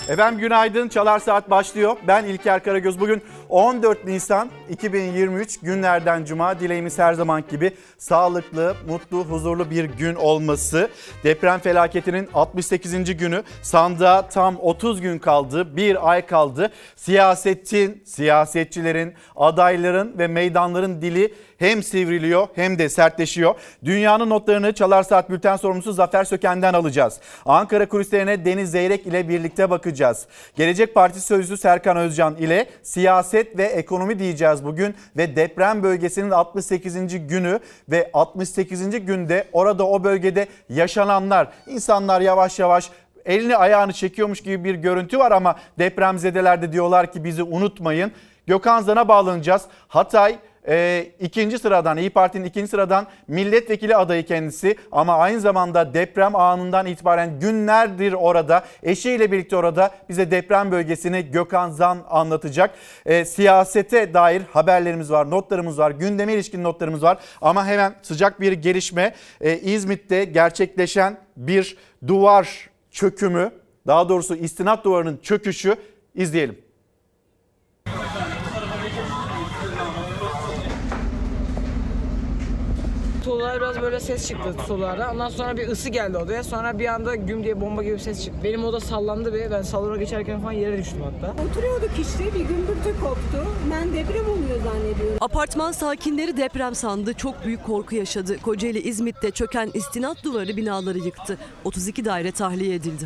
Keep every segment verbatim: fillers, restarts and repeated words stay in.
Efendim günaydın, Çalar Saat başlıyor. Ben İlker Karagöz. Bugün on dört Nisan iki bin yirmi üç günlerden cuma. Dileğimiz her zaman gibi sağlıklı, mutlu, huzurlu bir gün olması. Deprem felaketinin altmış sekizinci günü, sandığa tam otuz gün kaldı, bir ay kaldı. Siyasetin, siyasetçilerin, adayların ve meydanların dili hem sivriliyor hem de sertleşiyor. Dünyanın notlarını Çalar Saat Bülten sorumlusu Zafer Söken'den alacağız. Ankara kulislerine Deniz Zeyrek ile birlikte bakacağız. Gelecek Partisi Sözcüsü Serkan Özcan ile siyaset ve ekonomi diyeceğiz bugün. Ve deprem bölgesinin altmış sekizinci günü ve altmış sekizinci günde orada o bölgede yaşananlar. İnsanlar yavaş yavaş elini ayağını çekiyormuş gibi bir görüntü var ama depremzedeler de diyorlar ki bizi unutmayın. Gökhan Zan'a bağlanacağız. Hatay Ee, ikinci sıradan, İYİ Parti'nin ikinci sıradan milletvekili adayı kendisi ama aynı zamanda deprem anından itibaren günlerdir orada, eşiyle birlikte orada. Bize deprem bölgesini Gökhan Zan anlatacak. Ee, siyasete dair haberlerimiz var, notlarımız var, gündeme ilişkin notlarımız var ama hemen sıcak bir gelişme. Ee, İzmit'te gerçekleşen bir duvar çökümü, daha doğrusu istinat duvarının çöküşü, izleyelim. Tuğlalar biraz böyle ses çıktı tuğlalarda. Ondan sonra bir ısı geldi odaya. Sonra bir anda güm diye bomba gibi bir ses çıktı. Benim oda sallandı ve ben salona geçerken falan yere düştüm hatta. Oturuyorduk işte, bir gümbürtü koptu. Ben deprem oluyor zannediyorum. Apartman sakinleri deprem sandı. Çok büyük korku yaşadı. Kocaeli İzmit'te çöken istinat duvarı binaları yıktı. otuz iki daire tahliye edildi.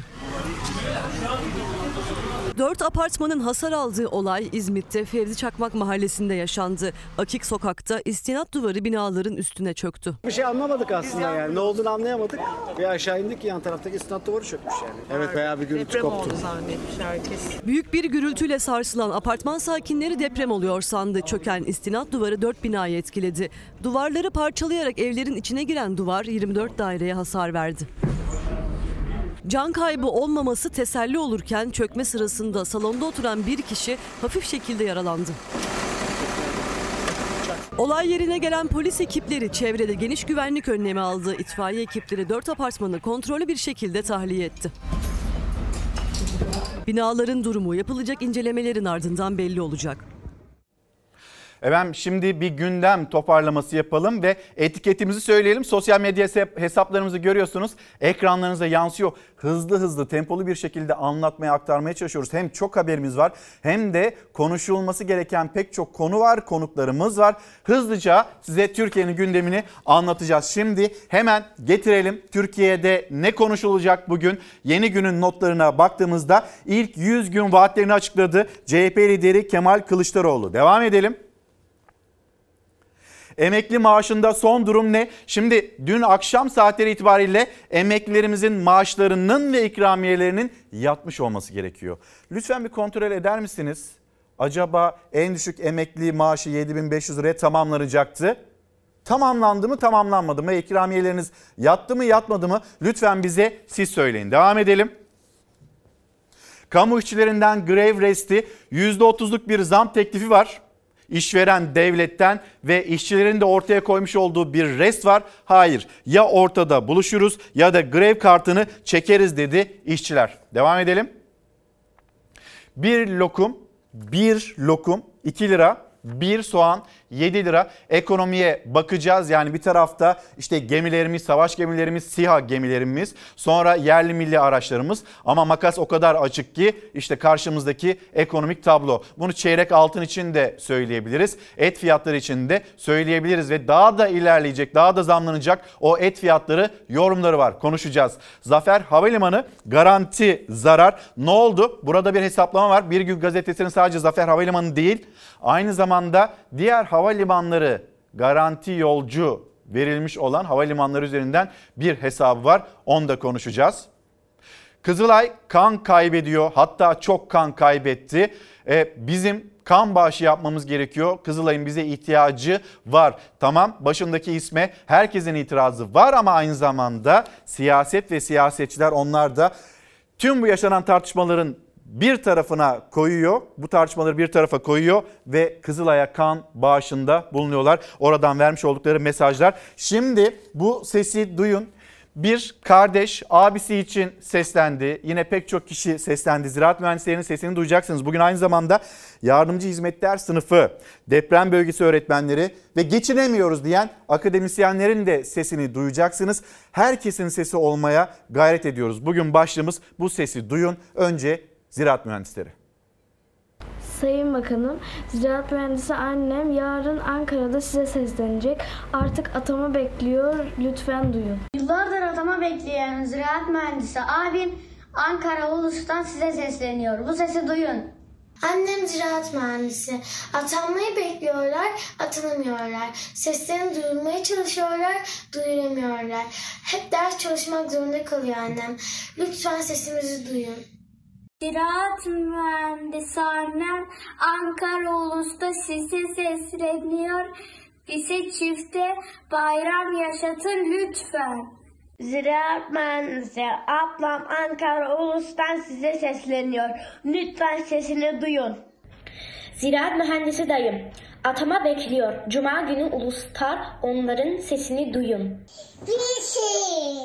Dört apartmanın hasar aldığı olay İzmit'te Fevzi Çakmak mahallesinde yaşandı. Akik sokakta istinat duvarı binaların üstüne çöktü. Bir şey anlamadık aslında yani. Ne olduğunu anlayamadık. Ve aşağı indik, yan taraftaki istinat duvarı çökmüş yani. Evet, bayağı bir gürültü koptu. Deprem oldu zannetmiş herkes. Büyük bir gürültüyle sarsılan apartman sakinleri deprem oluyor sandı. Çöken istinat duvarı dört binayı etkiledi. Duvarları parçalayarak evlerin içine giren duvar yirmi dört daireye hasar verdi. Can kaybı olmaması teselli olurken çökme sırasında salonda oturan bir kişi hafif şekilde yaralandı. Olay yerine gelen polis ekipleri çevrede geniş güvenlik önlemi aldı. İtfaiye ekipleri dört apartmanı kontrollü bir şekilde tahliye etti. Binaların durumu yapılacak incelemelerin ardından belli olacak. Efendim şimdi bir gündem toparlaması yapalım ve etiketimizi söyleyelim. Sosyal medya hesaplarımızı görüyorsunuz. Ekranlarınıza yansıyor. Hızlı hızlı tempolu bir şekilde anlatmaya, aktarmaya çalışıyoruz. Hem çok haberimiz var hem de konuşulması gereken pek çok konu var, konuklarımız var. Hızlıca size Türkiye'nin gündemini anlatacağız. Şimdi hemen getirelim. Türkiye'de ne konuşulacak bugün? Yeni günün notlarına baktığımızda ilk yüz gün vaatlerini açıkladı C H P lideri Kemal Kılıçdaroğlu. Devam edelim. Emekli maaşında son durum ne? Şimdi dün akşam saatleri itibariyle emeklilerimizin maaşlarının ve ikramiyelerinin yatmış olması gerekiyor. Lütfen bir kontrol eder misiniz? Acaba en düşük emekli maaşı yedi bin beş yüz liraya tamamlanacaktı. Tamamlandı mı, tamamlanmadı mı? İkramiyeleriniz yattı mı, yatmadı mı? Lütfen bize siz söyleyin. Devam edelim. Kamu işçilerinden grev resti yüzde otuzluk bir zam teklifi var. İşveren devletten ve işçilerin de ortaya koymuş olduğu bir rest var. Hayır, ya ortada buluşuruz ya da grev kartını çekeriz dedi işçiler. Devam edelim. Bir lokum, bir lokum iki lira, bir soğan yedi lira. Ekonomiye bakacağız. Yani bir tarafta işte gemilerimiz, savaş gemilerimiz, SİHA gemilerimiz, sonra yerli milli araçlarımız. Ama makas o kadar açık ki işte karşımızdaki ekonomik tablo. Bunu çeyrek altın için de söyleyebiliriz. Et fiyatları için de söyleyebiliriz ve daha da ilerleyecek, daha da zamlanacak o et fiyatları yorumları var. Konuşacağız. Zafer Havalimanı garanti zarar. Ne oldu? Burada bir hesaplama var. Bir Gün Gazetesi'nin sadece Zafer Havalimanı değil, aynı zamanda diğer havalimanları garanti yolcu verilmiş olan havalimanları üzerinden bir hesabı var. Onu da konuşacağız. Kızılay kan kaybediyor, hatta çok kan kaybetti. Ee, bizim kan bağışı yapmamız gerekiyor. Kızılay'ın bize ihtiyacı var. Tamam, başındaki isme herkesin itirazı var ama aynı zamanda siyaset ve siyasetçiler, onlar da tüm bu yaşanan tartışmaların bir tarafına koyuyor, bu tartışmaları bir tarafa koyuyor ve Kızılay'a kan bağışında bulunuyorlar. Oradan vermiş oldukları mesajlar. Şimdi bu sesi duyun. Bir kardeş abisi için seslendi. Yine pek çok kişi seslendi. Ziraat mühendislerinin sesini duyacaksınız. Bugün aynı zamanda yardımcı hizmetler sınıfı, deprem bölgesi öğretmenleri ve geçinemiyoruz diyen akademisyenlerin de sesini duyacaksınız. Herkesin sesi olmaya gayret ediyoruz. Bugün başlığımız bu sesi duyun. Önce ziraat mühendisleri. Sayın Bakanım, ziraat mühendisi annem yarın Ankara'da size seslenecek. Artık atama bekliyor, lütfen duyun. Yıllardır atama bekleyen ziraat mühendisi abim Ankara Ulus'tan size sesleniyor. Bu sesi duyun. Annem ziraat mühendisi. Atanmayı bekliyorlar, atanamıyorlar. Seslerini duyurmaya çalışıyorlar, duyuramıyorlar. Hep ders çalışmak zorunda kalıyor annem. Lütfen sesimizi duyun. Ziraat mühendisi annem Ankara Ulus'ta size sesleniyor. Bize çifte bayram yaşatın lütfen. Ziraat mühendisi ablam Ankara Ulus'tan size sesleniyor. Lütfen sesini duyun. Ziraat mühendisi dayım. Atama bekliyor. Cuma günü Ulus'ta onların sesini duyun. Bir şey.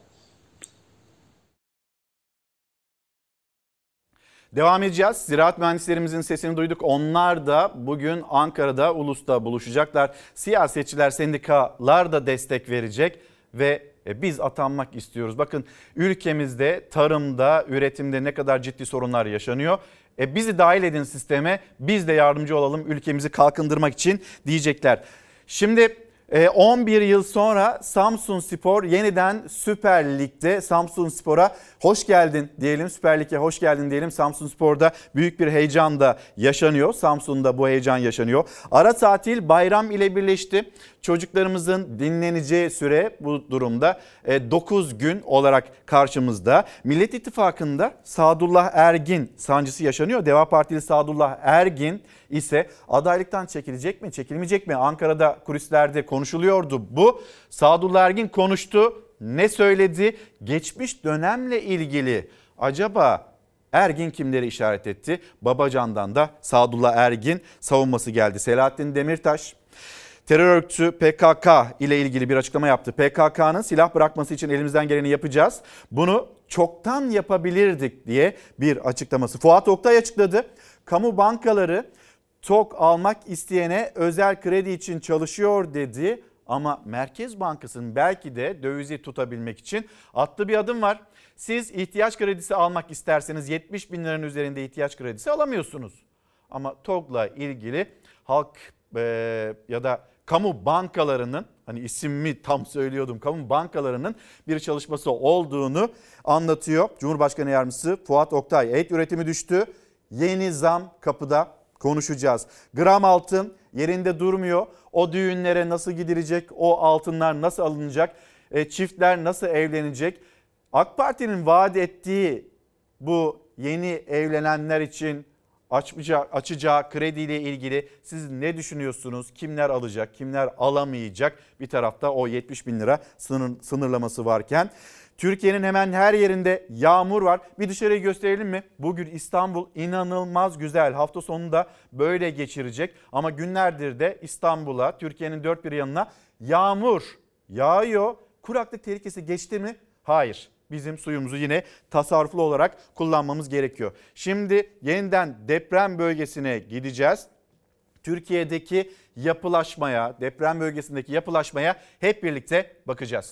Devam edeceğiz. Ziraat mühendislerimizin sesini duyduk. Onlar da bugün Ankara'da, Ulus'ta buluşacaklar. Siyasetçiler, sendikalar da destek verecek ve biz atanmak istiyoruz. Bakın ülkemizde tarımda, üretimde ne kadar ciddi sorunlar yaşanıyor. E bizi dahil edin sisteme, biz de yardımcı olalım ülkemizi kalkındırmak için diyecekler. Şimdi on bir yıl sonra Samsunspor yeniden Süper Lig'de. Samsunspor'a hoş geldin diyelim, Süper Lig'e hoş geldin diyelim. Samsunspor'da büyük bir heyecan da yaşanıyor. Samsun'da bu heyecan yaşanıyor. Ara tatil bayram ile birleşti. Çocuklarımızın dinleneceği süre bu durumda dokuz gün olarak karşımızda. Millet İttifakı'nda Sadullah Ergin sancısı yaşanıyor. Deva Partili Sadullah Ergin ise adaylıktan çekilecek mi, çekilmeyecek mi? Ankara'da kulislerde konuşuluyordu bu. Sadullah Ergin konuştu. Ne söyledi? Geçmiş dönemle ilgili acaba Ergin kimleri işaret etti? Babacan'dan da Sadullah Ergin savunması geldi. Selahattin Demirtaş terör örgütü P K K ile ilgili bir açıklama yaptı. P K K'nın silah bırakması için elimizden geleni yapacağız. Bunu çoktan yapabilirdik diye bir açıklaması. Fuat Oktay açıkladı. Kamu bankaları TOK almak isteyene özel kredi için çalışıyor dedi. Ama Merkez Bankası'nın belki de dövizi tutabilmek için attığı bir adım var. Siz ihtiyaç kredisi almak isterseniz yetmiş bin liranın üzerinde ihtiyaç kredisi alamıyorsunuz. Ama TOK'la ilgili halk e, ya da kamu bankalarının, hani ismimi tam söylüyordum, kamu bankalarının bir çalışması olduğunu anlatıyor. Cumhurbaşkanı Yardımcısı Fuat Oktay. Et üretimi düştü. Yeni zam kapıda, konuşacağız. Gram altın yerinde durmuyor. O düğünlere nasıl gidilecek? O altınlar nasıl alınacak? E, çiftler nasıl evlenecek? AK Parti'nin vaat ettiği bu yeni evlenenler için açacağı, açacağı krediyle ilgili siz ne düşünüyorsunuz? Kimler alacak, kimler alamayacak? Bir tarafta o yetmiş bin lira sınır, sınırlaması varken Türkiye'nin hemen her yerinde yağmur var. Bir dışarıyı gösterelim mi? Bugün İstanbul inanılmaz güzel. Hafta sonunu da böyle geçirecek. Ama günlerdir de İstanbul'a, Türkiye'nin dört bir yanına yağmur yağıyor. Kuraklık tehlikesi geçti mi? Hayır. Bizim suyumuzu yine tasarruflu olarak kullanmamız gerekiyor. Şimdi yeniden deprem bölgesine gideceğiz. Türkiye'deki yapılaşmaya, deprem bölgesindeki yapılaşmaya hep birlikte bakacağız.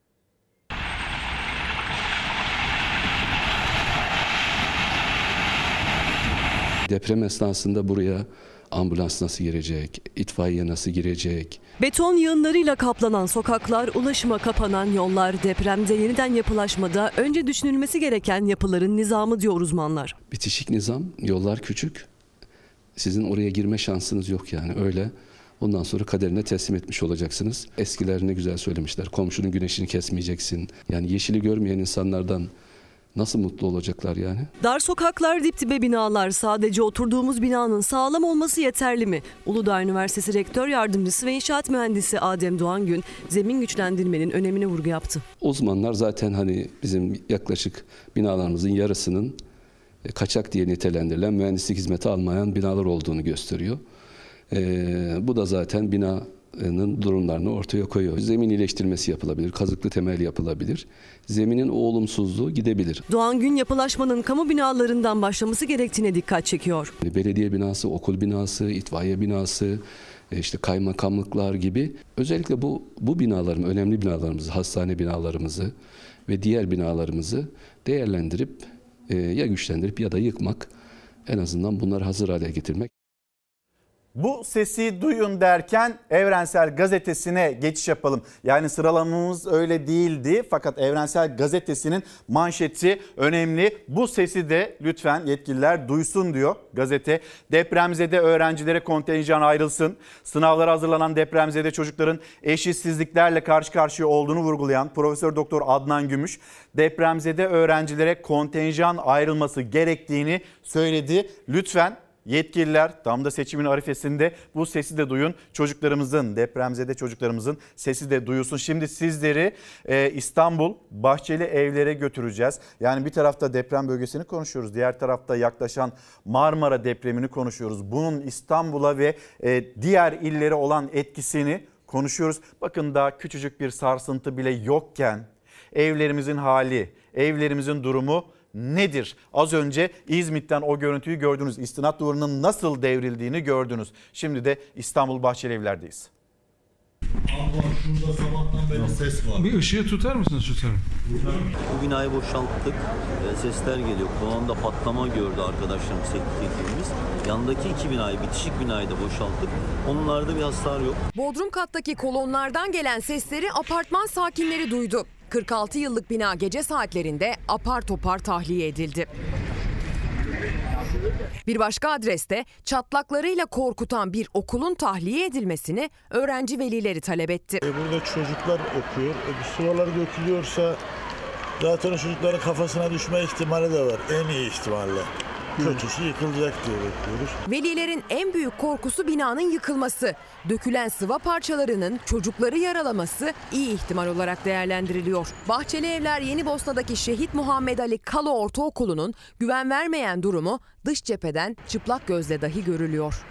Deprem esnasında buraya ambulans nasıl girecek, itfaiye nasıl girecek? Beton yığınlarıyla kaplanan sokaklar, ulaşıma kapanan yollar, depremde yeniden yapılaşmada önce düşünülmesi gereken yapıların nizamı diyor uzmanlar. Bitişik nizam, yollar küçük. Sizin oraya girme şansınız yok yani öyle. Ondan sonra kaderine teslim etmiş olacaksınız. Eskiler ne güzel söylemişler. Komşunun güneşini kesmeyeceksin. Yani yeşili görmeyen insanlardan nasıl mutlu olacaklar yani? Dar sokaklar, dip dibe binalar, sadece oturduğumuz binanın sağlam olması yeterli mi? Uludağ Üniversitesi Rektör Yardımcısı ve İnşaat Mühendisi Adem Doğangün zemin güçlendirmenin önemine vurgu yaptı. Uzmanlar zaten hani bizim yaklaşık binalarımızın yarısının kaçak diye nitelendirilen mühendislik hizmeti almayan binalar olduğunu gösteriyor. Ee, bu da zaten bina durumlarını ortaya koyuyor. Zemin iyileştirmesi yapılabilir, kazıklı temel yapılabilir. Zeminin o olumsuzluğu gidebilir. Doğan Gün yapılaşmanın kamu binalarından başlaması gerektiğine dikkat çekiyor. Belediye binası, okul binası, itfaiye binası, işte kaymakamlıklar gibi özellikle bu bu binaların, önemli binalarımızı, hastane binalarımızı ve diğer binalarımızı değerlendirip e, ya güçlendirip ya da yıkmak, en azından bunları hazır hale getirmek. Bu sesi duyun derken Evrensel Gazetesi'ne geçiş yapalım. Yani sıralamamız öyle değildi fakat Evrensel Gazetesi'nin manşeti önemli. Bu sesi de lütfen yetkililer duysun diyor gazete. Depremzede öğrencilere kontenjan ayrılsın. Sınavlara hazırlanan depremzede çocukların eşitsizliklerle karşı karşıya olduğunu vurgulayan Profesör Doktor Adnan Gümüş, depremzede öğrencilere kontenjan ayrılması gerektiğini söyledi. Lütfen yetkililer tam da seçimin arifesinde bu sesi de duyun. Çocuklarımızın, depremzede çocuklarımızın sesi de duyulsun. Şimdi sizleri e, İstanbul Bahçeli Evler'e götüreceğiz. Yani bir tarafta deprem bölgesini konuşuyoruz. Diğer tarafta yaklaşan Marmara depremini konuşuyoruz. Bunun İstanbul'a ve e, diğer illere olan etkisini konuşuyoruz. Bakın daha küçücük bir sarsıntı bile yokken evlerimizin hali, evlerimizin durumu nedir? Az önce İzmit'ten o görüntüyü gördünüz. İstinat duvarının nasıl devrildiğini gördünüz. Şimdi de İstanbul Bahçelievler'deyiz. Allah şurada sabahtan beri ses var. Bir ışığı tutar mısınız tutarım? Bu binayı boşalttık. Sesler geliyor. Kolonda patlama gördü arkadaşlarım, teknik ekibimiz. Yandaki iki binayı, bitişik binayı da boşalttık. Onlarda bir hasar yok. Bodrum kattaki kolonlardan gelen sesleri apartman sakinleri duydu. kırk altı yıllık bina gece saatlerinde apar topar tahliye edildi. Bir başka adreste çatlaklarıyla korkutan bir okulun tahliye edilmesini öğrenci velileri talep etti. E burada çocuklar okuyor. E bu sıralar dökülüyorsa zaten çocukların kafasına düşme ihtimali de var. En iyi ihtimalle. Kötüsü yıkılacak diye bekliyoruz. Velilerin en büyük korkusu binanın yıkılması. Dökülen sıva parçalarının çocukları yaralaması iyi ihtimal olarak değerlendiriliyor. Bahçelievler Yenibosna'daki Şehit Muhammed Ali Kalo Ortaokulu'nun güven vermeyen durumu dış cepheden çıplak gözle dahi görülüyor.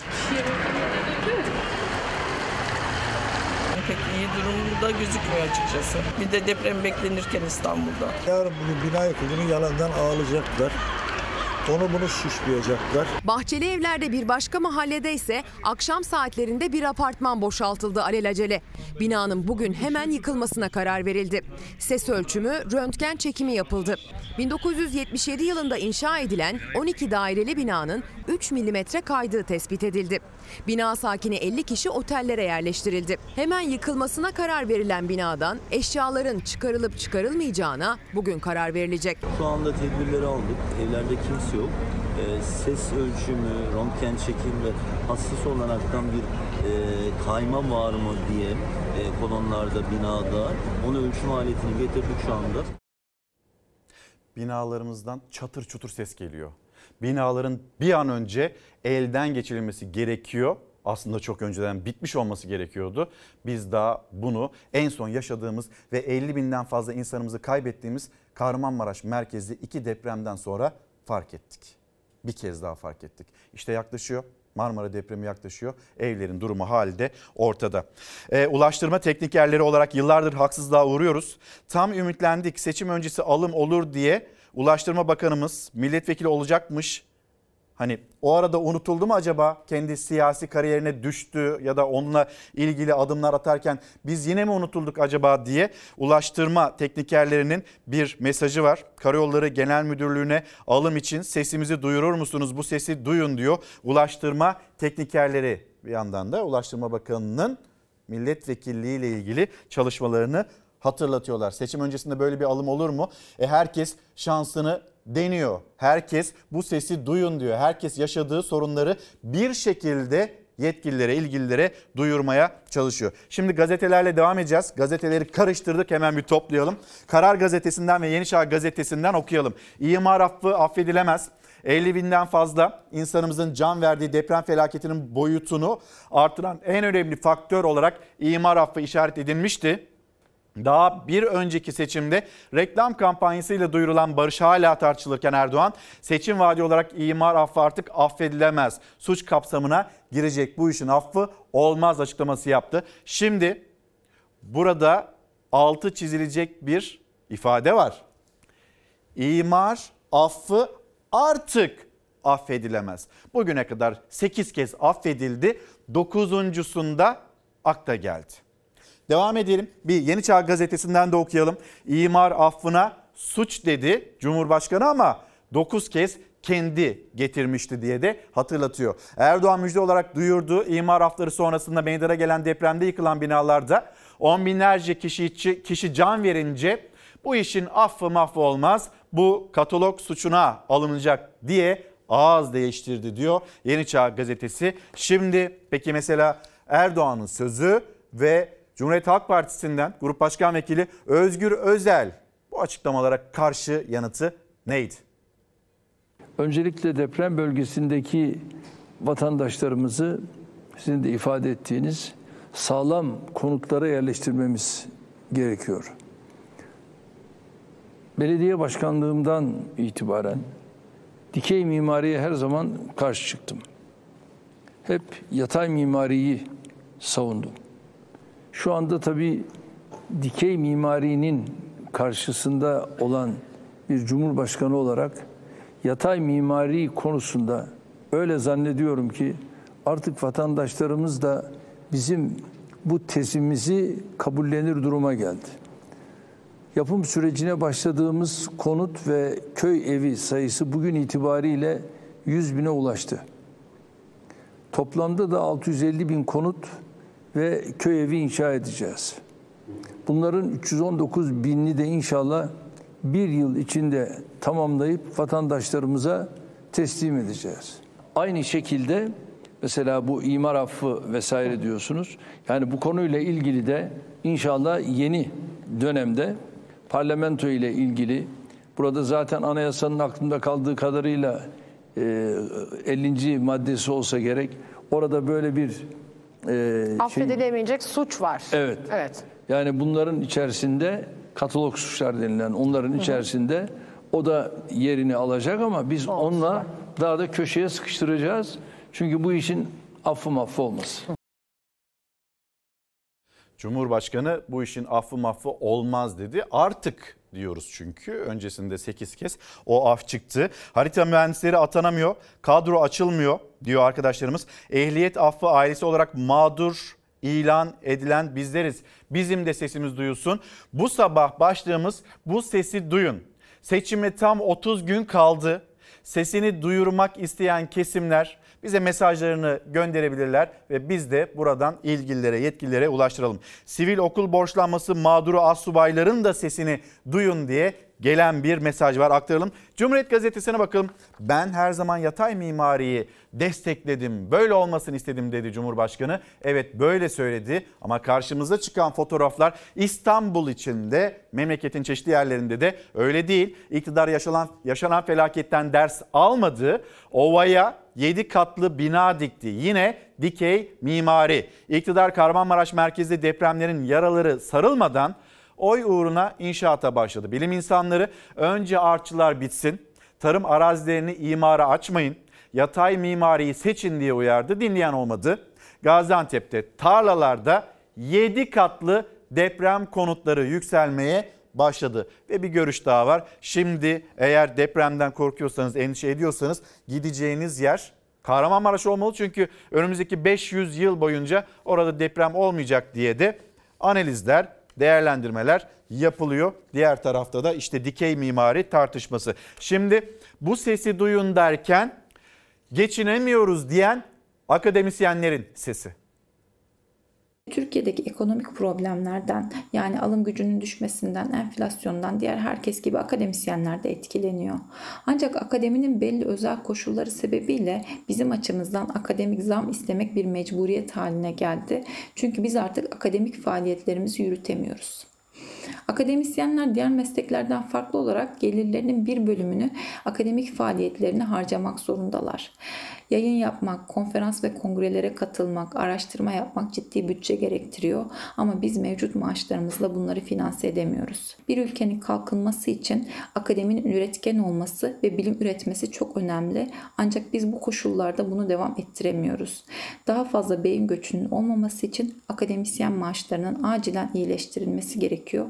Pek iyi durumda gözükmüyor açıkçası. Bir de deprem beklenirken İstanbul'da. Yarın bugün bina yıkıldığını yalandan ağlayacaklar. Onu bunu suçlayacaklar. Bahçelievler'de bir başka mahallede ise akşam saatlerinde bir apartman boşaltıldı alelacele. Binanın bugün hemen yıkılmasına karar verildi. Ses ölçümü, röntgen çekimi yapıldı. bin dokuz yüz yetmiş yedi yılında inşa edilen on iki daireli binanın üç milimetre kaydığı tespit edildi. Bina sakini elli kişi otellere yerleştirildi. Hemen yıkılmasına karar verilen binadan eşyaların çıkarılıp çıkarılmayacağına bugün karar verilecek. Şu anda tedbirleri aldık. Evlerde kimse yok. E, ses ölçümü, röntgen çekim ve hassas olaraktan bir e, kayma var mı diye e, kolonlarda, binada onu ölçüm aletini getirdik şu anda. Binalarımızdan çatır çutur ses geliyor. Binaların bir an önce elden geçirilmesi gerekiyor. Aslında çok önceden bitmiş olması gerekiyordu. Biz daha bunu en son yaşadığımız ve elli binden fazla insanımızı kaybettiğimiz Kahramanmaraş merkezli iki depremden sonra fark ettik. Bir kez daha fark ettik. İşte yaklaşıyor. Marmara depremi yaklaşıyor. Evlerin durumu hali de ortada. Ee, ulaştırma teknikerleri olarak yıllardır haksızlığa uğruyoruz. Tam ümitlendik, seçim öncesi alım olur diye Ulaştırma Bakanımız milletvekili olacakmış. Hani o arada unutuldu mu acaba, kendi siyasi kariyerine düştü ya da onunla ilgili adımlar atarken biz yine mi unutulduk acaba diye ulaştırma teknikerlerinin bir mesajı var. Karayolları Genel Müdürlüğü'ne alım için sesimizi duyurur musunuz, bu sesi duyun diyor ulaştırma teknikerleri. Bir yandan da Ulaştırma Bakanı'nın milletvekilliği ile ilgili çalışmalarını hatırlatıyorlar. Seçim öncesinde böyle bir alım olur mu? E herkes şansını deniyor. Herkes bu sesi duyun diyor. Herkes yaşadığı sorunları bir şekilde yetkililere, ilgililere duyurmaya çalışıyor. Şimdi gazetelerle devam edeceğiz. Gazeteleri karıştırdık, hemen bir toplayalım. Karar Gazetesi'nden ve Yeni Çağ Gazetesi'nden okuyalım. İmar affı affedilemez. elli binden fazla insanımızın can verdiği deprem felaketinin boyutunu artıran en önemli faktör olarak imar affı işaret edilmişti. Daha bir önceki seçimde reklam kampanyasıyla duyurulan barış hala tartışılırken Erdoğan, seçim vaadi olarak imar affı artık affedilemez, suç kapsamına girecek, bu işin affı olmaz açıklaması yaptı. Şimdi burada altı çizilecek bir ifade var. İmar affı artık affedilemez. Bugüne kadar sekiz kez affedildi, dokuzuncusunda akta geldi. Devam edelim. Bir Yeni Çağ Gazetesi'nden de okuyalım. İmar affına suç dedi Cumhurbaşkanı ama dokuz kez kendi getirmişti diye de hatırlatıyor. Erdoğan müjde olarak duyurdu. İmar affları sonrasında meydana gelen depremde yıkılan binalarda on binlerce kişi, kişi can verince bu işin affı mahfı olmaz, bu katalog suçuna alınacak diye ağız değiştirdi diyor Yeni Çağ Gazetesi. Şimdi peki mesela Erdoğan'ın sözü ve Cumhuriyet Halk Partisi'nden Grup Başkan Vekili Özgür Özel bu açıklamalara karşı yanıtı neydi? Öncelikle deprem bölgesindeki vatandaşlarımızı sizin de ifade ettiğiniz sağlam konutlara yerleştirmemiz gerekiyor. Belediye başkanlığımdan itibaren dikey mimariye her zaman karşı çıktım. Hep yatay mimariyi savundum. Şu anda tabii dikey mimarinin karşısında olan bir cumhurbaşkanı olarak yatay mimari konusunda öyle zannediyorum ki artık vatandaşlarımız da bizim bu tezimizi kabullenir duruma geldi. Yapım sürecine başladığımız konut ve köy evi sayısı bugün itibariyle yüz bine ulaştı. Toplamda da altı yüz elli bin konut ve köy evi inşa edeceğiz. Bunların üç yüz on dokuz binini de inşallah bir yıl içinde tamamlayıp vatandaşlarımıza teslim edeceğiz. Aynı şekilde mesela bu imar affı vesaire diyorsunuz. Yani bu konuyla ilgili de inşallah yeni dönemde parlamento ile ilgili, burada zaten anayasanın aklımda kaldığı kadarıyla ellinci maddesi olsa gerek, orada böyle bir e, affedilemeyecek şey, suç var. Evet. Evet. Yani bunların içerisinde katalog suçlar denilen onların içerisinde hı hı. o da yerini alacak ama biz Olsun. onunla daha da köşeye sıkıştıracağız. Çünkü bu işin affı maffı olmaz. Cumhurbaşkanı bu işin affı maffı olmaz dedi. Artık diyoruz çünkü öncesinde sekiz kez o af çıktı. Harita mühendisleri atanamıyor, kadro açılmıyor diyor arkadaşlarımız. Ehliyet affı ailesi olarak mağdur ilan edilen bizleriz. Bizim de sesimiz duyulsun. Bu sabah başlığımız bu sesi duyun. Seçime tam otuz gün kaldı. Sesini duyurmak isteyen kesimler bize mesajlarını gönderebilirler ve biz de buradan ilgililere, yetkililere ulaştıralım. Sivil okul borçlanması mağduru astsubayların da sesini duyun diye gelen bir mesaj var, aktaralım. Cumhuriyet Gazetesi'ne bakalım. Ben her zaman yatay mimariyi destekledim, böyle olmasını istedim dedi Cumhurbaşkanı. Evet, böyle söyledi ama karşımıza çıkan fotoğraflar İstanbul içinde, memleketin çeşitli yerlerinde de öyle değil. İktidar yaşanan, yaşanan felaketten ders almadı. Ovaya yedi katlı bina dikti. Yine dikey mimari. İktidar Kahramanmaraş merkezli depremlerin yaraları sarılmadan oy uğruna inşaata başladı. Bilim insanları önce artçılar bitsin, tarım arazilerini imara açmayın, yatay mimariyi seçin diye uyardı. Dinleyen olmadı. Gaziantep'te tarlalarda yedi katlı deprem konutları yükselmeye başladı. Ve bir görüş daha var. Şimdi eğer depremden korkuyorsanız, endişe ediyorsanız gideceğiniz yer Kahramanmaraş olmalı. Çünkü önümüzdeki beş yüz yıl boyunca orada deprem olmayacak diye de analizler, değerlendirmeler yapılıyor. Diğer tarafta da işte dikey mimari tartışması. Şimdi bu sesi duyun derken geçinemiyoruz diyen akademisyenlerin sesi. Türkiye'deki ekonomik problemlerden, yani alım gücünün düşmesinden, enflasyondan diğer herkes gibi akademisyenler de etkileniyor. Ancak akademinin belli özel koşulları sebebiyle bizim açımızdan akademik zam istemek bir mecburiyet haline geldi. Çünkü biz artık akademik faaliyetlerimizi yürütemiyoruz. Akademisyenler diğer mesleklerden farklı olarak gelirlerinin bir bölümünü akademik faaliyetlerine harcamak zorundalar. Yayın yapmak, konferans ve kongrelere katılmak, araştırma yapmak ciddi bütçe gerektiriyor ama biz mevcut maaşlarımızla bunları finanse edemiyoruz. Bir ülkenin kalkınması için akademinin üretken olması ve bilim üretmesi çok önemli ancak biz bu koşullarda bunu devam ettiremiyoruz. Daha fazla beyin göçünün olmaması için akademisyen maaşlarının acilen iyileştirilmesi gerekiyor.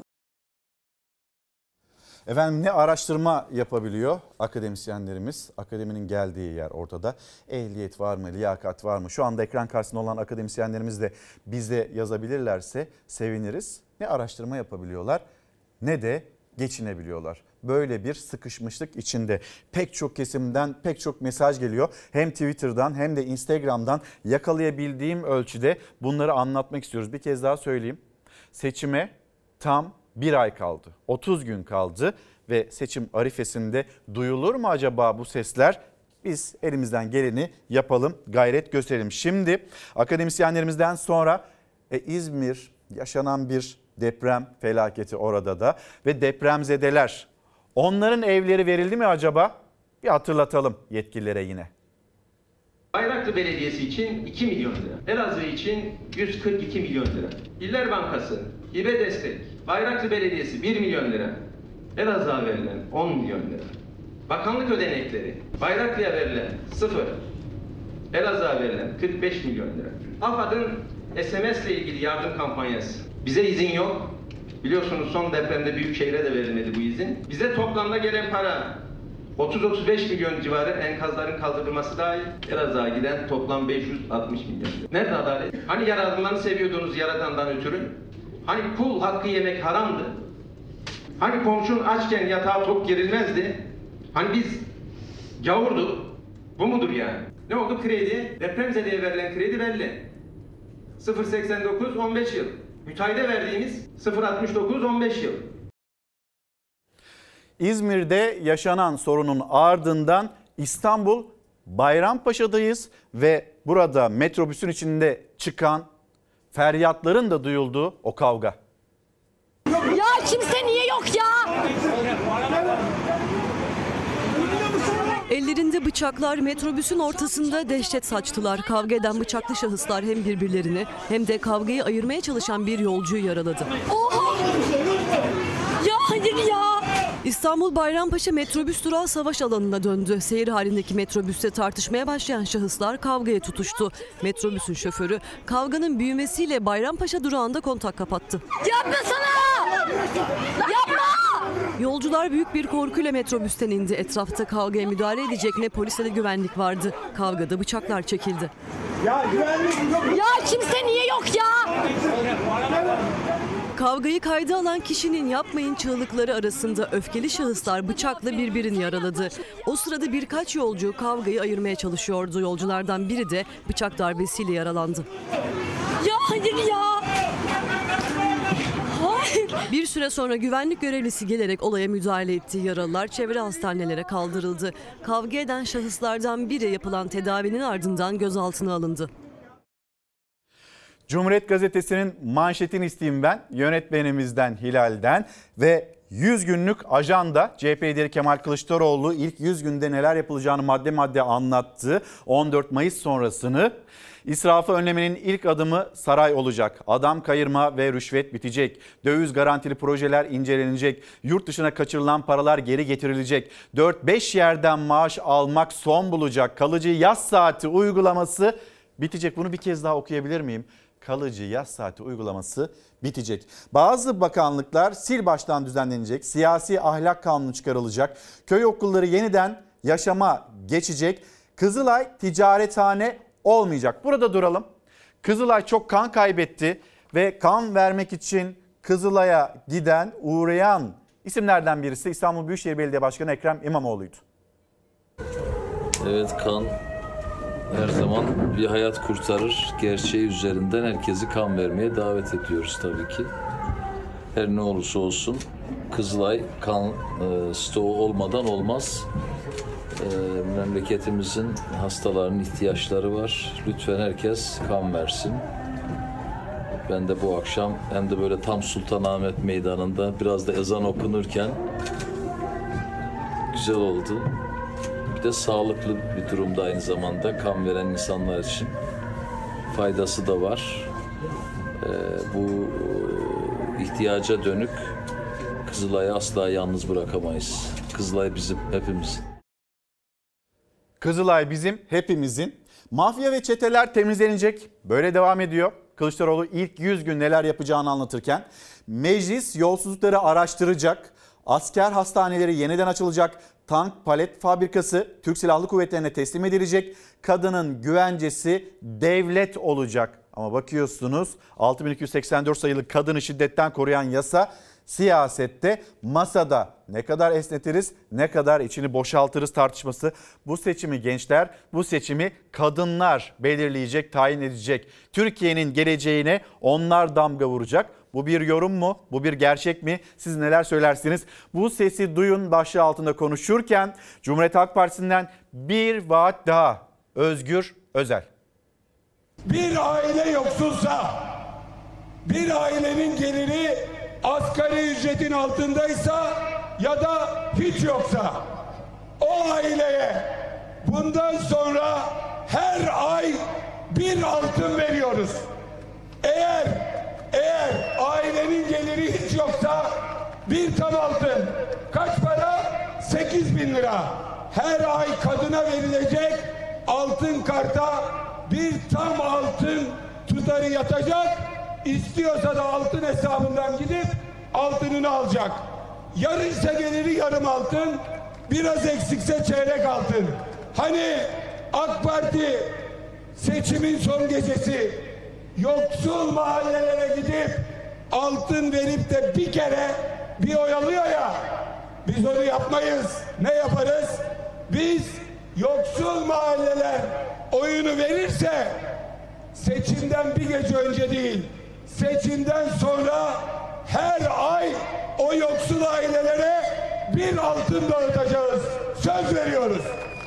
Efendim ne araştırma yapabiliyor akademisyenlerimiz? Akademinin geldiği yer ortada. Ehliyet var mı, liyakat var mı? Şu anda ekran karşısında olan akademisyenlerimiz de bize yazabilirlerse seviniriz. Ne araştırma yapabiliyorlar ne de geçinebiliyorlar. Böyle bir sıkışmışlık içinde pek çok kesimden pek çok mesaj geliyor. Hem Twitter'dan hem de Instagram'dan yakalayabildiğim ölçüde bunları anlatmak istiyoruz. Bir kez daha söyleyeyim. Seçime tam bir ay kaldı. otuz gün kaldı ve seçim arifesinde duyulur mu acaba bu sesler? Biz elimizden geleni yapalım, gayret gösterelim. Şimdi akademisyenlerimizden sonra e, İzmir yaşanan bir deprem felaketi orada da ve depremzedeler. Onların evleri verildi mi acaba? Bir hatırlatalım yetkililere yine. Bayraklı Belediyesi için iki milyon lira. Elazığ için yüz kırk iki milyon lira. İller Bankası, hibe destek. Bayraklı Belediyesi bir milyon lira. Elazığ'a verilen on milyon lira. Bakanlık ödenekleri. Bayraklı'ya verilen sıfır. Elazığ'a verilen kırk beş milyon lira. AFAD'ın S M S ile ilgili yardım kampanyası. Bize izin yok. Biliyorsunuz son depremde Büyükşehir'e de verilmedi bu izin. Bize toplamda gelen para otuz otuz beş milyon civarı, enkazların kaldırılması dahil. Elazığ'a giden toplam beş yüz altmış milyon. Nerede adalet? Hani yaradanları seviyordunuz Yaradan'dan ötürü? Hani kul hakkı yemek haramdı? Hani komşun açken yatağa tok gerilmezdi? Hani biz gavurduk? Bu mudur yani? Ne oldu kredi? Depremzedeye verilen kredi belli. sıfır seksen dokuz on beş yıl. Müteahhide verdiğimiz sıfır altmış dokuz on beş yıl. İzmir'de yaşanan sorunun ardından İstanbul Bayrampaşa'dayız ve burada metrobüsün içinde çıkan feryatların da duyulduğu o kavga. Ya kimse niye yok ya? Ellerinde bıçaklar metrobüsün ortasında dehşet saçtılar. Kavga eden bıçaklı şahıslar hem birbirlerini hem de kavgayı ayırmaya çalışan bir yolcuyu yaraladı. Oha! Ya hayır ya! İstanbul Bayrampaşa metrobüs durağı savaş alanına döndü. Seyir halindeki metrobüste tartışmaya başlayan şahıslar kavgaya tutuştu. Metrobüsün şoförü kavganın büyümesiyle Bayrampaşa durağında kontak kapattı. Yapmasana! Yapma! Yolcular büyük bir korkuyla metrobüsten indi. Etrafta kavgaya müdahale edecek ne polis ne de güvenlik vardı. Kavgada bıçaklar çekildi. Ya güvenlik yok. Ya kimse niye yok ya? Kavgayı kayda alan kişinin yapmayın çığlıkları arasında öfkeli şahıslar bıçakla birbirini yaraladı. O sırada birkaç yolcu kavgayı ayırmaya çalışıyordu. Yolculardan biri de bıçak darbesiyle yaralandı. Ya hayır ya! Hayır! Bir süre sonra güvenlik görevlisi gelerek olaya müdahale etti. Yaralılar çevre hastanelere kaldırıldı. Kavga eden şahıslardan biri yapılan tedavinin ardından gözaltına alındı. Cumhuriyet Gazetesi'nin manşetini isteyeyim ben yönetmenimizden Hilal'den ve yüz günlük ajanda C H P lideri Kemal Kılıçdaroğlu ilk yüz günde neler yapılacağını madde madde anlattı. on dört Mayıs sonrasını israfı önlemenin ilk adımı saray olacak. Adam kayırma ve rüşvet bitecek. Döviz garantili projeler incelenecek. Yurt dışına kaçırılan paralar geri getirilecek. dört beş yerden maaş almak son bulacak. Kalıcı yaz saati uygulaması bitecek. Bunu bir kez daha okuyabilir miyim? Kalıcı yaz saati uygulaması bitecek. Bazı bakanlıklar sil baştan düzenlenecek. Siyasi ahlak kanunu çıkarılacak. Köy okulları yeniden yaşama geçecek. Kızılay ticarethane olmayacak. Burada duralım. Kızılay çok kan kaybetti ve kan vermek için Kızılay'a giden, uğrayan isimlerden birisi İstanbul Büyükşehir Belediye Başkanı Ekrem İmamoğlu'ydu. Evet, kan her zaman bir hayat kurtarır. Gerçeği üzerinden herkesi kan vermeye davet ediyoruz tabii ki. Her ne olursa olsun Kızılay kan e, stoğu olmadan olmaz. E, memleketimizin hastalarının ihtiyaçları var. Lütfen herkes kan versin. Ben de bu akşam hem de böyle tam Sultanahmet Meydanı'nda biraz da ezan okunurken güzel oldu. Bir de sağlıklı bir durumda aynı zamanda kan veren insanlar için faydası da var. Ee, bu ihtiyaca dönük Kızılay'ı asla yalnız bırakamayız. Kızılay bizim, hepimizin. Kızılay bizim, hepimizin. Mafya ve çeteler temizlenecek. Böyle devam ediyor. Kılıçdaroğlu ilk yüz gün neler yapacağını anlatırken meclis yolsuzlukları araştıracak. Asker hastaneleri yeniden açılacak. Tank palet fabrikası Türk Silahlı Kuvvetleri'ne teslim edilecek. Kadının güvencesi devlet olacak. Ama bakıyorsunuz altı bin iki yüz seksen dört sayılı kadını şiddetten koruyan yasa siyasette masada ne kadar esnetiriz, ne kadar içini boşaltırız tartışması. Bu seçimi gençler, bu seçimi kadınlar belirleyecek, tayin edecek. Türkiye'nin geleceğine onlar damga vuracak. Bu bir yorum mu? Bu bir gerçek mi? Siz neler söylersiniz? Bu sesi duyun başlığı altında konuşurken Cumhuriyet Halk Partisi'nden bir vaat daha. Özgür Özel. Bir aile yoksulsa, bir ailenin geliri asgari ücretin altındaysa ya da hiç yoksa o aileye bundan sonra her ay bir altın veriyoruz. Eğer eğer ailenin geliri hiç yoksa bir tam altın kaç para? sekiz bin lira. Her ay kadına verilecek altın karta bir tam altın tutarı yatacak. İstiyorsa da altın hesabından gidip altınını alacak. Yarınsa geliri yarım altın, biraz eksikse çeyrek altın. Hani AK Parti seçimin son gecesi yoksul mahallelere gidip altın verip de bir kere bir oy alıyor ya, biz onu yapmayız. Ne yaparız? Biz yoksul mahalleler oyunu verirse seçimden bir gece önce değil, seçimden sonra her ay o yoksul ailelere bir altın dağıtacağız. Söz veriyoruz.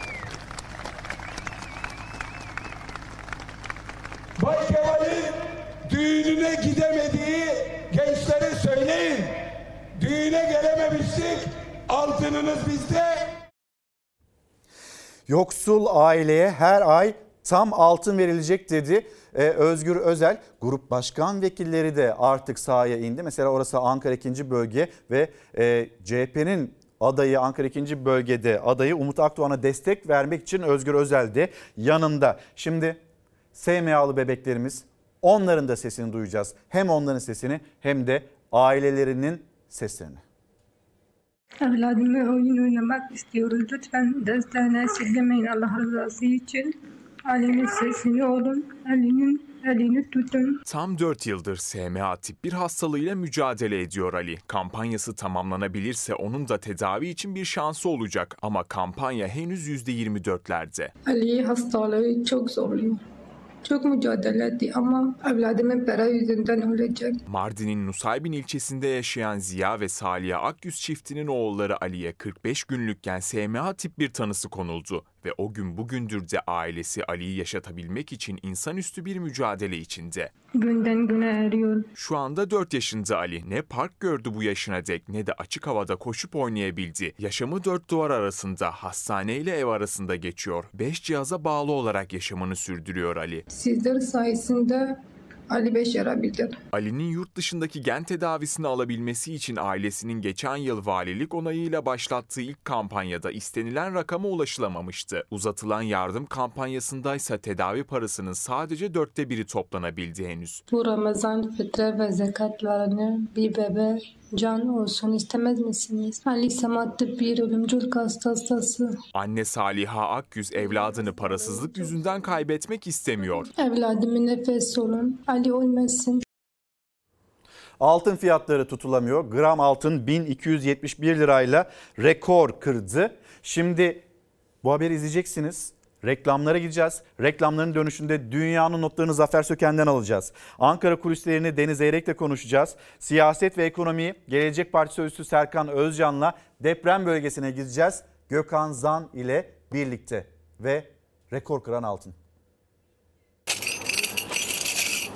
Bay Kemal'in düğününe gidemediği gençlere söyleyin. Düğüne gelememiştik, altınınız bizde. Yoksul aileye her ay tam altın verilecek dedi ee, Özgür Özel. Grup başkan vekilleri de artık sahaya indi. Mesela orası Ankara ikinci Bölge ve e, C H P'nin adayı Ankara ikinci Bölge'de adayı Umut Akdoğan'a destek vermek için Özgür Özel de yanında. Şimdi S M A'lı bebeklerimiz, onların da sesini duyacağız. Hem onların sesini hem de ailelerinin seslerini. Evladımı oyun oynamak istiyoruz. Lütfen desteğini esirgemeyin Allah rızası için. Ali'nin sesini olun, Ali'nin elini tutun. Tam dört yıldır S M A tip bir hastalığıyla mücadele ediyor Ali. Kampanyası tamamlanabilirse onun da tedavi için bir şansı olacak. Ama kampanya henüz yüzde yirmi dörtlerde. Ali hastalığı çok zorluyor. Çok mücadele etti ama evladımın para yüzünden ölecek. Mardin'in Nusaybin ilçesinde yaşayan Ziya ve Saliha Akyüz çiftinin oğulları Ali'ye kırk beş günlükken S M A tip bir tanısı konuldu. Ve o gün bugündür de ailesi Ali'yi yaşatabilmek için insanüstü bir mücadele içinde. Günden güne eriyor. Şu anda dört yaşında Ali. Ne park gördü bu yaşına dek ne de açık havada koşup oynayabildi. Yaşamı dört duvar arasında, hastane ile ev arasında geçiyor. Beş cihaza bağlı olarak yaşamını sürdürüyor Ali. Sizler sayesinde Ali başarabilir. Ali'nin yurt dışındaki gen tedavisini alabilmesi için ailesinin geçen yıl valilik onayıyla başlattığı ilk kampanyada istenilen rakama ulaşılamamıştı. Uzatılan yardım kampanyasındaysa tedavi parasının sadece dörtte biri toplanabildi henüz. Bu Ramazan fitre ve zekatlarını bir bebe can olsun istemez misiniz? Ali Samat'ta bir ölümcül hastası. Anne Saliha Akyüz evladını parasızlık yüzünden kaybetmek istemiyor. Evladımın nefes olun. Ali olmasın. Altın fiyatları tutulamıyor. Gram altın bin iki yüz yetmiş bir lirayla rekor kırdı. Şimdi bu haberi izleyeceksiniz. Reklamlara gideceğiz. Reklamların dönüşünde dünyanın notlarını Zafer Söken'den alacağız. Ankara kulislerini Deniz Eyrek'le konuşacağız. Siyaset ve ekonomiyi Gelecek Partisi Sözcüsü Serkan Özcan'la deprem bölgesine gideceğiz. Gökhan Zan ile birlikte ve rekor kıran altın.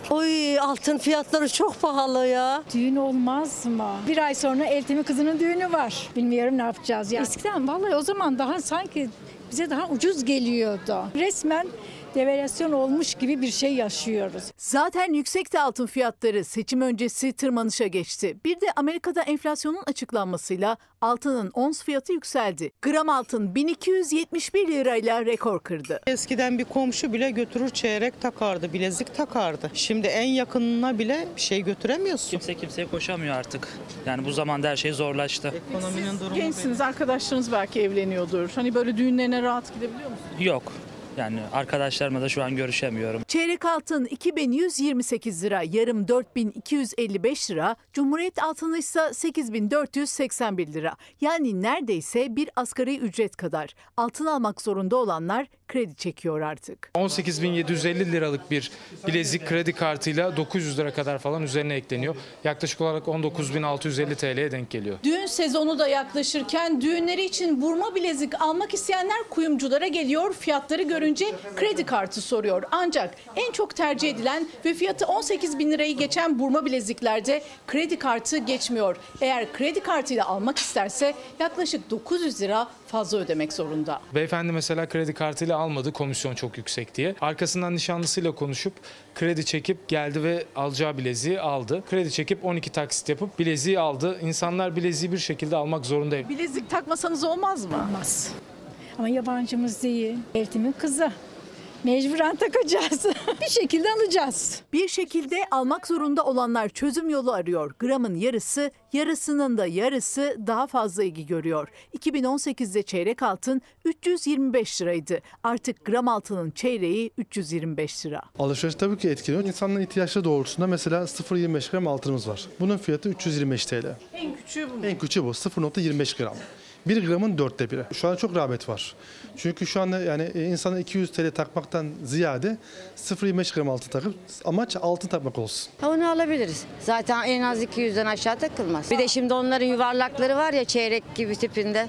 Oy, altın fiyatları çok pahalı ya. Düğün olmaz mı? Bir ay sonra Eltim'in kızının düğünü var. Bilmiyorum ne yapacağız ya. Eskiden vallahi o zaman daha sanki bize daha ucuz geliyordu. Resmen devalüasyon olmuş gibi bir şey yaşıyoruz. Zaten yüksekti altın fiyatları, seçim öncesi tırmanışa geçti. Bir de Amerika'da enflasyonun açıklanmasıyla altının ons fiyatı yükseldi. Gram altın bin iki yüz yetmiş bir lirayla rekor kırdı. Eskiden bir komşu bile götürür çeyrek takardı, bilezik takardı. Şimdi en yakınına bile bir şey götüremiyorsun. Kimse kimseye koşamıyor artık. Yani bu zamanda her şey zorlaştı. Ekonominin durumu Gençsiniz, arkadaşlarınız belki evleniyordur. Hani böyle düğünlerine rahat gidebiliyor musunuz? Yok. Yani arkadaşlarımla da şu an görüşemiyorum. Çeyrek altın iki bin yüz yirmi sekiz lira, yarım dört bin iki yüz elli beş lira, Cumhuriyet altını ise sekiz bin dört yüz seksen bir lira. Yani neredeyse bir asgari ücret kadar. Altın almak zorunda olanlar kredi çekiyor artık. on sekiz bin yedi yüz elli liralık bir bilezik kredi kartıyla dokuz yüz lira kadar falan üzerine ekleniyor. Yaklaşık olarak on dokuz bin altı yüz elli T L'ye denk geliyor. Düğün sezonu da yaklaşırken düğünleri için burma bilezik almak isteyenler kuyumculara geliyor. Fiyatları görünce kredi kartı soruyor. Ancak en çok tercih edilen ve fiyatı on sekiz bin lirayı geçen burma bileziklerde kredi kartı geçmiyor. Eğer kredi kartıyla almak isterse yaklaşık dokuz yüz lira fazla ödemek zorunda. Beyefendi mesela kredi kartıyla almadı, komisyon çok yüksek diye. Arkasından nişanlısıyla konuşup kredi çekip geldi ve alacağı bileziği aldı. Kredi çekip on iki taksit yapıp bileziği aldı. İnsanlar bileziği bir şekilde almak zorunda. Bilezik takmasanız olmaz mı? Olmaz. Ama yabancımız değil. Eltim'in kızı. Mecburen takacağız. Bir şekilde alacağız. Bir şekilde almak zorunda olanlar çözüm yolu arıyor. Gramın yarısı, yarısının da yarısı daha fazla ilgi görüyor. iki bin on sekizde çeyrek altın üç yüz yirmi beş liraydı. Artık gram altının çeyreği üç yüz yirmi beş lira. Alışveriş tabii ki etkiliyor. İnsanların ihtiyaçları doğrultusunda mesela sıfır virgül yirmi beş gram altınımız var. Bunun fiyatı üç yüz yirmi beş T L. En küçüğü bu. En küçüğü bu. sıfır virgül yirmi beş gram. bir gramın dörtte biri. Şu an çok rağbet var. Çünkü şu anda yani insana iki yüz T L takmaktan ziyade sıfır virgül yirmi beş gram altın takıp amaç altın takmak olsun. Onu alabiliriz. Zaten en az iki yüzden aşağı takılmaz. Bir de şimdi onların yuvarlakları var ya, çeyrek gibi tipinde.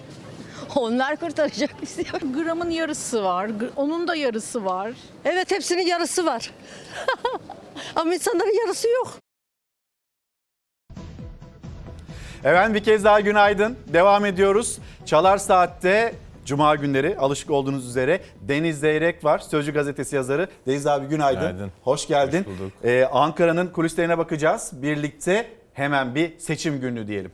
Onlar kurtaracak bizi. Gramın yarısı var. Onun da yarısı var. Evet, hepsinin yarısı var. Ama insanların yarısı yok. Efendim bir kez daha günaydın. Devam ediyoruz. Çalar Saat'te Cuma günleri alışık olduğunuz üzere Deniz Zeyrek var. Sözcü gazetesi yazarı. Deniz abi günaydın. Günaydın. Hoş geldin. Hoş bulduk. Ee, Ankara'nın kulislerine bakacağız. Birlikte hemen bir seçim günü diyelim.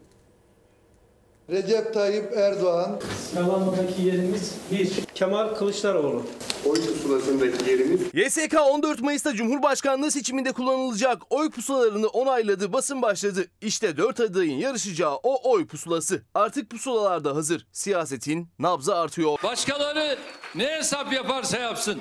Recep Tayyip Erdoğan. Sıralamdaki yerimiz bir. Kemal Kılıçdaroğlu. Oy pusulasındaki yerimiz. Y S K on dört Mayıs'ta Cumhurbaşkanlığı seçiminde kullanılacak oy pusulalarını onayladı, basın başladı. İşte dört adayın yarışacağı o oy pusulası. Artık pusulalar da hazır. Siyasetin nabzı artıyor. Başkaları ne hesap yaparsa yapsın.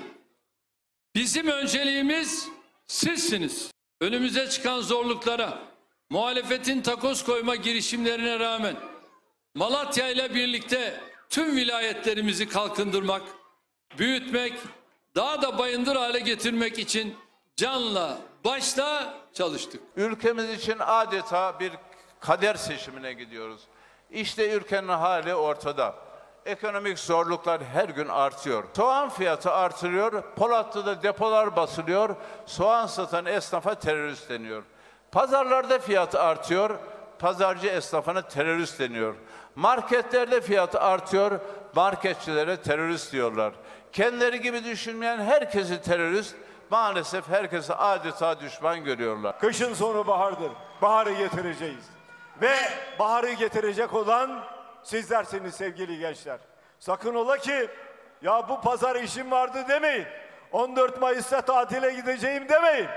Bizim önceliğimiz sizsiniz. Önümüze çıkan zorluklara, muhalefetin takoz koyma girişimlerine rağmen Malatya ile birlikte tüm vilayetlerimizi kalkındırmak, büyütmek, daha da bayındır hale getirmek için canla başla çalıştık. Ülkemiz için adeta bir kader seçimine gidiyoruz. İşte ülkenin hali ortada. Ekonomik zorluklar her gün artıyor. Soğan fiyatı artırıyor, Polatlı'da depolar basılıyor, soğan satan esnafa terörist deniyor. Pazarlarda fiyat artıyor, pazarcı esnafına terörist deniyor. Marketlerde fiyatı artıyor, marketçilere terörist diyorlar. Kendileri gibi düşünmeyen herkesi terörist, maalesef herkesi adeta düşman görüyorlar. Kışın sonu bahardır. Baharı getireceğiz. Ve baharı getirecek olan sizlersiniz sevgili gençler. Sakın ola ki ya bu pazar işim vardı demeyin. on dört Mayıs'ta tatile gideceğim demeyin.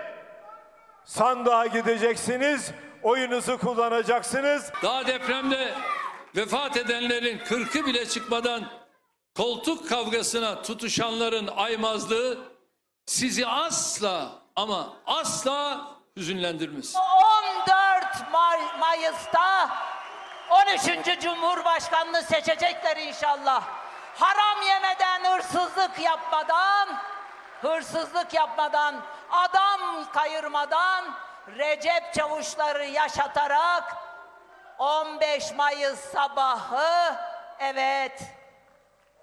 Sandığa gideceksiniz, oyunuzu kullanacaksınız. Daha depremde vefat edenlerin kırkı bile çıkmadan koltuk kavgasına tutuşanların aymazlığı sizi asla ama asla hüzünlendirmez. on dört Mayıs'ta on üçüncü Cumhurbaşkanlığı seçecekler inşallah. Haram yemeden, hırsızlık yapmadan, hırsızlık yapmadan, adam kayırmadan, Recep Çavuşları yaşatarak on beş Mayıs sabahı, evet,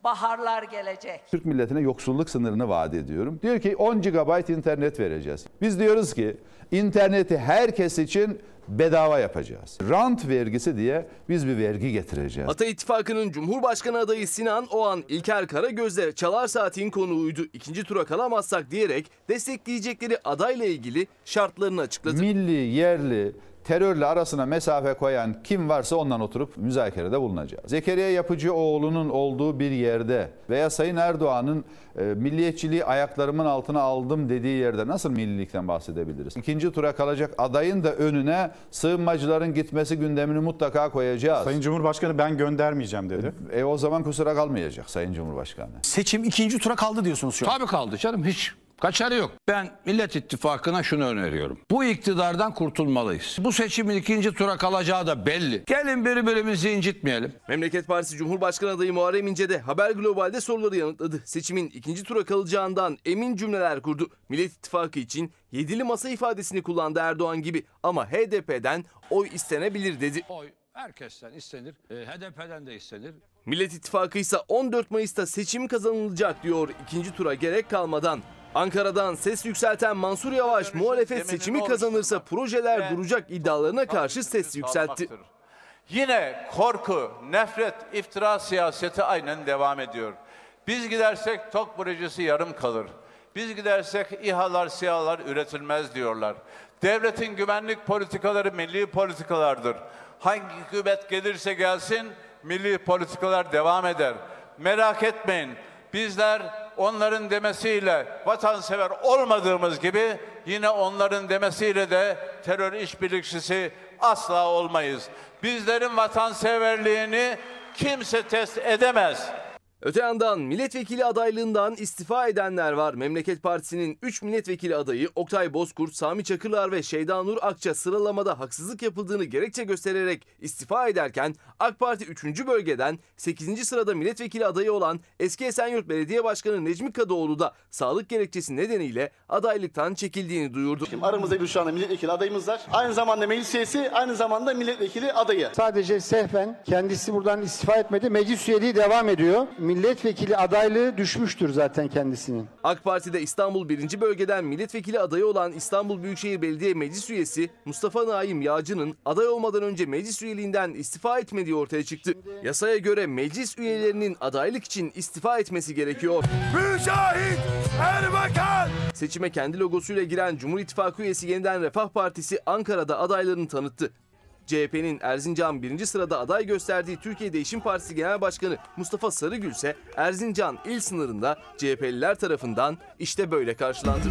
baharlar gelecek. Türk milletine yoksulluk sınırını vaat ediyorum. Diyor ki on gigabayt internet vereceğiz. Biz diyoruz ki interneti herkes için bedava yapacağız. Rant vergisi diye biz bir vergi getireceğiz. Ata İttifakı'nın Cumhurbaşkanı adayı Sinan Oğan, İlker Karagöz'le Çalar Saat'in konuğuydu. İkinci tura kalamazsak diyerek destekleyecekleri adayla ilgili şartlarını açıkladı. Milli, yerli, terörle arasına mesafe koyan kim varsa ondan oturup müzakerede bulunacağız. Zekeriya Yapıcıoğlu'nun olduğu bir yerde veya Sayın Erdoğan'ın e, milliyetçiliği ayaklarımın altına aldım dediği yerde nasıl millilikten bahsedebiliriz? İkinci tura kalacak adayın da önüne sığınmacıların gitmesi gündemini mutlaka koyacağız. Sayın Cumhurbaşkanı ben göndermeyeceğim dedi. E, e o zaman kusura kalmayacak Sayın Cumhurbaşkanı. Seçim ikinci tura kaldı diyorsunuz şu an. Tabii kaldı canım, hiç kaçarı yok. Ben Millet İttifakı'na şunu öneriyorum. Bu iktidardan kurtulmalıyız. Bu seçimin ikinci tura kalacağı da belli. Gelin birbirimizi incitmeyelim. Memleket Partisi Cumhurbaşkanı adayı Muharrem İnce de Haber Global'de soruları yanıtladı. Seçimin ikinci tura kalacağından emin cümleler kurdu. Millet İttifakı için yedili masa ifadesini kullandı Erdoğan gibi, ama H D P'den oy istenebilir dedi. Oy herkesten istenir, H D P'den de istenir. Millet İttifakı ise on dört Mayıs'ta seçim kazanılacak diyor ikinci tura gerek kalmadan. Ankara'dan ses yükselten Mansur Yavaş, muhalefet seçimi kazanırsa projeler duracak iddialarına karşı ses yükseltti. Yine korku, nefret, iftira siyaseti aynen devam ediyor. Biz gidersek TOK projesi yarım kalır. Biz gidersek İHA'lar, SİHA'lar üretilmez diyorlar. Devletin güvenlik politikaları milli politikalardır. Hangi hükümet gelirse gelsin milli politikalar devam eder. Merak etmeyin. Bizler onların demesiyle vatansever olmadığımız gibi yine onların demesiyle de terör işbirlikçisi asla olmayız. Bizlerin vatanseverliğini kimse test edemez. Öte yandan milletvekili adaylığından istifa edenler var. Memleket Partisi'nin üç milletvekili adayı Oktay Bozkurt, Sami Çakırlar ve Şeyda Nur Akça sıralamada haksızlık yapıldığını gerekçe göstererek istifa ederken AK Parti üçüncü bölgeden sekizinci sırada milletvekili adayı olan eski Esenyurt Belediye Başkanı Necmi Kadıoğlu da sağlık gerekçesi nedeniyle adaylıktan çekildiğini duyurdu. Aramızda bir şu anda milletvekili adayımız var. Aynı zamanda meclis üyesi, aynı zamanda milletvekili adayı. Sadece sehven kendisi buradan istifa etmedi. Meclis üyeliği devam ediyor. Milletvekili adaylığı düşmüştür zaten kendisinin. AK Parti'de İstanbul birinci bölgeden milletvekili adayı olan İstanbul Büyükşehir Belediye Meclis Üyesi Mustafa Naim Yağcı'nın aday olmadan önce meclis üyeliğinden istifa etmediği ortaya çıktı. Yasaya göre meclis üyelerinin adaylık için istifa etmesi gerekiyor. Mücahit Erbakan! Seçime kendi logosuyla giren Cumhur İttifakı üyesi Yeniden Refah Partisi Ankara'da adaylarını tanıttı. C H P'nin Erzincan birinci sırada aday gösterdiği Türkiye Değişim Partisi Genel Başkanı Mustafa Sarıgül ise Erzincan il sınırında C H P'liler tarafından işte böyle karşılandı.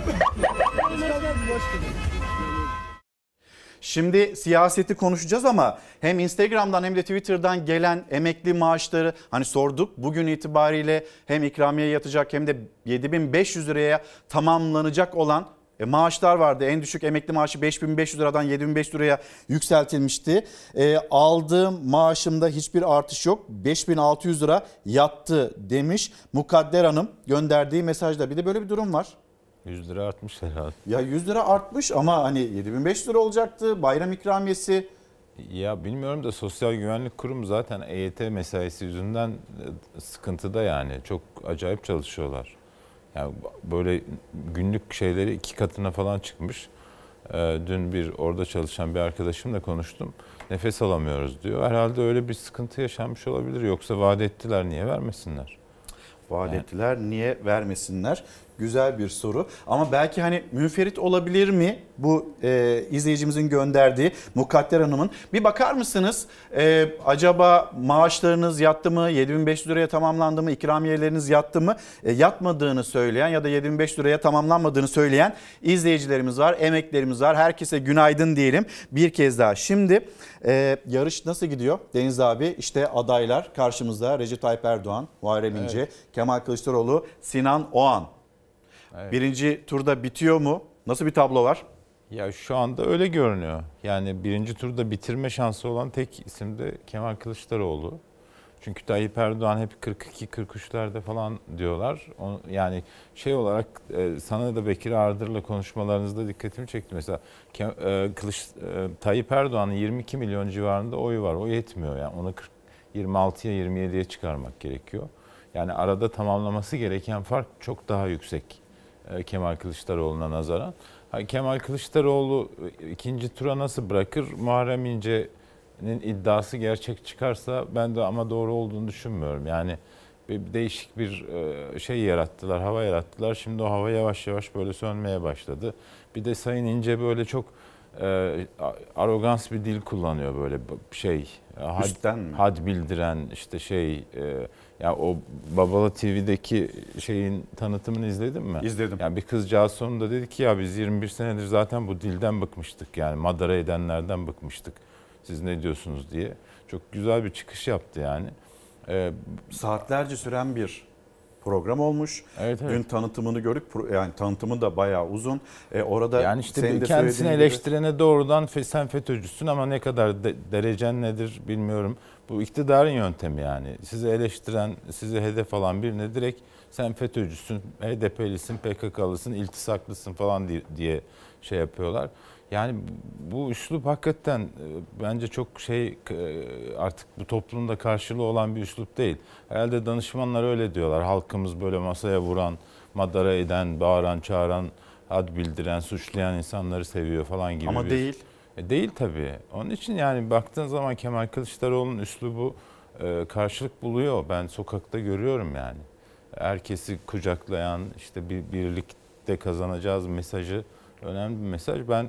Şimdi siyaseti konuşacağız ama hem Instagram'dan hem de Twitter'dan gelen emekli maaşları hani sorduk. Bugün itibariyle hem ikramiye yatacak hem de yedi bin beş yüz liraya tamamlanacak olan E, maaşlar vardı. En düşük emekli maaşı beş bin beş yüz liradan yedi bin beş yüz liraya yükseltilmişti. E, aldığım maaşımda hiçbir artış yok. beş bin altı yüz lira yattı demiş Mukadder Hanım gönderdiği mesajda. Bir de böyle bir durum var. yüz lira artmış herhalde. Ya yüz lira artmış ama hani yedi bin beş yüz lira olacaktı. Bayram ikramiyesi. Ya bilmiyorum da Sosyal Güvenlik Kurumu zaten E Y T mesaisi yüzünden sıkıntıda yani. Çok acayip çalışıyorlar. Yani böyle günlük şeyleri iki katına falan çıkmış. Dün bir orada çalışan bir arkadaşımla konuştum. Nefes alamıyoruz diyor. Herhalde öyle bir sıkıntı yaşanmış olabilir. Yoksa vaat ettiler, niye vermesinler? Vaat ettiler, niye vermesinler? Güzel bir soru ama belki hani münferit olabilir mi bu e, izleyicimizin gönderdiği Mukadder Hanım'ın? Bir bakar mısınız e, acaba maaşlarınız yattı mı, yedi bin beş yüz liraya tamamlandı mı, ikramiyeleriniz yattı mı? E, yatmadığını söyleyen ya da yedi bin beş yüz liraya tamamlanmadığını söyleyen izleyicilerimiz var, emeklerimiz var. Herkese günaydın diyelim bir kez daha. Şimdi e, yarış nasıl gidiyor Deniz abi? İşte adaylar karşımızda: Recep Tayyip Erdoğan, Muharrem İnce, evet. Kemal Kılıçdaroğlu, Sinan Oğan. Evet. Birinci turda bitiyor mu? Nasıl bir tablo var? Ya şu anda öyle görünüyor. Yani birinci turda bitirme şansı olan tek isim de Kemal Kılıçdaroğlu. Çünkü Tayyip Erdoğan hep kırk iki kırk üçlerde falan diyorlar. Yani şey olarak sana da Bekir Ardır'la konuşmalarınızda dikkatimi çekti. Mesela Kılıç, Tayyip Erdoğan'ın yirmi iki milyon civarında oyu var. O yetmiyor yani. Onu yirmi altıya yirmi yediye çıkarmak gerekiyor. Yani arada tamamlaması gereken fark çok daha yüksek e, Kemal Kılıçdaroğlu'na nazaran. Ha, Kemal Kılıçdaroğlu ikinci tura nasıl bırakır? Muharrem İnce'nin iddiası gerçek çıkarsa ben de ama doğru olduğunu düşünmüyorum. Yani bir değişik bir şey yarattılar, hava yarattılar. Şimdi o hava yavaş yavaş böyle sönmeye başladı. Bir de Sayın İnce böyle çok e, arogans bir dil kullanıyor, böyle şey had, had bildiren işte şey e, ya o Babala T V'deki şeyin tanıtımını izledin mi? İzledim. Yani bir kızcağız sonunda dedi ki ya biz yirmi bir senedir zaten bu dilden bıkmıştık, yani madara edenlerden bıkmıştık. Siz ne diyorsunuz diye. Çok güzel bir çıkış yaptı yani. Ee, Saatlerce süren bir program olmuş. Evet, evet. Dün tanıtımını görüp, yani tanıtımı da bayağı uzun. Ee, orada yani işte kendisini eleştirene gibi... doğrudan sen FETÖ'cüsün ama ne kadar de, derecen nedir bilmiyorum. Bu iktidarın yöntemi yani. Sizi eleştiren, sizi hedef alan birine direkt sen FETÖ'cüsün, H D P'lisin, P K K'lısın, iltisaklısın falan diye şey yapıyorlar. Yani bu üslup hakikaten bence çok şey, artık bu toplumda karşılığı olan bir üslup değil. Herhalde danışmanlar öyle diyorlar. Halkımız böyle masaya vuran, madara eden, bağıran, çağıran, had bildiren, suçlayan insanları seviyor falan gibi. Ama bir... değil. E değil tabii. Onun için yani baktığın zaman Kemal Kılıçdaroğlu'nun üslubu e, karşılık buluyor. Ben sokakta görüyorum yani. Herkesi kucaklayan, işte bir birlikte kazanacağız mesajı önemli bir mesaj. Ben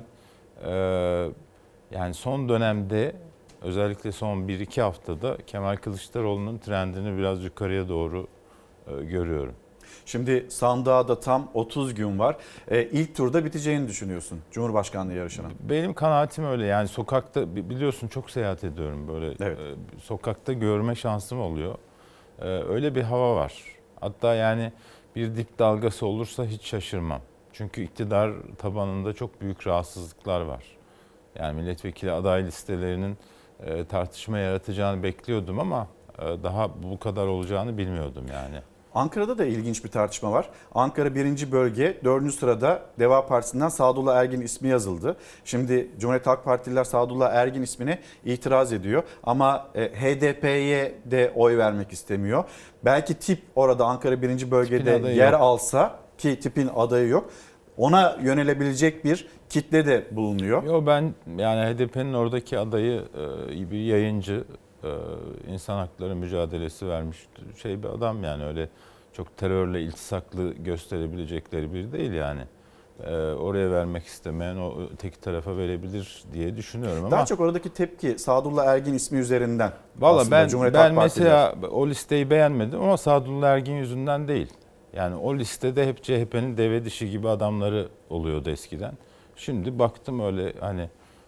Ee, yani son dönemde özellikle son bir iki haftada Kemal Kılıçdaroğlu'nun trendini biraz yukarıya doğru e, görüyorum. Şimdi sandığa da tam otuz gün var. Ee, ilk turda biteceğini düşünüyorsun Cumhurbaşkanlığı yarışının. Benim kanaatim öyle. Yani sokakta biliyorsun çok seyahat ediyorum böyle. Evet. E, sokakta görme şansım oluyor. E, öyle bir hava var. Hatta yani bir dip dalgası olursa hiç şaşırmam. Çünkü iktidar tabanında çok büyük rahatsızlıklar var. Yani milletvekili aday listelerinin e, tartışma yaratacağını bekliyordum ama e, daha bu kadar olacağını bilmiyordum yani. Ankara'da da ilginç bir tartışma var. Ankara birinci bölge dördüncü sırada Deva Partisi'nden Sadullah Ergin ismi yazıldı. Şimdi Cumhuriyet Halk Partililer Sadullah Ergin ismine itiraz ediyor. Ama e, H D P'ye de oy vermek istemiyor. Belki tip orada Ankara birinci bölgede yer yok. alsa, ki tipin adayı yok, ona yönelebilecek bir kitle de bulunuyor. Yo, ben yani H D P'nin oradaki adayı e, bir yayıncı, e, insan hakları mücadelesi vermiş şey bir adam, yani öyle çok terörle iltisaklı gösterebilecekleri biri değil yani. E, oraya vermek istemeyen o tek tarafa verebilir diye düşünüyorum ama. Daha çok oradaki tepki Sadullah Ergin ismi üzerinden. Valla ben, ben mesela o listeyi beğenmedim ama Sadullah Ergin yüzünden değil. Yani o listede hep C H P'nin deve dişi gibi adamları oluyordu eskiden. Şimdi baktım öyle hani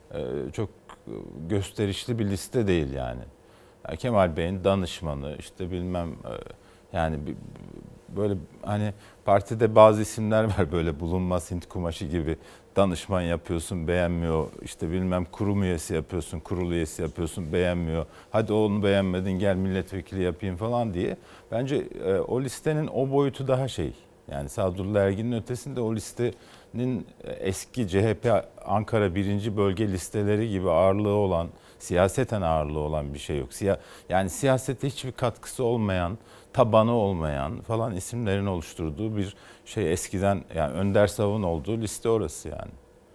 çok gösterişli bir liste değil yani. yani Kemal Bey'in danışmanı işte bilmem yani böyle hani partide bazı isimler var böyle bulunmaz Hint kumaşı gibi. Danışman yapıyorsun beğenmiyor, işte bilmem kurum üyesi yapıyorsun, kurul üyesi yapıyorsun beğenmiyor. Hadi onu beğenmedin gel milletvekili yapayım falan diye. Bence e, o listenin o boyutu daha şey. Yani Sadullah Ergin'in ötesinde o listenin eski C H P Ankara birinci bölge listeleri gibi ağırlığı olan, siyaseten ağırlığı olan bir şey yok. Siya, yani siyasete hiçbir katkısı olmayan, tabanı olmayan falan isimlerin oluşturduğu bir şey, eskiden yani Önder Sav'ın olduğu liste orası yani.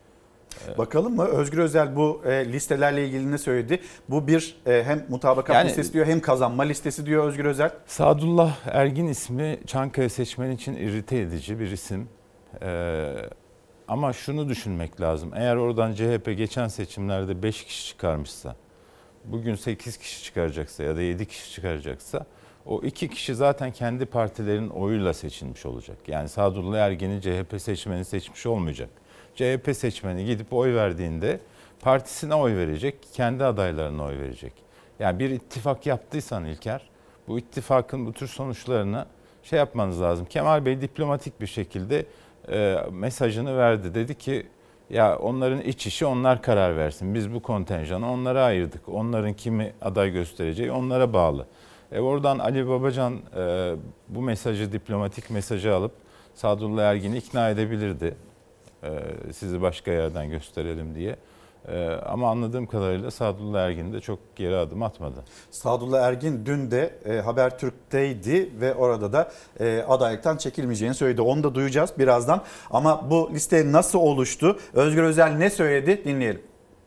Bakalım mı? Özgür Özel bu e, listelerle ilgili ne söyledi? Bu bir e, hem mutabakat yani, listesi diyor hem kazanma listesi diyor Özgür Özel. Sadullah Ergin ismi Çankaya seçmeni için irite edici bir isim. Ee, ama şunu düşünmek lazım. Eğer oradan C H P geçen seçimlerde beş kişi çıkarmışsa, bugün sekiz kişi çıkaracaksa ya da yedi kişi çıkaracaksa, o iki kişi zaten kendi partilerin oyuyla seçilmiş olacak. Yani Sadullah Ergin'i C H P seçmeni seçmiş olmayacak. C H P seçmeni gidip oy verdiğinde partisine oy verecek, kendi adaylarına oy verecek. Yani bir ittifak yaptıysan İlker, bu ittifakın bu tür sonuçlarını şey yapmanız lazım. Kemal Bey diplomatik bir şekilde e, mesajını verdi. Dedi ki ya onların iç işi onlar karar versin. Biz bu kontenjanı onlara ayırdık. Onların kimi aday göstereceği onlara bağlı. E oradan Ali Babacan e, bu mesajı, diplomatik mesajı alıp Sadullah Ergin'i ikna edebilirdi. E, sizi başka yerden gösterelim diye. Ee, ama anladığım kadarıyla Sadullah Ergin de çok geri adım atmadı. Sadullah Ergin dün de e, Habertürk'teydi ve orada da e, adaylıktan çekilmeyeceğini söyledi. Onu da duyacağız birazdan. Ama bu liste nasıl oluştu? Özgür Özel ne söyledi? Dinleyelim.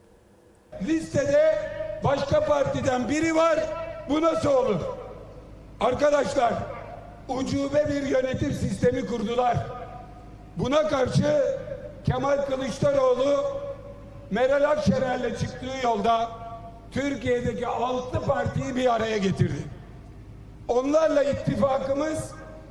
Listede başka partiden biri var. Bu nasıl olur? Arkadaşlar, ucube bir yönetim sistemi kurdular. Buna karşı Kemal Kılıçdaroğlu Meral Akşener'le çıktığı yolda Türkiye'deki altı partiyi bir araya getirdi. Onlarla ittifakımız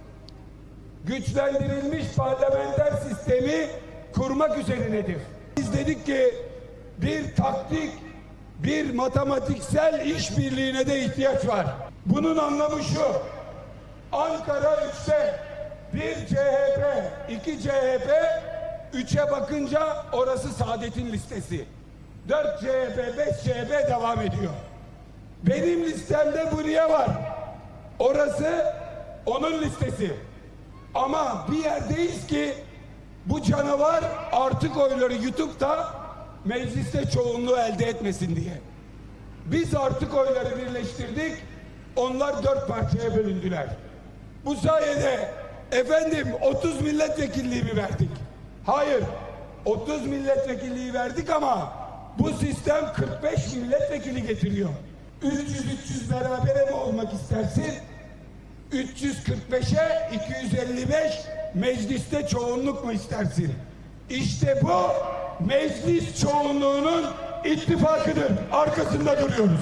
güçlendirilmiş parlamenter sistemi kurmak üzerinedir. Biz dedik ki bir taktik, bir matematiksel işbirliğine de ihtiyaç var. Bunun anlamı şu: Ankara üçte, bir C H P, iki C H P, üçe bakınca orası Saadet'in listesi. dört C H P, beş C H P devam ediyor. Benim listemde buraya var. Orası onun listesi. Ama bir yerdeyiz ki bu canavar artık oyları yutup da mecliste çoğunluğu elde etmesin diye. Biz artık oyları birleştirdik. Onlar dört parçaya bölündüler. Bu sayede efendim otuz milletvekilliği mi verdik? Hayır. otuz milletvekilliği verdik ama bu sistem kırk beş milletvekili getiriyor. üç yüz üç yüz berabere mi olmak istersin? üç yüz kırk beşe iki yüz elli beş mecliste çoğunluk mu istersin? İşte bu meclis çoğunluğunun ittifakıdır. Arkasında duruyoruz.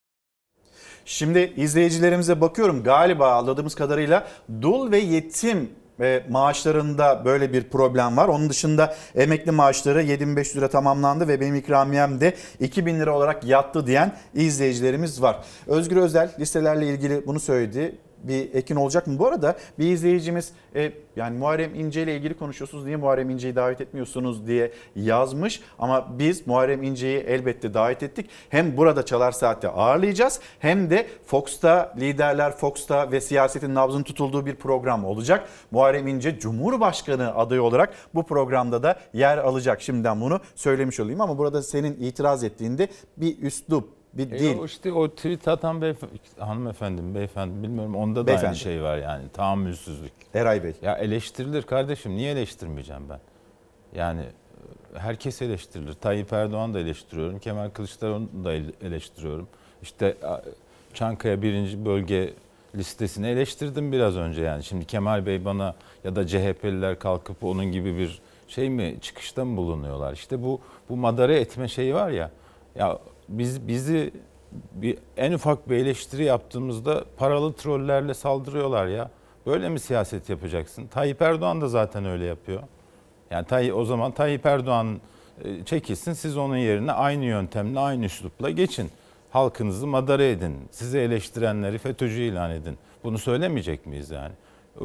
Şimdi izleyicilerimize bakıyorum, galiba anladığımız kadarıyla dul ve yetim ve maaşlarında böyle bir problem var. Onun dışında emekli maaşları yedi bin beş yüz lira tamamlandı ve benim ikramiyem de iki bin lira olarak yattı diyen izleyicilerimiz var. Özgür Özel listelerle ilgili bunu söyledi. Bir ekin olacak mı? Bu arada bir izleyicimiz e, yani Muharrem İnce ile ilgili konuşuyorsunuz, niye Muharrem İnce'yi davet etmiyorsunuz diye yazmış. Ama biz Muharrem İnce'yi elbette davet ettik. Hem burada Çalar Saat'te ağırlayacağız hem de Fox'ta, liderler Fox'ta ve siyasetin nabzının tutulduğu bir program olacak. Muharrem İnce Cumhurbaşkanı adayı olarak bu programda da yer alacak. Şimdiden bunu söylemiş olayım ama burada senin itiraz ettiğinde bir üslup, bir E dil. o işte o tweet atan beyef- hanımefendi, beyefendi bilmiyorum, onda da Beyefendi. aynı şey var yani, tahammülsüzlük. Eray Bey. Ya eleştirilir kardeşim, niye eleştirmeyeceğim ben? Yani herkes eleştirilir. Tayyip Erdoğan da eleştiriyorum, Kemal Kılıçdaroğlu'nu da eleştiriyorum. İşte Çankaya birinci bölge listesini eleştirdim biraz önce yani. Şimdi Kemal Bey bana ya da C H P'liler kalkıp onun gibi bir şey mi, çıkışta mı bulunuyorlar? İşte bu bu madara etme şeyi var ya. Ya biz bizi bir en ufak bir eleştiri yaptığımızda paralı trollerle saldırıyorlar ya. Böyle mi siyaset yapacaksın? Tayyip Erdoğan da zaten öyle yapıyor. Yani Tay, o zaman Tayyip Erdoğan çekilsin, siz onun yerine aynı yöntemle, aynı üslupla geçin. Halkınızı madara edin. Sizi eleştirenleri FETÖ'cü ilan edin. Bunu söylemeyecek miyiz yani?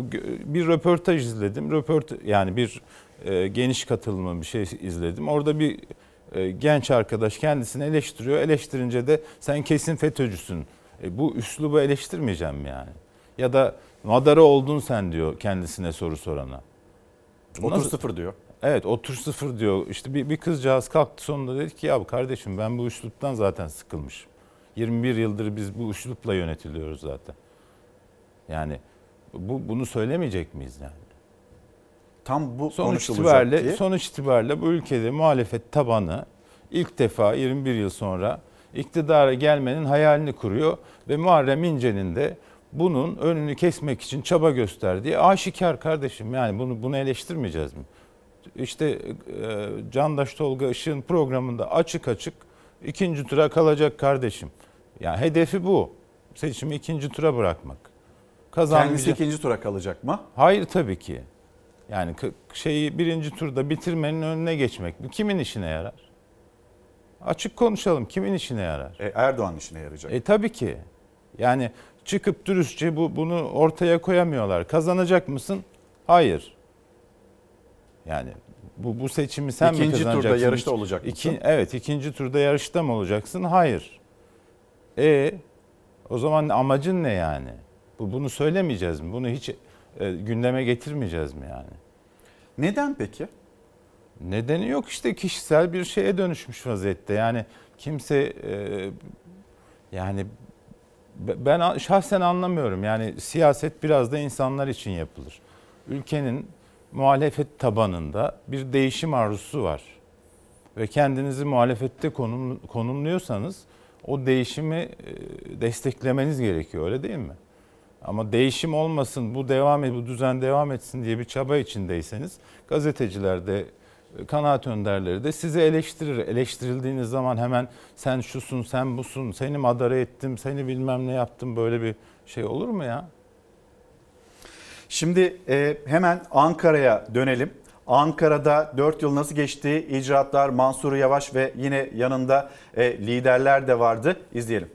Bir röportaj izledim. Röportaj, yani bir e, geniş katılımlı bir şey izledim. Orada bir e, genç arkadaş kendisini eleştiriyor. Eleştirince de sen kesin FETÖ'cüsün. E, bu üslubu eleştirmeyeceğim mi yani? Ya da madara oldun sen diyor kendisine soru sorana. Otur Nasıl? sıfır diyor. Evet, otur sıfır diyor. İşte bir, bir kızcağız kalktı sonunda, dedi ki ya kardeşim ben bu üsluptan zaten sıkılmışım. yirmi bir yıldır biz bu üslupla yönetiliyoruz zaten. Yani bu bunu söylemeyecek miyiz yani? Tam bu sonuç konuşulacak itibariyle, ki. sonuç itibariyle bu ülkede muhalefet tabanı ilk defa yirmi bir yıl sonra iktidara gelmenin hayalini kuruyor ve Muharrem İnce'nin de bunun önünü kesmek için çaba gösterdiği aşikar kardeşim. Yani bunu bunu eleştirmeyeceğiz mi? İşte e, Candaş Tolga Işık'ın programında açık açık ikinci tura kalacak kardeşim. Yani hedefi bu. Seçimi ikinci tura bırakmak. Kendisi ikinci tura kalacak mı? Hayır tabii ki. Yani şeyi birinci turda bitirmenin önüne geçmek. Bu kimin işine yarar? Açık konuşalım. Kimin işine yarar? E, Erdoğan işine yarayacak. E tabii ki. Yani çıkıp dürüstçe bu, bunu ortaya koyamıyorlar. Kazanacak mısın? Hayır. Yani bu bu seçimi sen ikinci mi kazanacaksın? İkinci turda yarışta olacak mısın? İki, evet, ikinci turda yarışta mı olacaksın? Hayır. E o zaman amacın ne yani? Bu bunu söylemeyeceğiz mi? Bunu hiç e, gündeme getirmeyeceğiz mi yani? Neden peki? Nedeni yok işte, kişisel bir şeye dönüşmüş vaziyette. Yani kimse e, yani ben şahsen anlamıyorum. Yani siyaset biraz da insanlar için yapılır. Ülkenin muhalefet tabanında bir değişim arzusu var. Ve kendinizi muhalefette konum, konumluyorsanız o değişimi desteklemeniz gerekiyor, öyle değil mi? Ama değişim olmasın, bu devam et, bu düzen devam etsin diye bir çaba içindeyseniz gazeteciler de, kanaat önderleri de sizi eleştirir. Eleştirildiğiniz zaman hemen sen şusun, sen busun, seni madara ettim, seni bilmem ne yaptım, böyle bir şey olur mu ya? Şimdi e, hemen Ankara'ya dönelim. Ankara'da dört yıl nasıl geçti? İcraatlar, Mansur Yavaş ve yine yanında e, liderler de vardı. İzleyelim.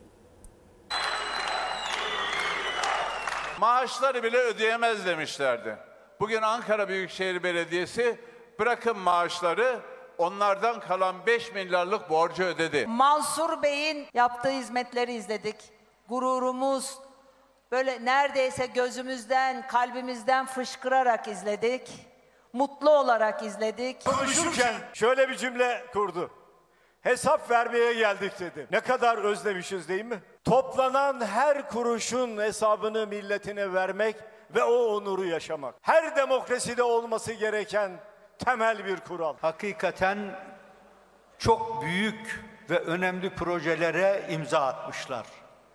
Maaşları bile ödeyemez demişlerdi. Bugün Ankara Büyükşehir Belediyesi bırakın maaşları, onlardan kalan beş milyarlık borcu ödedi. Mansur Bey'in yaptığı hizmetleri izledik. Gururumuz böyle neredeyse gözümüzden, kalbimizden fışkırarak izledik. Mutlu olarak izledik. Konuşurken şöyle bir cümle kurdu. Hesap vermeye geldik dedi. Ne kadar özlemişiz değil mi? Toplanan her kuruşun hesabını milletine vermek ve o onuru yaşamak. Her demokraside olması gereken temel bir kural. Hakikaten çok büyük ve önemli projelere imza atmışlar.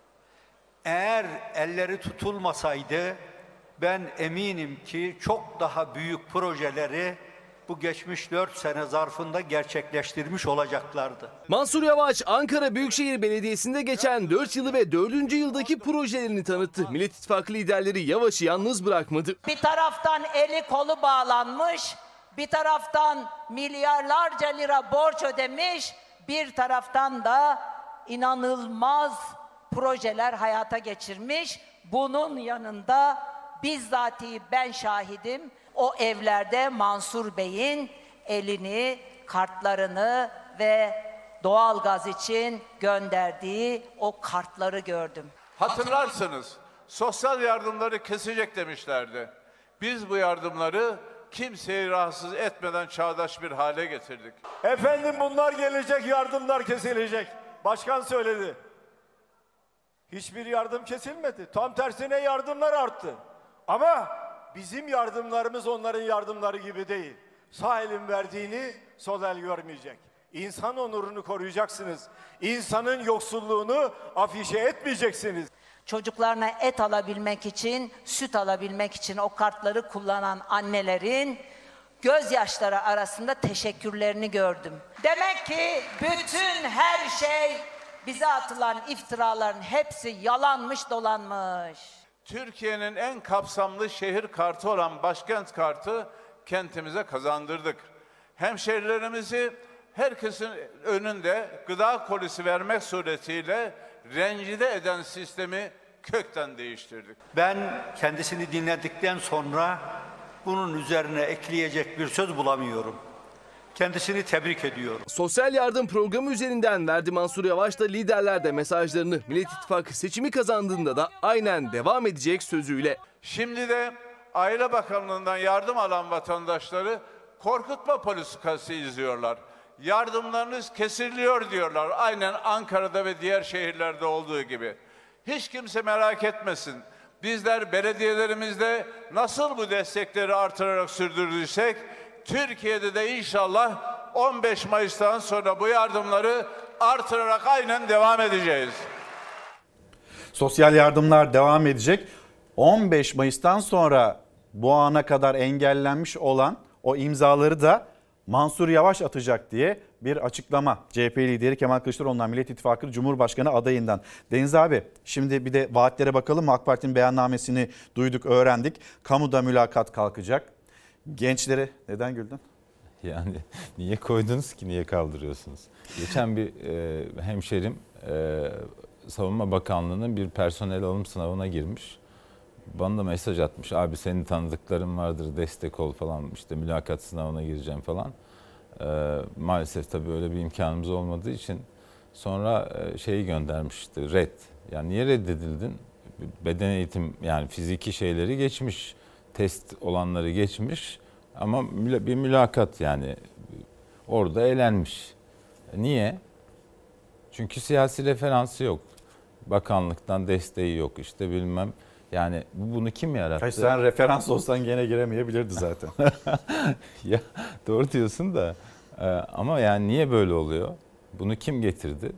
Eğer elleri tutulmasaydı ben eminim ki çok daha büyük projeleri bu geçmiş dört sene zarfında gerçekleştirmiş olacaklardı. Mansur Yavaş Ankara Büyükşehir Belediyesi'nde geçen dört yılı ve dördüncü yıldaki projelerini tanıttı. Millet İttifakı liderleri Yavaş'ı yalnız bırakmadı. Bir taraftan eli kolu bağlanmış, bir taraftan milyarlarca lira borç ödemiş, bir taraftan da inanılmaz projeler hayata geçirmiş. Bunun yanında bizzatihi ben şahidim. O evlerde Mansur Bey'in elini, kartlarını ve doğalgaz için gönderdiği o kartları gördüm. Hatırlarsınız, sosyal yardımları kesecek demişlerdi. Biz bu yardımları kimseyi rahatsız etmeden çağdaş bir hale getirdik. Efendim bunlar gelecek, yardımlar kesilecek. Başkan söyledi. Hiçbir yardım kesilmedi. Tam tersine yardımlar arttı. Ama bizim yardımlarımız onların yardımları gibi değil. Sağ elin verdiğini sol el görmeyecek. İnsan onurunu koruyacaksınız. İnsanın yoksulluğunu afişe etmeyeceksiniz. Çocuklarına et alabilmek için, süt alabilmek için o kartları kullanan annelerin gözyaşları arasında teşekkürlerini gördüm. Demek ki bütün her şey, bize atılan iftiraların hepsi yalanmış, dolanmış. Türkiye'nin en kapsamlı şehir kartı olan başkent kartı kentimize kazandırdık. Hemşehrilerimizi herkesin önünde gıda kolisi vermek suretiyle rencide eden sistemi kökten değiştirdik. Ben kendisini dinledikten sonra bunun üzerine ekleyecek bir söz bulamıyorum. Kendisini tebrik ediyorum. Sosyal yardım programı üzerinden verdi Mansur Yavaş da liderler de mesajlarını. Millet İttifakı seçimi kazandığında da aynen devam edecek sözüyle. Şimdi de Aile Bakanlığı'ndan yardım alan vatandaşları korkutma politikası izliyorlar. Yardımlarınız kesiliyor diyorlar. Aynen Ankara'da ve diğer şehirlerde olduğu gibi. Hiç kimse merak etmesin. Bizler belediyelerimizde nasıl bu destekleri artırarak sürdürdüysek, Türkiye'de de inşallah on beş Mayıs'tan sonra bu yardımları artırarak aynen devam edeceğiz. Sosyal yardımlar devam edecek. on beş Mayıs'tan sonra bu ana kadar engellenmiş olan o imzaları da Mansur Yavaş atacak diye bir açıklama. C H P lideri Kemal Kılıçdaroğlu'ndan, Millet İttifakı Cumhurbaşkanı adayından. Deniz abi, şimdi bir de vaatlere bakalım mı? AK Parti'nin beyannamesini duyduk, öğrendik. Kamuda mülakat kalkacak. Gençlere neden güldün? Yani niye koydunuz ki, niye kaldırıyorsunuz? Geçen bir e, hemşerim e, Savunma Bakanlığı'nın bir personel alım sınavına girmiş. Bana da mesaj atmış. Abi senin tanıdıkların vardır, destek ol falan, işte mülakat sınavına gireceğim falan. E, maalesef tabii öyle bir imkanımız olmadığı için sonra e, şeyi göndermişti, red. Yani niye reddedildin? Beden eğitim, yani fiziki şeyleri geçmiş, test olanları geçmiş ama bir mülakat, yani orada elenmiş. Niye? Çünkü siyasi referansı yok. Bakanlıktan desteği yok işte bilmem. Yani bunu kim yarattı? Hayır, sen referans olsan gene giremeyebilirdi zaten. Ya doğru diyorsun da ama yani niye böyle oluyor? Bunu kim getirdi?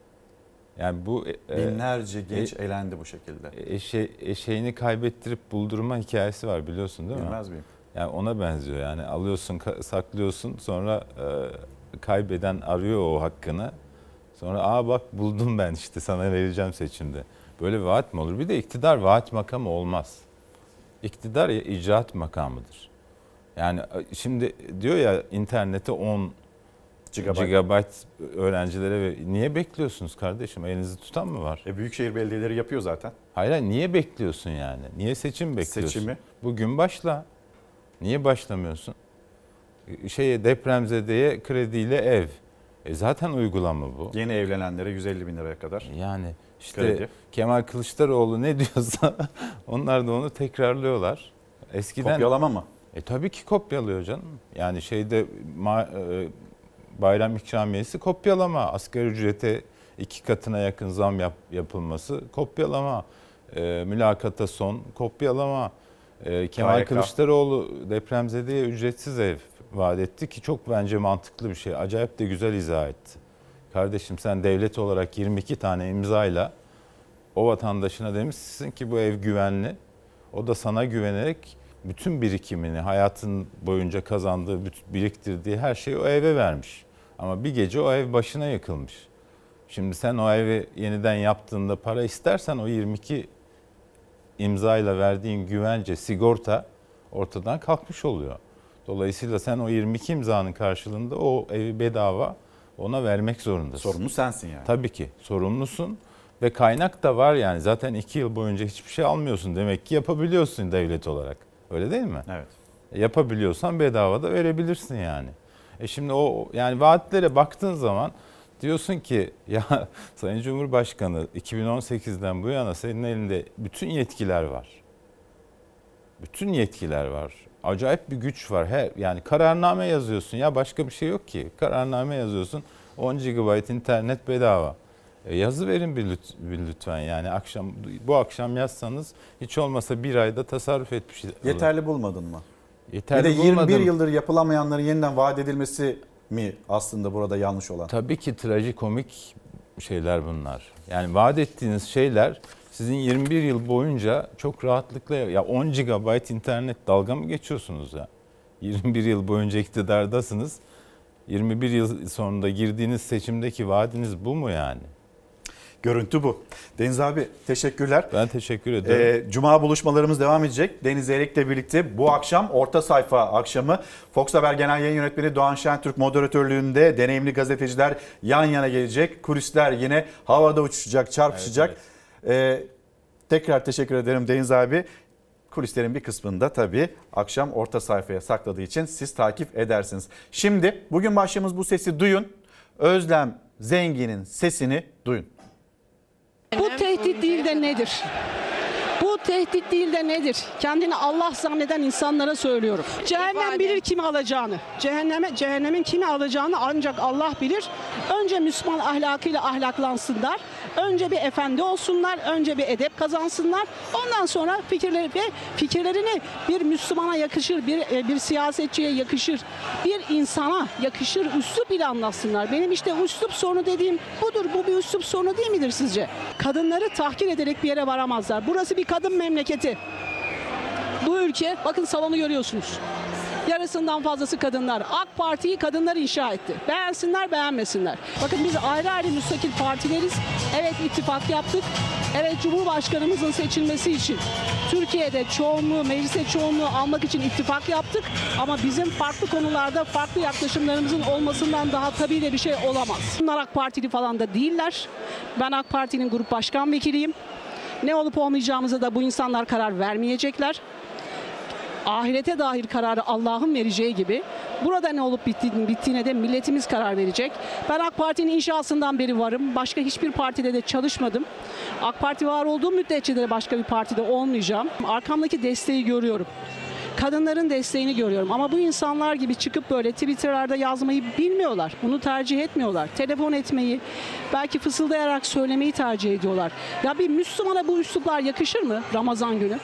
Yani bu binlerce genç e, elendi bu şekilde. Eşe, eşeğini kaybettirip buldurma hikayesi var biliyorsun değil mi? Bilmez miyim? Yani ona benziyor yani alıyorsun saklıyorsun sonra e, kaybeden arıyor o hakkını. Sonra aa bak buldum ben işte sana vereceğim seçimde. Böyle bir vaat mi olur? Bir de iktidar vaat makamı olmaz. İktidar icraat makamıdır. Yani şimdi diyor ya internete on gigabayt öğrencilere ver. Niye bekliyorsunuz kardeşim? Elinizi tutan mı var? E Büyükşehir belediyeleri yapıyor zaten. Hayır, hayır niye bekliyorsun yani? Niye seçim bekliyorsun? Seçimi. Bugün başla. Niye başlamıyorsun? Şeye depremzedeye krediyle ev. E zaten uygulama bu. Yeni evlenenlere yüz elli bin liraya kadar. Yani işte kredi. Kemal Kılıçdaroğlu ne diyorsa onlar da onu tekrarlıyorlar. Eskiden kopyalama mı? E tabii ki kopyalıyor canım. Yani şeyde ma, e, bayram ikramiyesi kopyalama. Asgari ücrete iki katına yakın zam yap, yapılması kopyalama. E, mülakata son kopyalama. E, Kemal K Y K. Kılıçdaroğlu depremzedeye ücretsiz ev vaat etti ki çok bence mantıklı bir şey. Acayip de güzel izah etti. Kardeşim sen devlet olarak yirmi iki tane imzayla o vatandaşına demişsin ki bu ev güvenli. O da sana güvenerek bütün birikimini, hayatın boyunca kazandığı, biriktirdiği her şeyi o eve vermiş. Ama bir gece o ev başına yıkılmış. Şimdi sen o evi yeniden yaptığında para istersen o yirmi iki imzayla verdiğin güvence, sigorta ortadan kalkmış oluyor. Dolayısıyla sen o yirmi iki imzanın karşılığında o evi bedava ona vermek zorundasın. Sorumlu sensin yani. Tabii ki sorumlusun ve kaynak da var yani. Zaten iki yıl boyunca hiçbir şey almıyorsun. Demek ki yapabiliyorsun devlet olarak. Öyle değil mi? Evet. Yapabiliyorsan bedava da verebilirsin yani. E şimdi o yani vaatlere baktığın zaman diyorsun ki ya Sayın Cumhurbaşkanı iki bin on sekizden bu yana senin elinde bütün yetkiler var. Bütün yetkiler var. Acayip bir güç var. Her yani kararname yazıyorsun ya başka bir şey yok ki. Kararname yazıyorsun. on gigabayt internet bedava. E yazı verin bir, lüt, bir lütfen yani akşam bu akşam yazsanız hiç olmasa bir ayda tasarruf etmiş. Yeterli bulmadın mı? Yeterli bir de yirmi bir bulmadım. yıldır yapılamayanların yeniden vaat edilmesi mi aslında burada yanlış olan? Tabii ki trajikomik şeyler bunlar. Yani vaat ettiğiniz şeyler sizin yirmi bir yıl boyunca çok rahatlıkla ya on gigabayt internet dalga mı geçiyorsunuz ya? yirmi bir yıl boyunca iktidardasınız. yirmi bir yıl sonunda girdiğiniz seçimdeki vaadiniz bu mu yani? Görüntü bu. Deniz abi teşekkürler. Ben teşekkür ederim. Ee, Cuma buluşmalarımız devam edecek. Deniz Eyrek'le birlikte bu akşam orta sayfa akşamı Fox Haber Genel Yayın Yönetmeni Doğan Şentürk moderatörlüğünde deneyimli gazeteciler yan yana gelecek. Kulisler yine havada uçuşacak, çarpışacak. Evet, evet. Ee, tekrar teşekkür ederim Deniz abi. Kulislerin bir kısmında tabii akşam orta sayfaya sakladığı için siz takip edersiniz. Şimdi bugün başlığımız bu sesi duyun. Özlem Zengin'in sesini duyun. Bu tehdit değil de nedir? Bu tehdit değil de nedir? Kendini Allah zanneden insanlara söylüyorum. Cehennem bilir kimi alacağını. Cehenneme, cehennemin kimi alacağını ancak Allah bilir. Önce Müslüman ahlakıyla ahlaklansınlar. Önce bir efendi olsunlar. Önce bir edep kazansınlar. Ondan sonra fikirleri ve fikirlerini bir Müslümana yakışır, bir bir siyasetçiye yakışır, bir insana yakışır üslup ile anlatsınlar. Benim işte üslup sorunu dediğim budur. Bu bir üslup sorunu değil midir sizce? Kadınları tahkir ederek bir yere varamazlar. Burası bir kadın memleketi. Bu ülke, bakın salonu görüyorsunuz. Yarısından fazlası kadınlar. AK Parti'yi kadınlar inşa etti. Beğensinler, beğenmesinler. Bakın biz ayrı ayrı müstakil partileriz. Evet ittifak yaptık. Evet Cumhurbaşkanımızın seçilmesi için Türkiye'de çoğunluğu, mecliste çoğunluğu almak için ittifak yaptık. Ama bizim farklı konularda farklı yaklaşımlarımızın olmasından daha tabii de bir şey olamaz. Bunlar AK Partili falan da değiller. Ben AK Parti'nin grup başkan vekiliyim. Ne olup olmayacağımıza da bu insanlar karar vermeyecekler. Ahirete dair kararı Allah'ın vereceği gibi burada ne olup bittiğine, bittiğine de milletimiz karar verecek. Ben AK Parti'nin inşasından beri varım. Başka hiçbir partide de çalışmadım. AK Parti var olduğu müddetçe de başka bir partide olmayacağım. Arkamdaki desteği görüyorum. kadınların desteğini görüyorum. Ama bu insanlar gibi çıkıp böyle Twitter'larda yazmayı bilmiyorlar. Bunu tercih etmiyorlar. Telefon etmeyi, belki fısıldayarak söylemeyi tercih ediyorlar. Ya bir Müslümana bu üsluplar yakışır mı Ramazan günü?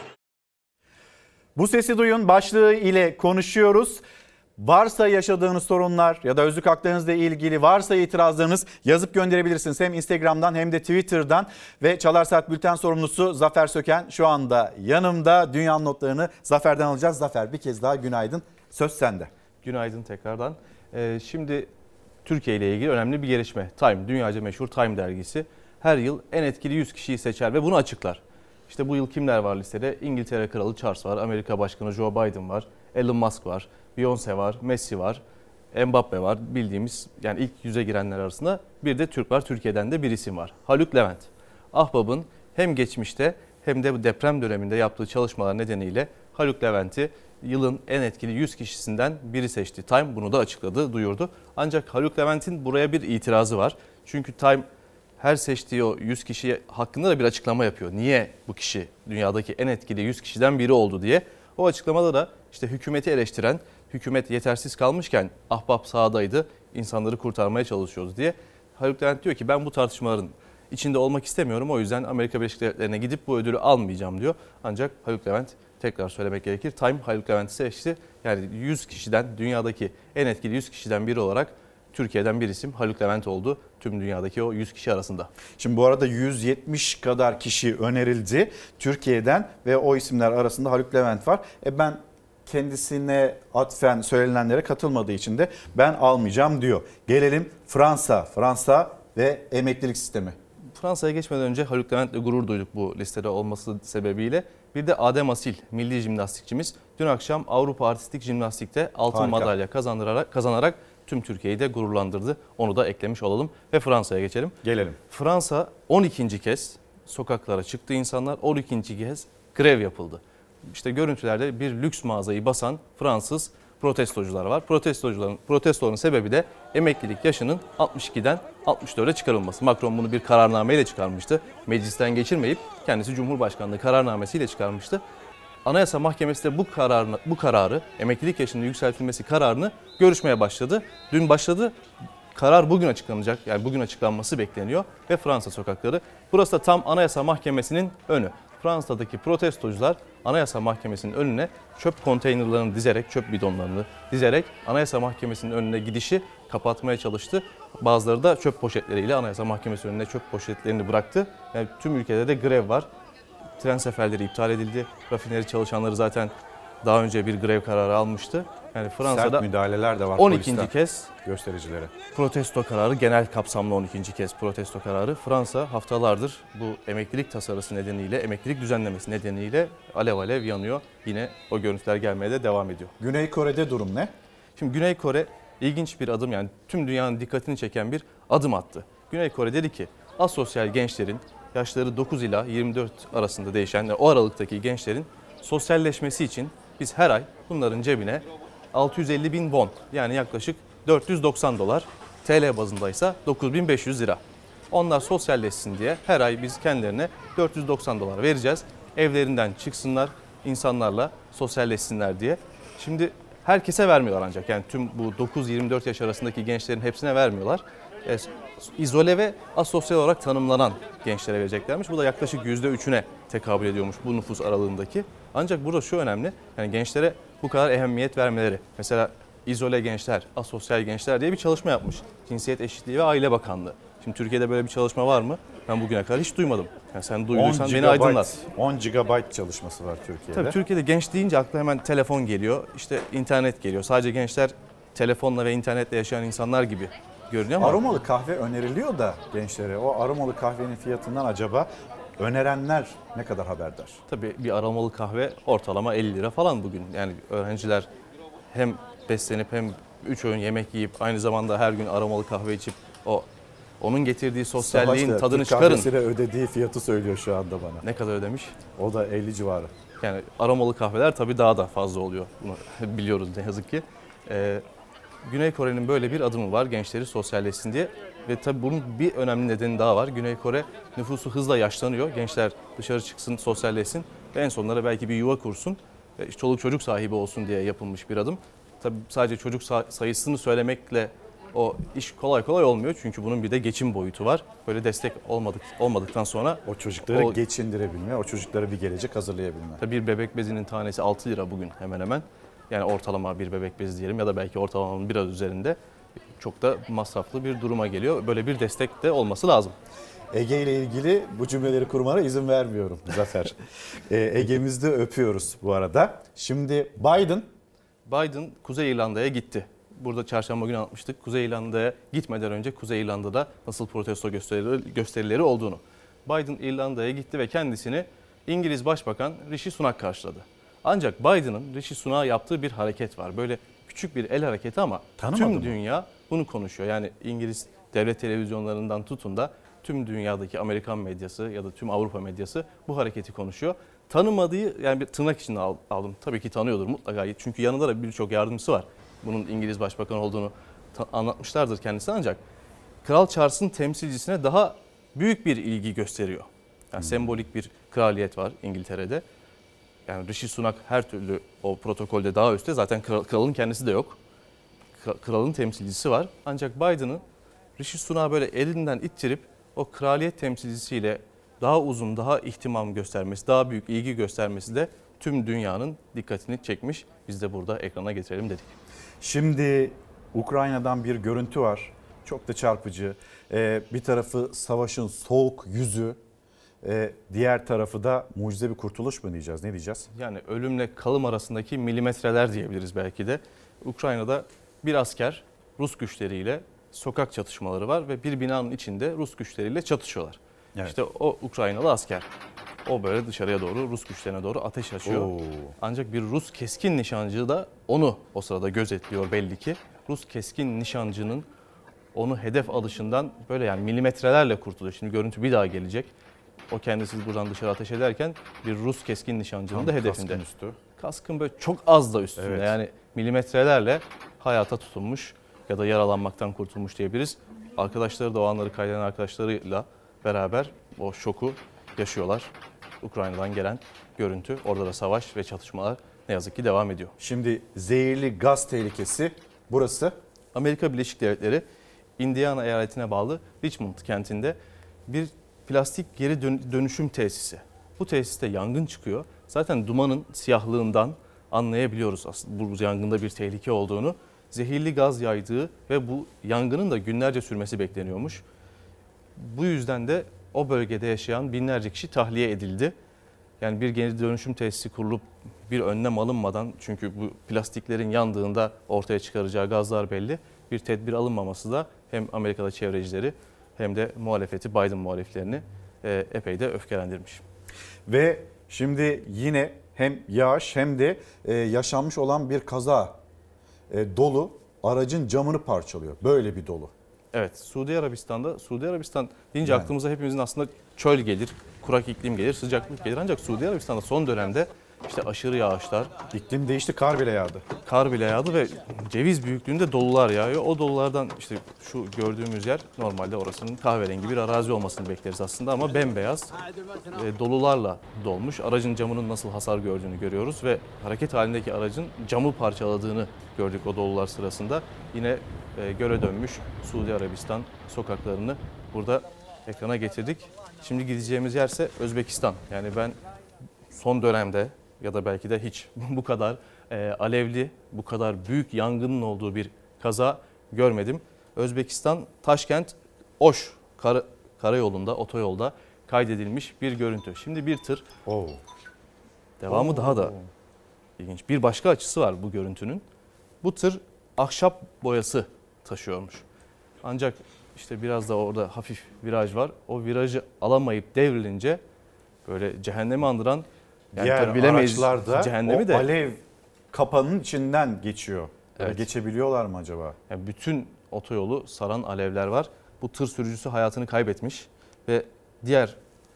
Bu sesi duyun başlığı ile konuşuyoruz. Varsa yaşadığınız sorunlar ya da özlük haklarınızla ilgili varsa itirazlarınız yazıp gönderebilirsiniz. Hem Instagram'dan hem de Twitter'dan ve Çalar Saat Bülten sorumlusu Zafer Söken şu anda yanımda. Dünya notlarını Zafer'den alacağız. Zafer bir kez daha günaydın. Söz sende. Günaydın tekrardan. Ee, şimdi Türkiye ile ilgili önemli bir gelişme. Time, dünyaca meşhur Time dergisi her yıl en etkili yüz kişiyi seçer ve bunu açıklar. İşte bu yıl kimler var listede? İngiltere Kralı Charles var, Amerika Başkanı Joe Biden var, Elon Musk var, Beyoncé var, Messi var, Mbappe var. Bildiğimiz yani ilk yüze girenler arasında bir de Türk var. Türkiye'den de bir isim var. Haluk Levent. Ahbap'ın hem geçmişte hem de bu deprem döneminde yaptığı çalışmalar nedeniyle Haluk Levent'i yılın en etkili yüz kişisinden biri seçti. Time bunu da açıkladı, duyurdu. Ancak Haluk Levent'in buraya bir itirazı var. Çünkü Time her seçtiği o yüz kişi hakkında da bir açıklama yapıyor. Niye bu kişi dünyadaki en etkili yüz kişiden biri oldu diye. O açıklamada da işte hükümeti eleştiren, hükümet yetersiz kalmışken ahbap sahadaydı, insanları kurtarmaya çalışıyoruz diye. Haluk Levent diyor ki ben bu tartışmaların içinde olmak istemiyorum. O yüzden Amerika Birleşik Devletleri'ne gidip bu ödülü almayacağım diyor. Ancak Haluk Levent, tekrar söylemek gerekir, Time Haluk Levent'i seçti. Yani yüz kişiden, dünyadaki en etkili yüz kişiden biri olarak Türkiye'den bir isim Haluk Levent oldu tüm dünyadaki o yüz kişi arasında. Şimdi bu arada yüz yetmiş kadar kişi önerildi Türkiye'den ve o isimler arasında Haluk Levent var. E ben kendisine atfen söylenenlere katılmadığı için de ben almayacağım diyor. Gelelim Fransa, Fransa ve emeklilik sistemi. Fransa'ya geçmeden önce Haluk Levent'le gurur duyduk bu listede olması sebebiyle. Bir de Adem Asil, milli jimnastikçimiz dün akşam Avrupa Artistik Jimnastik'te altın Harika. madalya kazanarak, kazanarak tüm Türkiye'yi de gururlandırdı. Onu da eklemiş olalım ve Fransa'ya geçelim. Gelelim. Fransa on ikinci kez sokaklara çıktı insanlar. on ikinci kez grev yapıldı. İşte görüntülerde bir lüks mağazayı basan Fransız protestocular var. Protestocuların protestoların sebebi de emeklilik yaşının altmış ikiden altmış dörde çıkarılması. Macron bunu bir kararnameyle çıkarmıştı. Meclisten geçirmeyip kendisi Cumhurbaşkanlığı kararnamesiyle çıkarmıştı. Anayasa Mahkemesi de bu kararını, bu kararı, emeklilik yaşının yükseltilmesi kararını görüşmeye başladı. Dün başladı. Karar bugün açıklanacak. Yani bugün açıklanması bekleniyor ve Fransa sokakları. Burası da tam Anayasa Mahkemesi'nin önü. Fransa'daki protestocular Anayasa Mahkemesi'nin önüne çöp konteynerlarını dizerek, çöp bidonlarını dizerek Anayasa Mahkemesi'nin önüne gidişi kapatmaya çalıştı. Bazıları da çöp poşetleriyle Anayasa Mahkemesi önüne çöp poşetlerini bıraktı. Yani tüm ülkede de grev var. Tren seferleri iptal edildi. Rafineri çalışanları zaten daha önce bir grev kararı almıştı. Yani Fransa'da sert müdahaleler de var on ikinci kez göstericilere. Protesto kararı, genel kapsamlı on ikinci kez protesto kararı. Fransa haftalardır bu emeklilik tasarısı nedeniyle, emeklilik düzenlemesi nedeniyle alev alev yanıyor. Yine o görüntüler gelmeye de devam ediyor. Güney Kore'de durum ne? Şimdi Güney Kore ilginç bir adım, yani tüm dünyanın dikkatini çeken bir adım attı. Güney Kore dedi ki asosyal gençlerin, yaşları dokuz ila yirmi dört arasında değişen, yani o aralıktaki gençlerin sosyalleşmesi için biz her ay bunların cebine altı yüz elli bin won, yani yaklaşık dört yüz doksan dolar, T L bazındaysa dokuz bin beş yüz lira. Onlar sosyalleşsin diye her ay biz kendilerine dört yüz doksan dolar vereceğiz. Evlerinden çıksınlar, insanlarla sosyalleşsinler diye. Şimdi herkese vermiyorlar ancak, yani tüm bu dokuz yirmi dört yaş arasındaki gençlerin hepsine vermiyorlar. İzole ve asosyal olarak tanımlanan gençlere vereceklermiş. Bu da yaklaşık yüzde üçüne tekabül ediyormuş bu nüfus aralığındaki. Ancak burada şu önemli, yani gençlere bu kadar ehemmiyet vermeleri. Mesela izole gençler, asosyal gençler diye bir çalışma yapmış Cinsiyet Eşitliği ve Aile Bakanlığı. Şimdi Türkiye'de böyle bir çalışma var mı? Ben bugüne kadar hiç duymadım. Yani sen duyduysan beni aydınlat. on gigabayt çalışması var Türkiye'de. Tabii Türkiye'de genç deyince akla hemen telefon geliyor, işte internet geliyor. Sadece gençler telefonla ve internetle yaşayan insanlar gibi görünüyor ama... Aromalı kahve öneriliyor da gençlere. O aromalı kahvenin fiyatından acaba önerenler ne kadar haberdar? Tabii bir aromalı kahve ortalama elli lira falan bugün. Yani öğrenciler hem beslenip hem üç öğün yemek yiyip aynı zamanda her gün aromalı kahve içip o onun getirdiği sosyalliğin Savaşta, tadını Türk çıkarın. kahvesine ödediği fiyatı söylüyor şu anda bana. Ne kadar ödemiş? O da elli civarı. Yani aromalı kahveler tabii daha da fazla oluyor. Bunu biliyoruz ne yazık ki. Ee, Güney Kore'nin böyle bir adımı var gençleri sosyalleşsin diye. Ve tabii bunun bir önemli nedeni daha var. Güney Kore nüfusu hızla yaşlanıyor. Gençler dışarı çıksın, sosyalleşsin ve en sonunda belki bir yuva kursun. e, çoluk çocuk sahibi olsun diye yapılmış bir adım. Tabii sadece çocuk sayısını söylemekle o iş kolay kolay olmuyor. Çünkü bunun bir de geçim boyutu var. Böyle destek olmadık olmadıktan sonra o çocukları o, geçindirebilme, o çocuklara bir gelecek hazırlayabilme. Tabii bir bebek bezinin tanesi altı lira bugün hemen hemen. Yani ortalama bir bebek bezi diyelim ya da belki ortalamanın biraz üzerinde, çok da masraflı bir duruma geliyor. Böyle bir destek de olması lazım. Ege ile ilgili bu cümleleri kurmana izin vermiyorum Zafer. e, Ege'mizde öpüyoruz bu arada. Şimdi Biden... Biden Kuzey İrlanda'ya gitti. Burada çarşamba günü anlatmıştık. Kuzey İrlanda'ya gitmeden önce Kuzey İrlanda'da nasıl protesto gösterileri, gösterileri olduğunu. Biden İrlanda'ya gitti ve kendisini İngiliz Başbakan Rishi Sunak karşıladı. Ancak Biden'ın Rishi Sunak'a yaptığı bir hareket var. Böyle küçük bir el hareketi ama Tanımadı tüm mı? dünya bunu konuşuyor. Yani İngiliz devlet televizyonlarından tutun da tüm dünyadaki Amerikan medyası ya da tüm Avrupa medyası bu hareketi konuşuyor. Tanımadığı, yani bir tırnak içinde aldım. Tabii ki tanıyordur mutlaka. Çünkü yanında da birçok yardımcısı var. Bunun İngiliz Başbakan olduğunu anlatmışlardır kendisi, ancak Kral Charles'ın temsilcisine daha büyük bir ilgi gösteriyor. Yani hmm. sembolik bir kraliyet var İngiltere'de. Yani Rishi Sunak her türlü o protokolde daha üstte. Zaten kral, kralın kendisi de yok. Kralın temsilcisi var. Ancak Biden'ın Rishi Sunak'ı böyle elinden ittirip o kraliyet temsilcisiyle daha uzun, daha ihtimam göstermesi, daha büyük ilgi göstermesi de tüm dünyanın dikkatini çekmiş. Biz de burada ekrana getirelim dedik. Şimdi Ukrayna'dan bir görüntü var. Çok da çarpıcı. Ee, bir tarafı savaşın soğuk yüzü, ee, diğer tarafı da mucize bir kurtuluş mu diyeceğiz? Ne diyeceğiz? Yani ölümle kalım arasındaki milimetreler diyebiliriz belki de. Ukrayna'da bir asker Rus güçleriyle sokak çatışmaları var ve bir binanın içinde Rus güçleriyle çatışıyorlar. Evet. İşte o Ukraynalı asker. O böyle dışarıya doğru, Rus güçlerine doğru ateş açıyor. Oo. Ancak bir Rus keskin nişancı da onu o sırada gözetliyor belli ki. Rus keskin nişancının onu hedef alışından böyle yani milimetrelerle kurtuluyor. Şimdi görüntü bir daha gelecek. O kendisi buradan dışarı ateş ederken bir Rus keskin nişancının da hedefinde. Kaskın üstü. Kaskın böyle çok az da üstünde. Evet. Yani milimetrelerle hayata tutunmuş ya da yaralanmaktan kurtulmuş diyebiliriz. Arkadaşları da o anları kaydeden arkadaşlarıyla beraber o şoku yaşıyorlar. Ukrayna'dan gelen görüntü. Orada da savaş ve çatışmalar ne yazık ki devam ediyor. Şimdi zehirli gaz tehlikesi burası. Amerika Birleşik Devletleri Indiana eyaletine bağlı Richmond kentinde bir plastik geri dönüşüm tesisi. Bu tesiste yangın çıkıyor. Zaten dumanın siyahlığından anlayabiliyoruz aslında bu yangında bir tehlike olduğunu. Zehirli gaz yaydığı ve bu yangının da günlerce sürmesi bekleniyormuş. Bu yüzden de o bölgede yaşayan binlerce kişi tahliye edildi. Yani bir geri dönüşüm tesisi kurulup bir önlem alınmadan, çünkü bu plastiklerin yandığında ortaya çıkaracağı gazlar belli, bir tedbir alınmaması da hem Amerika'da çevrecileri hem de muhalefeti, Biden muhaliflerini epey de öfkelendirmiş. Ve şimdi yine hem yağış hem de yaşanmış olan bir kaza, dolu aracın camını parçalıyor. Böyle bir dolu. Evet, Suudi Arabistan'da, Suudi Arabistan deyince yani aklımıza hepimizin aslında çöl gelir, kurak iklim gelir, sıcaklık gelir. Ancak Suudi Arabistan'da son dönemde işte aşırı yağışlar. İklim değişti, kar bile yağdı. Kar bile yağdı ve ceviz büyüklüğünde dolular yağıyor. O dolulardan işte şu gördüğümüz yer normalde orasının kahverengi bir arazi olmasını bekleriz aslında ama bembeyaz e, dolularla dolmuş. Aracın camının nasıl hasar gördüğünü görüyoruz ve hareket halindeki aracın camı parçaladığını gördük o dolular sırasında. Yine e, göle dönmüş Suudi Arabistan sokaklarını burada ekrana getirdik. Şimdi gideceğimiz yerse Özbekistan. Yani ben son dönemde ya da belki de hiç bu kadar e, alevli, bu kadar büyük yangının olduğu bir kaza görmedim. Özbekistan, Taşkent, Oş kara, karayolunda, otoyolda kaydedilmiş bir görüntü. Şimdi bir tır, oh. devamı oh. daha da ilginç. Bir başka açısı var bu görüntünün. Bu tır ahşap boyası taşıyormuş. Ancak işte biraz da orada hafif viraj var. O virajı alamayıp devrilince böyle cehennemi andıran, yani diğer bilemeyiz araçlarda cehennemi o de, alev kapanın içinden geçiyor. Evet. Geçebiliyorlar mı acaba? Yani bütün otoyolu saran alevler var. Bu tır sürücüsü hayatını kaybetmiş ve diğer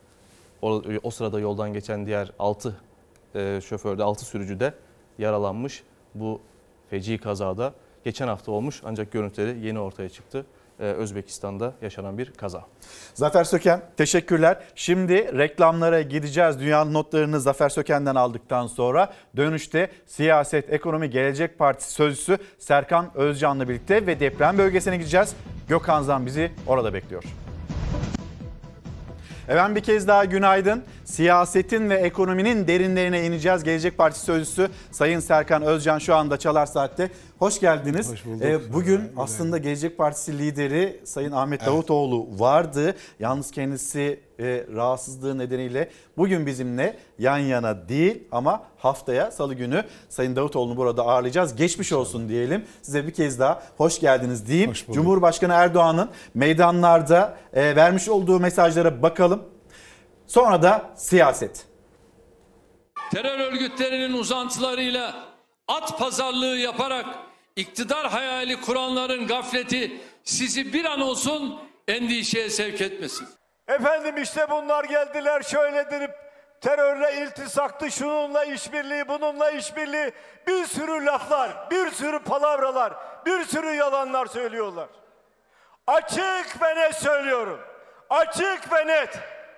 o, o sırada yoldan geçen diğer altı e, şoför de altı sürücü de yaralanmış. Bu feci kazada geçen hafta olmuş ancak görüntüleri yeni ortaya çıktı. Özbekistan'da yaşanan bir kaza. Zafer Söken teşekkürler. Şimdi reklamlara gideceğiz. Dünyanın notlarını Zafer Söken'den aldıktan sonra dönüşte Siyaset Ekonomi Gelecek Partisi sözcüsü Serkan Özcan'la birlikte ve deprem bölgesine gideceğiz. Gökhan Zan bizi orada bekliyor. Efendim bir kez daha günaydın. Siyasetin ve ekonominin derinlerine ineceğiz. Gelecek Partisi sözcüsü Sayın Serkan Özcan şu anda Çalar Saat'te. Hoş geldiniz. Hoş bulduk. Ee, bugün aslında Gelecek Partisi lideri Sayın Ahmet evet. Davutoğlu vardı. Yalnız kendisi e, rahatsızlığı nedeniyle bugün bizimle yan yana değil ama haftaya Salı günü Sayın Davutoğlu'nu burada ağırlayacağız. Geçmiş olsun diyelim. Size bir kez daha hoş geldiniz diyeyim. Cumhurbaşkanı Erdoğan'ın meydanlarda e, vermiş olduğu mesajlara bakalım. Sonra da siyaset. Terör örgütlerinin uzantılarıyla at pazarlığı yaparak iktidar hayali kuranların gafleti sizi bir an olsun endişeye sevk etmesin. Efendim işte bunlar geldiler şöyle derip terörle iltisaktı, şununla işbirliği, bununla işbirliği, bir sürü laflar, bir sürü palavralar, bir sürü yalanlar söylüyorlar. Açık ve net söylüyorum. Açık ve net.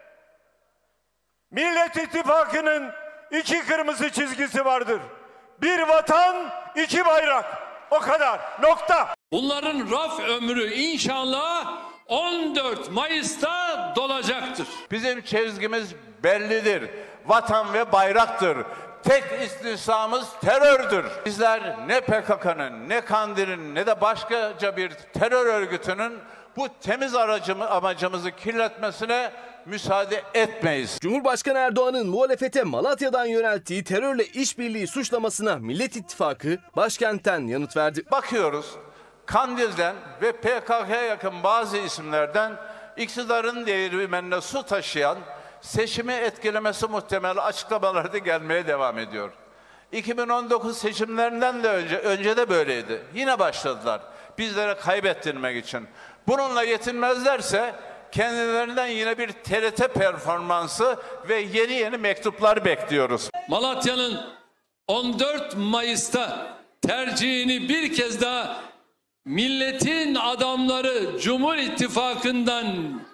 Millet İttifakı'nın iki kırmızı çizgisi vardır. Bir vatan, iki bayrak. O kadar. Nokta. Bunların raf ömrü inşallah on dört Mayıs'ta dolacaktır. Bizim çizgimiz bellidir. Vatan ve bayraktır. Tek istisnamız terördür. Bizler ne P K K'nın, ne Kandil'in, ne de başkaca bir terör örgütünün bu temiz aracımı, amacımızı kirletmesine müsaade etmeyiz. Cumhurbaşkanı Erdoğan'ın muhalefete Malatya'dan yönelttiği terörle işbirliği suçlamasına Millet İttifakı başkentten yanıt verdi. Bakıyoruz Kandil'den ve P K K'ya yakın bazı isimlerden iktidarın değirmenine su taşıyan, seçimi etkilemesi muhtemel açıklamalar da gelmeye devam ediyor. iki bin on dokuz seçimlerinden de önce, önce de böyleydi. Yine başladılar bizlere kaybettirmek için. Bununla yetinmezlerse kendilerinden yine bir T R T performansı ve yeni yeni mektuplar bekliyoruz. Malatya'nın on dört Mayıs'ta tercihini bir kez daha milletin adamları Cumhur İttifakı'ndan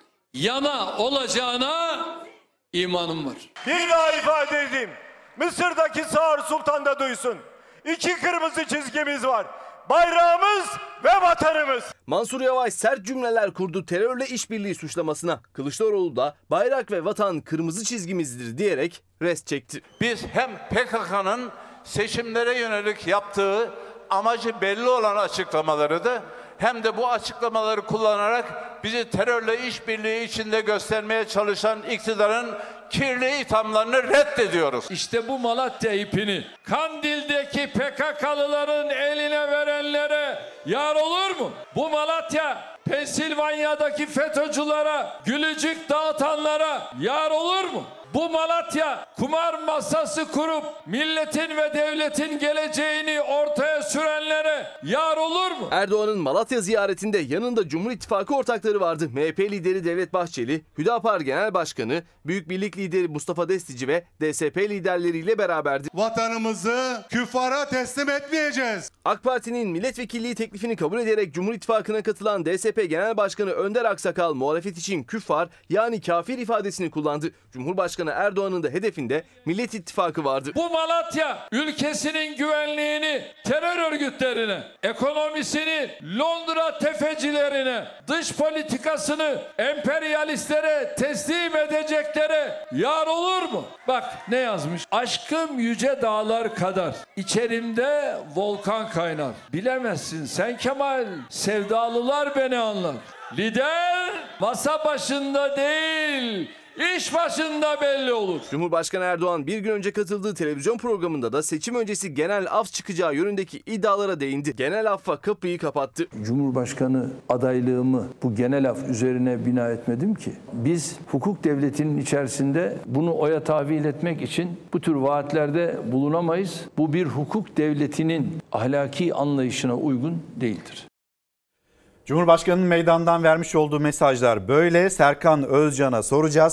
yana olacağına imanım var. Bir daha ifade edeyim. Mısır'daki Sağır Sultan da duysun. İki kırmızı çizgimiz var. Bayrağımız ve vatanımız. Mansur Yavaş sert cümleler kurdu terörle işbirliği suçlamasına. Kılıçdaroğlu da bayrak ve vatan kırmızı çizgimizdir diyerek rest çekti. Biz hem P K K'nın seçimlere yönelik yaptığı amacı belli olan açıklamaları da hem de bu açıklamaları kullanarak bizi terörle işbirliği içinde göstermeye çalışan iktidarın kirli ithamlarını reddediyoruz. İşte bu Malatya ipini Kandil'deki P K K'lıların eline verenlere yar olur mu? Bu Malatya Pensilvanya'daki FETÖ'cülere, gülücük dağıtanlara yar olur mu? Bu Malatya kumar masası kurup milletin ve devletin geleceğini ortaya sürenlere yar olur mu? Erdoğan'ın Malatya ziyaretinde yanında Cumhur İttifakı ortakları vardı. M H P lideri Devlet Bahçeli, Hüdapar Genel Başkanı, Büyük Birlik lideri Mustafa Destici ve D S P liderleriyle beraberdi. Vatanımızı küffara teslim etmeyeceğiz. AK Parti'nin milletvekilliği teklifini kabul ederek Cumhur İttifakı'na katılan D S P Genel Başkanı Önder Aksakal muhalefet için küffar yani kafir ifadesini kullandı. Cumhurbaşkanı Erdoğan'ın da hedefinde Millet İttifakı vardı. Bu Malatya ülkesinin güvenliğini terör örgütlerine, ekonomisini Londra tefecilerine, dış politikasını emperyalistlere teslim edeceklere yar olur mu? Bak ne yazmış? Aşkım yüce dağlar kadar, içerimde volkan kaynar. Bilemezsin sen Kemal, sevdalılar beni anlar. Lider masa başında değil, İş başında belli olur. Cumhurbaşkanı Erdoğan bir gün önce katıldığı televizyon programında da seçim öncesi genel af çıkacağı yönündeki iddialara değindi. Genel affa kapıyı kapattı. Cumhurbaşkanı adaylığımı bu genel af üzerine bina etmedim ki. Biz hukuk devletinin içerisinde bunu oya tahvil etmek için bu tür vaatlerde bulunamayız. Bu bir hukuk devletinin ahlaki anlayışına uygun değildir. Cumhurbaşkanı'nın meydandan vermiş olduğu mesajlar böyle. Serkan Özcan'a soracağız.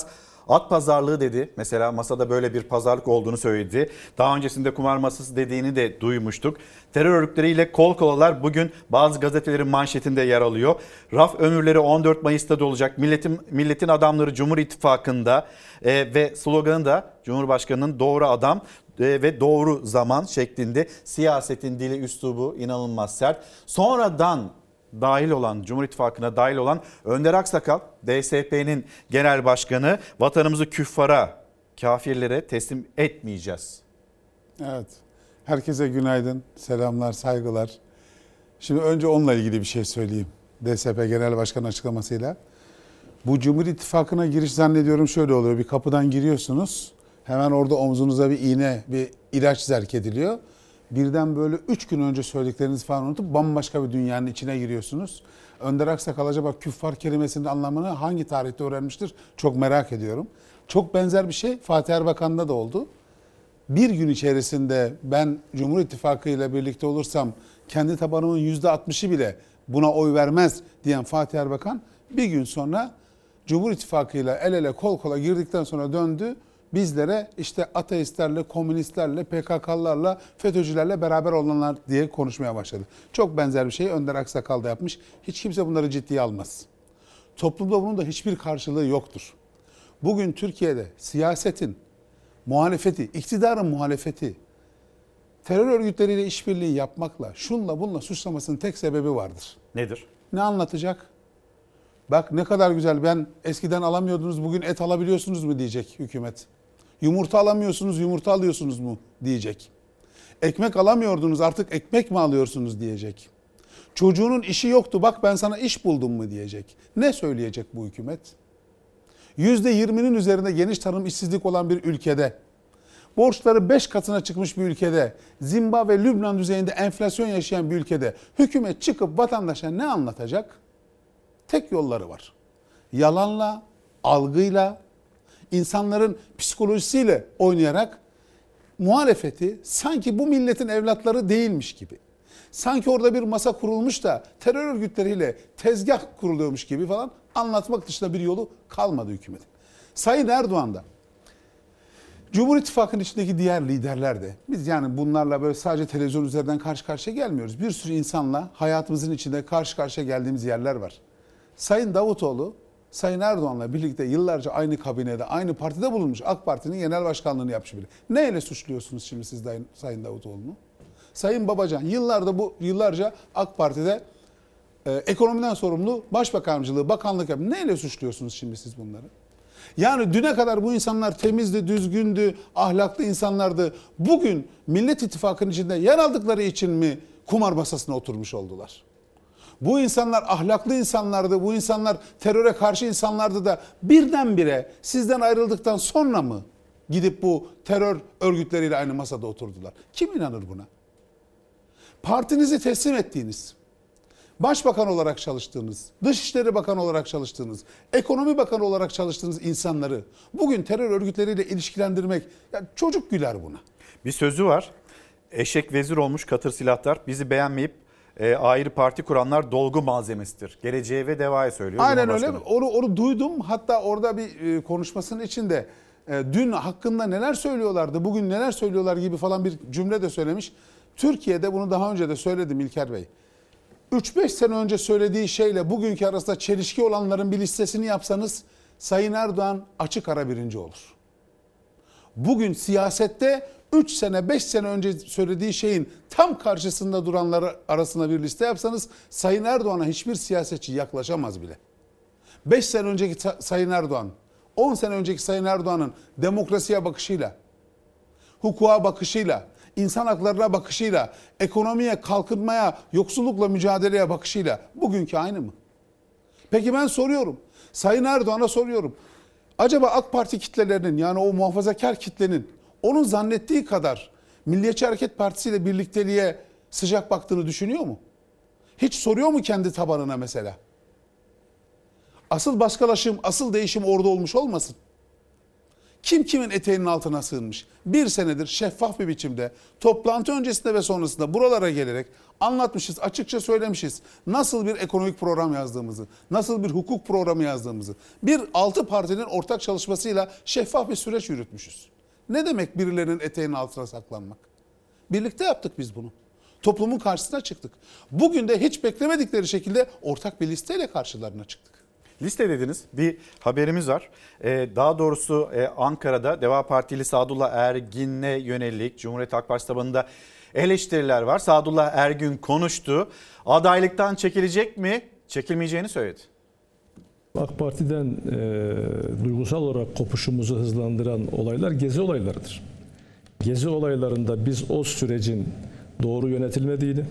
At pazarlığı dedi. Mesela masada böyle bir pazarlık olduğunu söyledi. Daha öncesinde kumar masası dediğini de duymuştuk. Terör örgütleriyle kol kolalar bugün bazı gazetelerin manşetinde yer alıyor. Raf ömürleri on dört Mayıs'ta da olacak. Milletin, milletin adamları Cumhur İttifakı'nda e, ve sloganı da Cumhurbaşkanı'nın doğru adam ve doğru zaman şeklinde. Siyasetin dili, üslubu inanılmaz sert. Sonradan dahil olan, Cumhur İttifakı'na dahil olan Önder Aksakal, D S P'nin genel başkanı, vatanımızı küffara, kafirlere teslim etmeyeceğiz. Evet. Herkese günaydın, selamlar, saygılar. Şimdi önce onunla ilgili bir şey söyleyeyim. D S P Genel Başkanı açıklamasıyla. Bu Cumhur İttifakı'na giriş zannediyorum şöyle oluyor. Bir kapıdan giriyorsunuz. Hemen orada omzunuza bir iğne, bir ilaç zerk ediliyor. Birden böyle üç gün önce söylediklerinizi falan unutup bambaşka bir dünyanın içine giriyorsunuz. Önder Aksakal acaba küffar kelimesinin anlamını hangi tarihte öğrenmiştir? Çok merak ediyorum. Çok benzer bir şey Fatih Erbakan'da da oldu. Bir gün içerisinde ben Cumhur İttifakı ile birlikte olursam kendi tabanımın yüzde altmışı bile buna oy vermez diyen Fatih Erbakan bir gün sonra Cumhur İttifakı ile el ele kol kola girdikten sonra döndü. Bizlere işte ateistlerle, komünistlerle, P K K'lılarla, FETÖ'cülerle beraber olanlar diye konuşmaya başladı. Çok benzer bir şey Önder Aksakal da yapmış. Hiç kimse bunları ciddiye almaz. Toplumda bunun da hiçbir karşılığı yoktur. Bugün Türkiye'de siyasetin, muhalefeti, iktidarın muhalefeti, terör örgütleriyle işbirliği yapmakla, şunla bunla suçlamasının tek sebebi vardır. Nedir? Ne anlatacak? Bak ne kadar güzel, ben eskiden alamıyordunuz bugün et alabiliyorsunuz mu diyecek hükümet. Yumurta alamıyorsunuz yumurta alıyorsunuz mu diyecek. Ekmek alamıyordunuz artık ekmek mi alıyorsunuz diyecek. Çocuğunun işi yoktu bak ben sana iş buldum mu diyecek. Ne söyleyecek bu hükümet? yüzde yirminin üzerinde geniş tarım işsizlik olan bir ülkede, borçları beş katına çıkmış bir ülkede, Zimbabwe, Lübnan düzeyinde enflasyon yaşayan bir ülkede hükümet çıkıp vatandaşa ne anlatacak? Tek yolları var. Yalanla, algıyla, insanların psikolojisiyle oynayarak muhalefeti sanki bu milletin evlatları değilmiş gibi, sanki orada bir masa kurulmuş da terör örgütleriyle tezgah kuruluyormuş gibi falan anlatmak dışında bir yolu kalmadı hükümetin. Sayın Erdoğan da, Cumhur İttifakı'nın içindeki diğer liderler de, biz yani bunlarla böyle sadece televizyon üzerinden karşı karşıya gelmiyoruz. Bir sürü insanla hayatımızın içinde karşı karşıya geldiğimiz yerler var. Sayın Davutoğlu, Sayın Erdoğan'la birlikte yıllarca aynı kabinede, aynı partide bulunmuş. AK Parti'nin genel başkanlığını yapmış biri. Neyle suçluyorsunuz şimdi siz Sayın Davutoğlu'nu? Sayın Babacan yıllarda bu yıllarca AK Parti'de e, ekonomiden sorumlu başbakanlığı, bakanlık yapmış. Neyle suçluyorsunuz şimdi siz bunları? Yani düne kadar bu insanlar temizdi, düzgündü, ahlaklı insanlardı. Bugün Millet İttifakı'nın içinde yer aldıkları için mi kumar masasına oturmuş oldular? Bu insanlar ahlaklı insanlardı, bu insanlar teröre karşı insanlardı da birdenbire sizden ayrıldıktan sonra mı gidip bu terör örgütleriyle aynı masada oturdular? Kim inanır buna? Partinizi teslim ettiğiniz, başbakan olarak çalıştığınız, Dışişleri Bakanı olarak çalıştığınız, Ekonomi Bakanı olarak çalıştığınız insanları bugün terör örgütleriyle ilişkilendirmek, ya çocuk güler buna. Bir sözü var, eşek vezir olmuş katır silahlar, bizi beğenmeyip E, ayrı parti kuranlar dolgu malzemesidir. Geleceğe ve Deva'ya söylüyor. Aynen öyle. Onu, onu duydum. Hatta orada bir e, konuşmasının içinde e, dün hakkında neler söylüyorlardı, bugün neler söylüyorlar gibi falan bir cümle de söylemiş. Türkiye'de bunu daha önce de söyledim İlker Bey. üç beş sene önce söylediği şeyle bugünkü arasında çelişki olanların bir listesini yapsanız Sayın Erdoğan açık ara birinci olur. Bugün siyasette üç sene beş sene önce söylediği şeyin tam karşısında duranlar arasında bir liste yapsanız Sayın Erdoğan'a hiçbir siyasetçi yaklaşamaz bile. beş sene önceki Sayın Erdoğan, on sene önceki Sayın Erdoğan'ın demokrasiye bakışıyla, hukuka bakışıyla, insan haklarına bakışıyla, ekonomiye, kalkınmaya, yoksullukla mücadeleye bakışıyla bugünkü aynı mı? Peki ben soruyorum, Sayın Erdoğan'a soruyorum. Acaba AK Parti kitlelerinin, yani o muhafazakar kitlenin onun zannettiği kadar Milliyetçi Hareket Partisi ile birlikteliğe sıcak baktığını düşünüyor mu? Hiç soruyor mu kendi tabanına mesela? Asıl başkalaşım, asıl değişim orada olmuş olmasın? Kim kimin eteğinin altına sığınmış? Bir senedir şeffaf bir biçimde toplantı öncesinde ve sonrasında buralara gelerek anlatmışız, açıkça söylemişiz. Nasıl bir ekonomik program yazdığımızı, nasıl bir hukuk programı yazdığımızı. Bir altı partinin ortak çalışmasıyla şeffaf bir süreç yürütmüşüz. Ne demek birilerinin eteğinin altına saklanmak? Birlikte yaptık biz bunu. Toplumun karşısına çıktık. Bugün de hiç beklemedikleri şekilde ortak bir listeyle karşılarına çıktık. Liste dediniz, bir haberimiz var. Ee, daha doğrusu e, Ankara'da Deva Partili Sadullah Ergin'e yönelik Cumhuriyet Halk Partisi tabanında eleştiriler var. Sadullah Ergin konuştu. Adaylıktan çekilecek mi? Çekilmeyeceğini söyledi. AK Parti'den e, duygusal olarak kopuşumuzu hızlandıran olaylar gezi olaylarıdır. Gezi olaylarında biz o sürecin doğru yönetilmediğini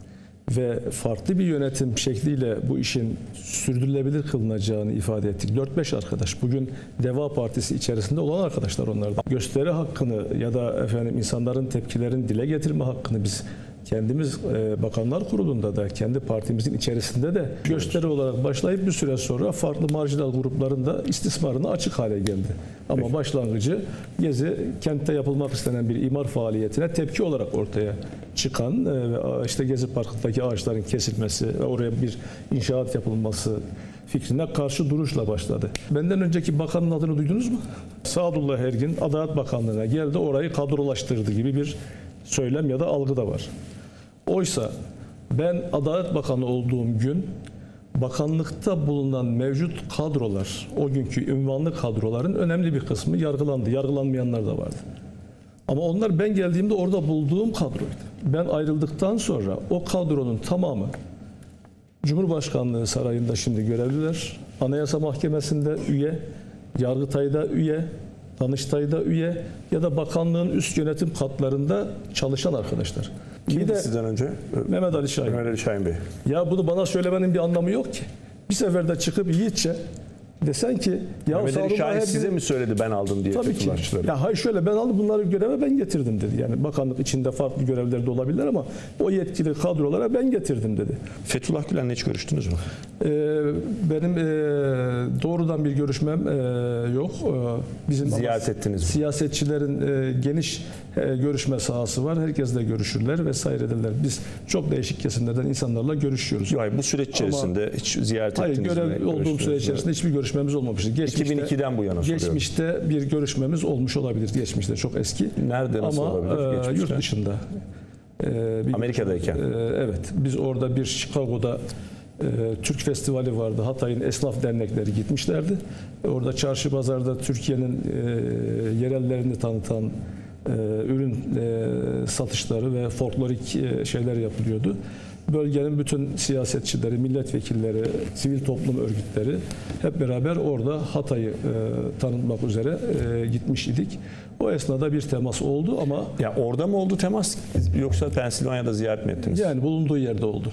ve farklı bir yönetim şekliyle bu işin sürdürülebilir kılınacağını ifade ettik. dört beş arkadaş, bugün Deva Partisi içerisinde olan arkadaşlar onlardan. Gösteri hakkını ya da efendim insanların tepkilerini dile getirme hakkını biz kendimiz e, Bakanlar Kurulu'nda da kendi partimizin içerisinde de gösteri olarak başlayıp bir süre sonra farklı marjinal grupların da istismarına açık hale geldi. Ama Peki. başlangıcı Gezi kentte yapılmak istenen bir imar faaliyetine tepki olarak ortaya çıkan ve işte Gezi Parkı'ndaki ağaçların kesilmesi ve oraya bir inşaat yapılması fikrine karşı duruşla başladı. Benden önceki bakanın adını duydunuz mu? Sadullah Ergin Adalet Bakanlığı'na geldi, orayı kadrolaştırdı gibi bir söylem ya da algı da var. Oysa ben Adalet Bakanı olduğum gün bakanlıkta bulunan mevcut kadrolar, o günkü ünvanlı kadroların önemli bir kısmı yargılandı. Yargılanmayanlar da vardı. Ama onlar ben geldiğimde orada bulduğum kadroydu. Ben ayrıldıktan sonra o kadronun tamamı Cumhurbaşkanlığı Sarayı'nda şimdi görevliler, Anayasa Mahkemesi'nde üye, Yargıtay'da üye, Danıştay'da üye ya da bakanlığın üst yönetim katlarında çalışan arkadaşlar. Kimdi de sizden önce? Mehmet Ali Şahin. Mehmet Ali Şahin Bey. Ya bunu bana söylemenin bir anlamı yok ki. Bir seferde çıkıp yiğitçe desen ki ya Mehmet Ali Şahin her size biri... mi söyledi ben aldım diye? Tabii ki. Ya hayır şöyle ben aldım bunları göreve ben getirdim dedi. Yani bakanlık içinde farklı görevler de olabilir ama o yetkili kadrolara ben getirdim dedi. Fethullah Gülen'le hiç görüştünüz mü? Ee, benim e, doğrudan bir görüşmem e, yok. E, bizim ziyaret ettiniz mi? Siyasetçilerin e, geniş e, görüşme sahası var. Herkesle görüşürler vesaire ederler. Biz çok değişik kesimlerden insanlarla görüşüyoruz. Yok, bu süreç içerisinde ama, hiç ziyaret hayır, ettiniz mi? Hayır, görev olduğum süreç içerisinde hiçbir görüşmemiz olmamıştır. Geçmişte, iki bin ikiden bu yana soruyorum. Geçmişte bir görüşmemiz olmuş olabilir. Geçmişte çok eski. Nerede, nasıl ama, olabilir? Ama yurt dışında. E, bir, Amerika'dayken. E, evet. Biz orada bir Chicago'da e, Türk Festivali vardı. Hatay'ın esnaf dernekleri gitmişlerdi. Orada çarşı pazarda Türkiye'nin e, yerellerini tanıtan e, ürün e, satışları ve folklorik e, şeyler yapılıyordu. Bölgenin bütün siyasetçileri, milletvekilleri, sivil toplum örgütleri hep beraber orada Hatay'ı e, tanıtmak üzere e, gitmiş idik. O esnada bir temas oldu ama... Ya orada mı oldu temas yoksa Pensilvanya'da ziyaret mi ettiniz? Yani bulunduğu yerde oldu.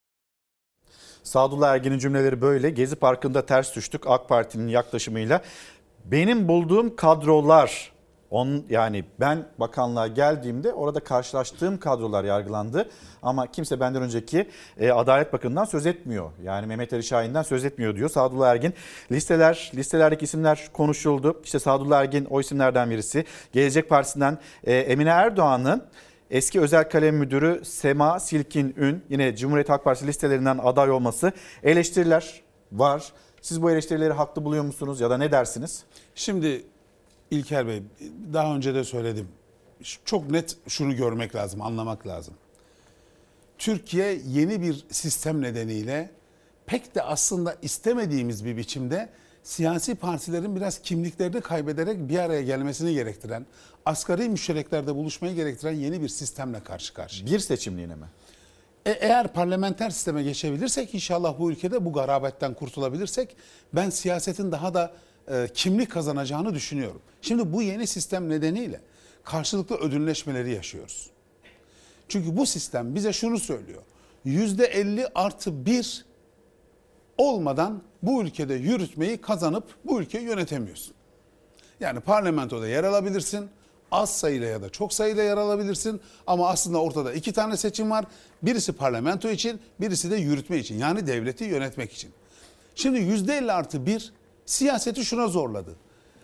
Sadullah Ergin'in cümleleri böyle. Gezi Parkı'nda ters düştük AK Parti'nin yaklaşımıyla. Benim bulduğum kadrolar... On, yani ben bakanlığa geldiğimde orada karşılaştığım kadrolar yargılandı. Ama kimse benden önceki e, Adalet Bakanı'ndan söz etmiyor. Yani Mehmet Ali Şahin'den söz etmiyor diyor Sadullah Ergin. Listeler, listelerdeki isimler konuşuldu. İşte Sadullah Ergin o isimlerden birisi. Gelecek Partisi'nden e, Emine Erdoğan'ın eski özel kalem müdürü Sema Silkin Ün yine Cumhuriyet Halk Partisi listelerinden aday olması, eleştiriler var. Siz bu eleştirileri haklı buluyor musunuz ya da ne dersiniz? Şimdi İlker Bey, daha önce de söyledim. Çok net şunu görmek lazım, anlamak lazım. Türkiye yeni bir sistem nedeniyle pek de aslında istemediğimiz bir biçimde siyasi partilerin biraz kimliklerini kaybederek bir araya gelmesini gerektiren, asgari müştereklerde buluşmayı gerektiren yeni bir sistemle karşı karşıya. Bir seçimliğine mi? E, eğer parlamenter sisteme geçebilirsek, inşallah bu ülkede bu garabetten kurtulabilirsek, ben siyasetin daha da e, kimlik kazanacağını düşünüyorum. Şimdi bu yeni sistem nedeniyle karşılıklı ödülleşmeleri yaşıyoruz. Çünkü bu sistem bize şunu söylüyor. yüzde elli artı bir olmadan bu ülkede yürütmeyi kazanıp bu ülkeyi yönetemiyorsun. Yani parlamentoda yer alabilirsin, az sayıyla ya da çok sayıyla yer alabilirsin ama aslında ortada iki tane seçim var. Birisi parlamento için, birisi de yürütme için, yani devleti yönetmek için. Şimdi yüzde elli artı bir siyaseti şuna zorladı.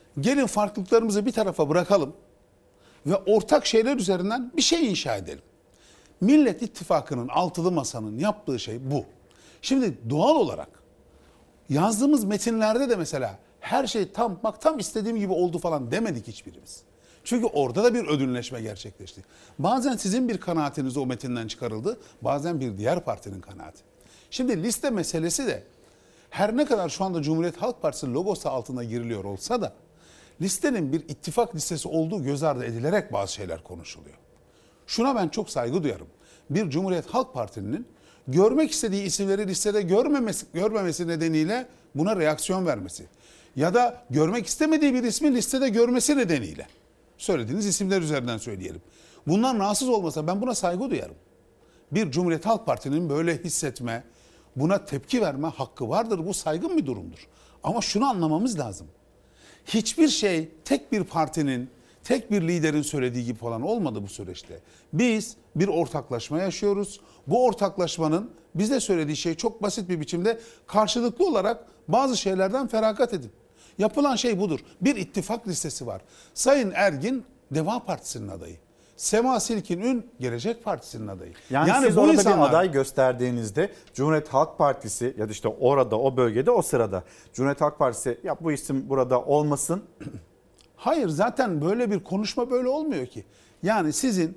Gelin farklılıklarımızı bir tarafa bırakalım ve ortak şeyler üzerinden bir şey inşa edelim. Millet İttifakı'nın altılı masanın yaptığı şey bu. Şimdi doğal olarak yazdığımız metinlerde de mesela her şey tam bak tam istediğim gibi oldu falan demedik hiçbirimiz. Çünkü orada da bir ödülleşme gerçekleşti. Bazen sizin bir kanaatiniz o metinden çıkarıldı, bazen bir diğer partinin kanaati. Şimdi liste meselesi de her ne kadar şu anda Cumhuriyet Halk Partisi logosu altında giriliyor olsa da listenin bir ittifak listesi olduğu göz ardı edilerek bazı şeyler konuşuluyor. Şuna ben çok saygı duyarım. Bir Cumhuriyet Halk Partisi'nin görmek istediği isimleri listede görmemesi, görmemesi nedeniyle buna reaksiyon vermesi. Ya da görmek istemediği bir ismi listede görmesi nedeniyle. Söylediğiniz isimler üzerinden söyleyelim. Bundan rahatsız olmasa ben buna saygı duyarım. Bir Cumhuriyet Halk Partisi'nin böyle hissetme, buna tepki verme hakkı vardır. Bu saygın bir durumdur. Ama şunu anlamamız lazım. Hiçbir şey tek bir partinin, tek bir liderin söylediği gibi falan olmadı bu süreçte. Biz bir ortaklaşma yaşıyoruz. Bu ortaklaşmanın bize söylediği şey çok basit bir biçimde karşılıklı olarak bazı şeylerden feragat edin. Yapılan şey budur. Bir ittifak listesi var. Sayın Ergin Deva Partisi'nin adayı. Sema Silkinün Gelecek Partisi'nin adayı. Yani, yani siz bu orada insanlar... bir aday gösterdiğinizde Cumhuriyet Halk Partisi ya da işte orada o bölgede o sırada Cumhuriyet Halk Partisi ya bu isim burada olmasın. Hayır zaten böyle bir konuşma böyle olmuyor ki. Yani sizin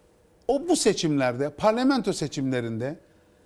o bu seçimlerde parlamento seçimlerinde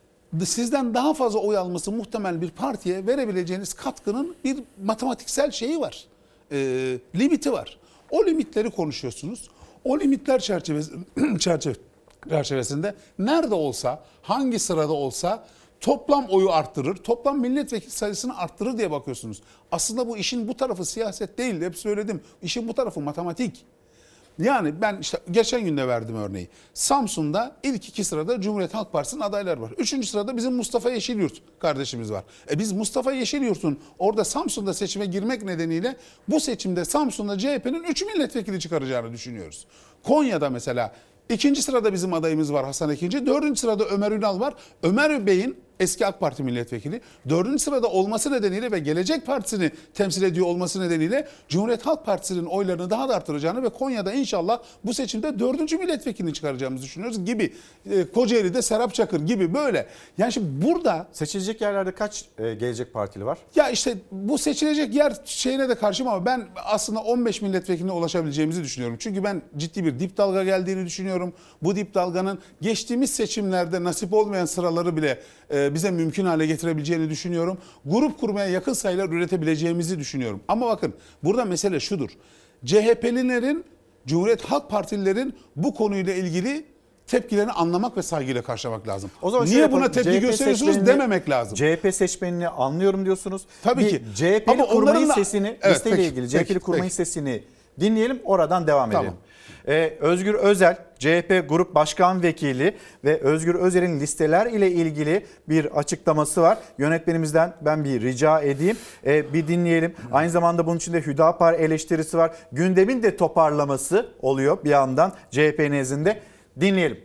sizden daha fazla oy alması muhtemel bir partiye verebileceğiniz katkının bir matematiksel şeyi var. E, limiti var. O limitleri konuşuyorsunuz. O limitler çerçevesi, çerçeve, çerçevesinde nerede olsa, hangi sırada olsa toplam oyu arttırır, toplam milletvekili sayısını arttırır diye bakıyorsunuz. Aslında bu işin bu tarafı siyaset değil, hep söyledim. İşin bu tarafı matematik. Yani ben işte geçen gün de verdim örneği. Samsun'da ilk iki sırada Cumhuriyet Halk Partisi'nin adayları var. Üçüncü sırada bizim Mustafa Yeşilyurt kardeşimiz var. E biz Mustafa Yeşilyurt'un orada Samsun'da seçime girmek nedeniyle bu seçimde Samsun'da C H P'nin üç milletvekili çıkaracağını düşünüyoruz. Konya'da mesela ikinci sırada bizim adayımız var Hasan Ekinci. Dördüncü sırada Ömer Ünal var. Ömer Bey'in eski AK Parti milletvekili. Dördüncü sırada olması nedeniyle ve Gelecek Partisi'ni temsil ediyor olması nedeniyle Cumhuriyet Halk Partisi'nin oylarını daha da artıracağını ve Konya'da inşallah bu seçimde dördüncü milletvekilini çıkaracağımızı düşünüyoruz gibi. E, Kocaeli'de Serap Çakır gibi böyle. Yani şimdi burada... Seçilecek yerlerde kaç e, Gelecek Partili var? Ya işte bu seçilecek yer şeyine de karşıyım ama ben aslında on beş milletvekiline ulaşabileceğimizi düşünüyorum. Çünkü ben ciddi bir dip dalga geldiğini düşünüyorum. Bu dip dalganın geçtiğimiz seçimlerde nasip olmayan sıraları bile e, bize mümkün hale getirebileceğini düşünüyorum. Grup kurmaya yakın sayılar üretebileceğimizi düşünüyorum. Ama bakın burada mesele şudur. C H P'lilerin, Cumhuriyet Halk Partililerin bu konuyla ilgili tepkilerini anlamak ve saygıyla karşılamak lazım. O zaman niye buna tepki gösteriyorsunuz dememek lazım. C H P seçmenini anlıyorum diyorsunuz. Tabii bir ki. C H P'li kurmayı da... sesini, evet, listeyle peki, ilgili C H P'li kurmayı peki. sesini dinleyelim, oradan devam tamam. edelim. Ee, Özgür Özel, C H P Grup Başkan Vekili ve Özgür Özel'in listeler ile ilgili bir açıklaması var. Yönetmenimizden ben bir rica edeyim, ee, bir dinleyelim. Aynı zamanda bunun içinde Hüdapar eleştirisi var. Gündemin de toparlaması oluyor bir yandan C H P nezdinde. Dinleyelim.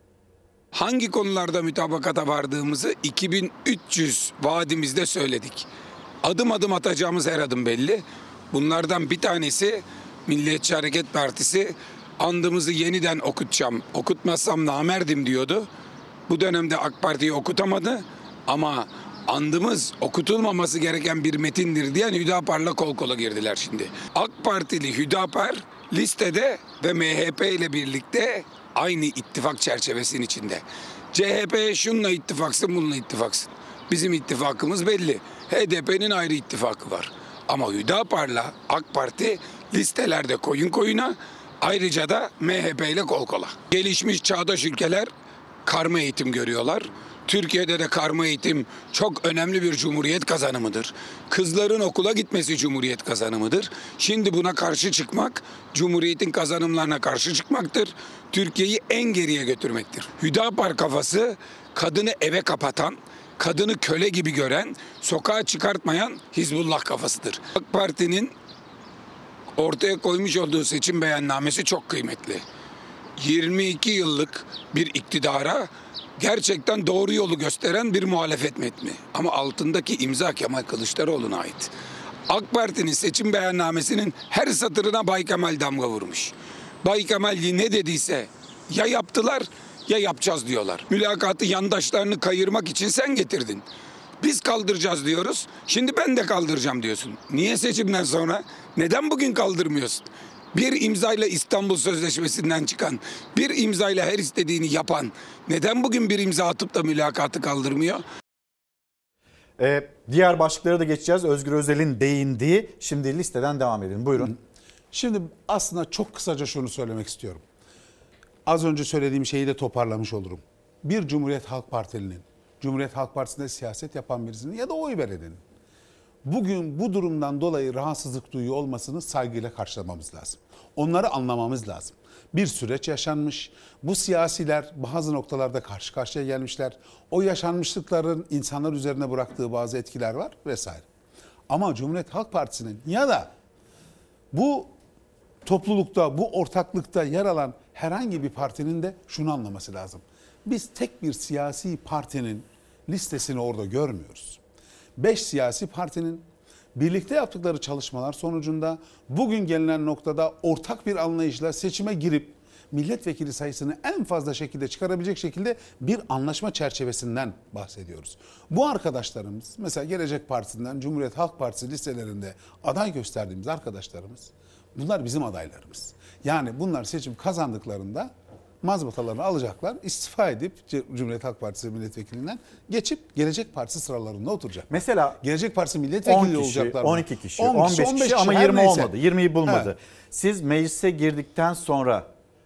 Hangi konularda mütabakata vardığımızı iki bin üç yüz vaadimizde söyledik. Adım adım atacağımız her adım belli. Bunlardan bir tanesi Milliyetçi Hareket Partisi andımızı yeniden okutacağım, okutmazsam namerdim diyordu. Bu dönemde AK Parti'yi okutamadı ama andımız okutulmaması gereken bir metindir diyen Hüdapar'la kol kola girdiler şimdi. AK Partili Hüdapar listede ve M H P ile birlikte aynı ittifak çerçevesinin içinde. C H P şununla ittifaksın, bununla ittifaksın. Bizim ittifakımız belli. H D P'nin ayrı ittifakı var. Ama Hüdapar'la AK Parti listelerde koyun koyuna, ayrıca da M H P ile kol kola. Gelişmiş çağdaş ülkeler karma eğitim görüyorlar. Türkiye'de de karma eğitim çok önemli bir cumhuriyet kazanımıdır. Kızların okula gitmesi cumhuriyet kazanımıdır. Şimdi buna karşı çıkmak, cumhuriyetin kazanımlarına karşı çıkmaktır. Türkiye'yi en geriye götürmektir. Hüdapar kafası kadını eve kapatan, kadını köle gibi gören, sokağa çıkartmayan Hizbullah kafasıdır. AK Parti'nin ortaya koymuş olduğu seçim beyannamesi çok kıymetli. yirmi iki yıllık bir iktidara gerçekten doğru yolu gösteren bir muhalefet metni. Ama altındaki imza Kemal Kılıçdaroğlu'na ait. AK Parti'nin seçim beyannamesinin her satırına Bay Kemal damga vurmuş. Bay Kemal ne dediyse ya yaptılar ya yapacağız diyorlar. Mülakatı yandaşlarını kayırmak için sen getirdin. Biz kaldıracağız diyoruz. Şimdi ben de kaldıracağım diyorsun. Niye seçimden sonra? Neden bugün kaldırmıyorsun? Bir imzayla İstanbul Sözleşmesi'nden çıkan, bir imzayla her istediğini yapan, neden bugün bir imza atıp da mülakatı kaldırmıyor? Ee, diğer başlıklara da geçeceğiz. Özgür Özel'in değindiği. Şimdi listeden devam edelim. Buyurun. Şimdi aslında çok kısaca şunu söylemek istiyorum. Az önce söylediğim şeyi de toparlamış olurum. Bir Cumhuriyet Halk Partili'nin, Cumhuriyet Halk Partisi'nde siyaset yapan birisinin ya da oy verenin bugün bu durumdan dolayı rahatsızlık duyuyor olmasını saygıyla karşılamamız lazım. Onları anlamamız lazım. Bir süreç yaşanmış. Bu siyasiler bazı noktalarda karşı karşıya gelmişler. O yaşanmışlıkların insanlar üzerine bıraktığı bazı etkiler var vesaire. Ama Cumhuriyet Halk Partisi'nin ya da bu toplulukta, bu ortaklıkta yer alan herhangi bir partinin de şunu anlaması lazım. Biz tek bir siyasi partinin listesini orada görmüyoruz. Beş siyasi partinin birlikte yaptıkları çalışmalar sonucunda bugün gelinen noktada ortak bir anlayışla seçime girip milletvekili sayısını en fazla şekilde çıkarabilecek şekilde bir anlaşma çerçevesinden bahsediyoruz. Bu arkadaşlarımız mesela Gelecek Partisi'nden Cumhuriyet Halk Partisi listelerinde aday gösterdiğimiz arkadaşlarımız bunlar bizim adaylarımız. Yani bunlar seçim kazandıklarında mazbatalarını alacaklar, istifa edip Cumhuriyet Halk Partisi milletvekilinden geçip Gelecek Partisi sıralarında oturacak. Mesela Gelecek Partisi milletvekili on kişi, olacaklar. on iki kişi, on beş kişi ama yirmi olmadı. yirmiyi bulmadı. Evet. Siz meclise girdikten sonra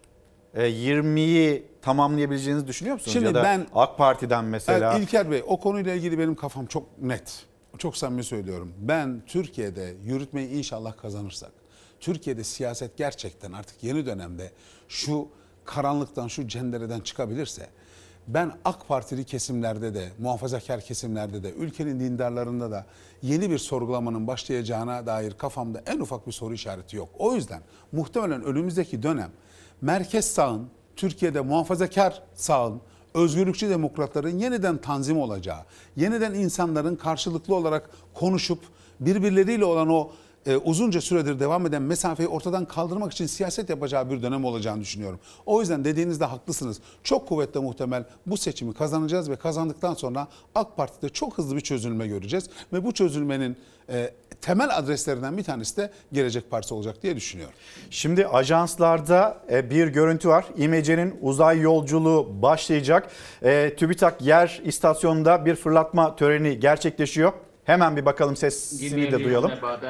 yirmiyi tamamlayabileceğinizi düşünüyor musunuz? Şimdi ya da ben AK Parti'den mesela. Evet, İlker Bey, o konuyla ilgili benim kafam çok net. Çok samimi söylüyorum. Ben Türkiye'de yürütmeyi inşallah kazanırsak, Türkiye'de siyaset gerçekten artık yeni dönemde şu karanlıktan, şu cendereden çıkabilirse, ben AK Partili kesimlerde de, muhafazakar kesimlerde de, ülkenin dindarlarında da yeni bir sorgulamanın başlayacağına dair kafamda en ufak bir soru işareti yok. O yüzden muhtemelen önümüzdeki dönem merkez sağın, Türkiye'de muhafazakar sağın, özgürlükçü demokratların yeniden tanzim olacağı, yeniden insanların karşılıklı olarak konuşup birbirleriyle olan o e, uzunca süredir devam eden mesafeyi ortadan kaldırmak için siyaset yapacağı bir dönem olacağını düşünüyorum. O yüzden dediğinizde haklısınız. Çok kuvvetle muhtemel bu seçimi kazanacağız ve kazandıktan sonra AK Parti'de çok hızlı bir çözülme göreceğiz. Ve bu çözülmenin e, temel adreslerinden bir tanesi de Gelecek Partisi olacak diye düşünüyorum. Şimdi ajanslarda bir görüntü var. İMC'nin uzay yolculuğu başlayacak. E, TÜBİTAK yer istasyonunda bir fırlatma töreni gerçekleşiyor. Hemen bir bakalım, sesini de duyalım.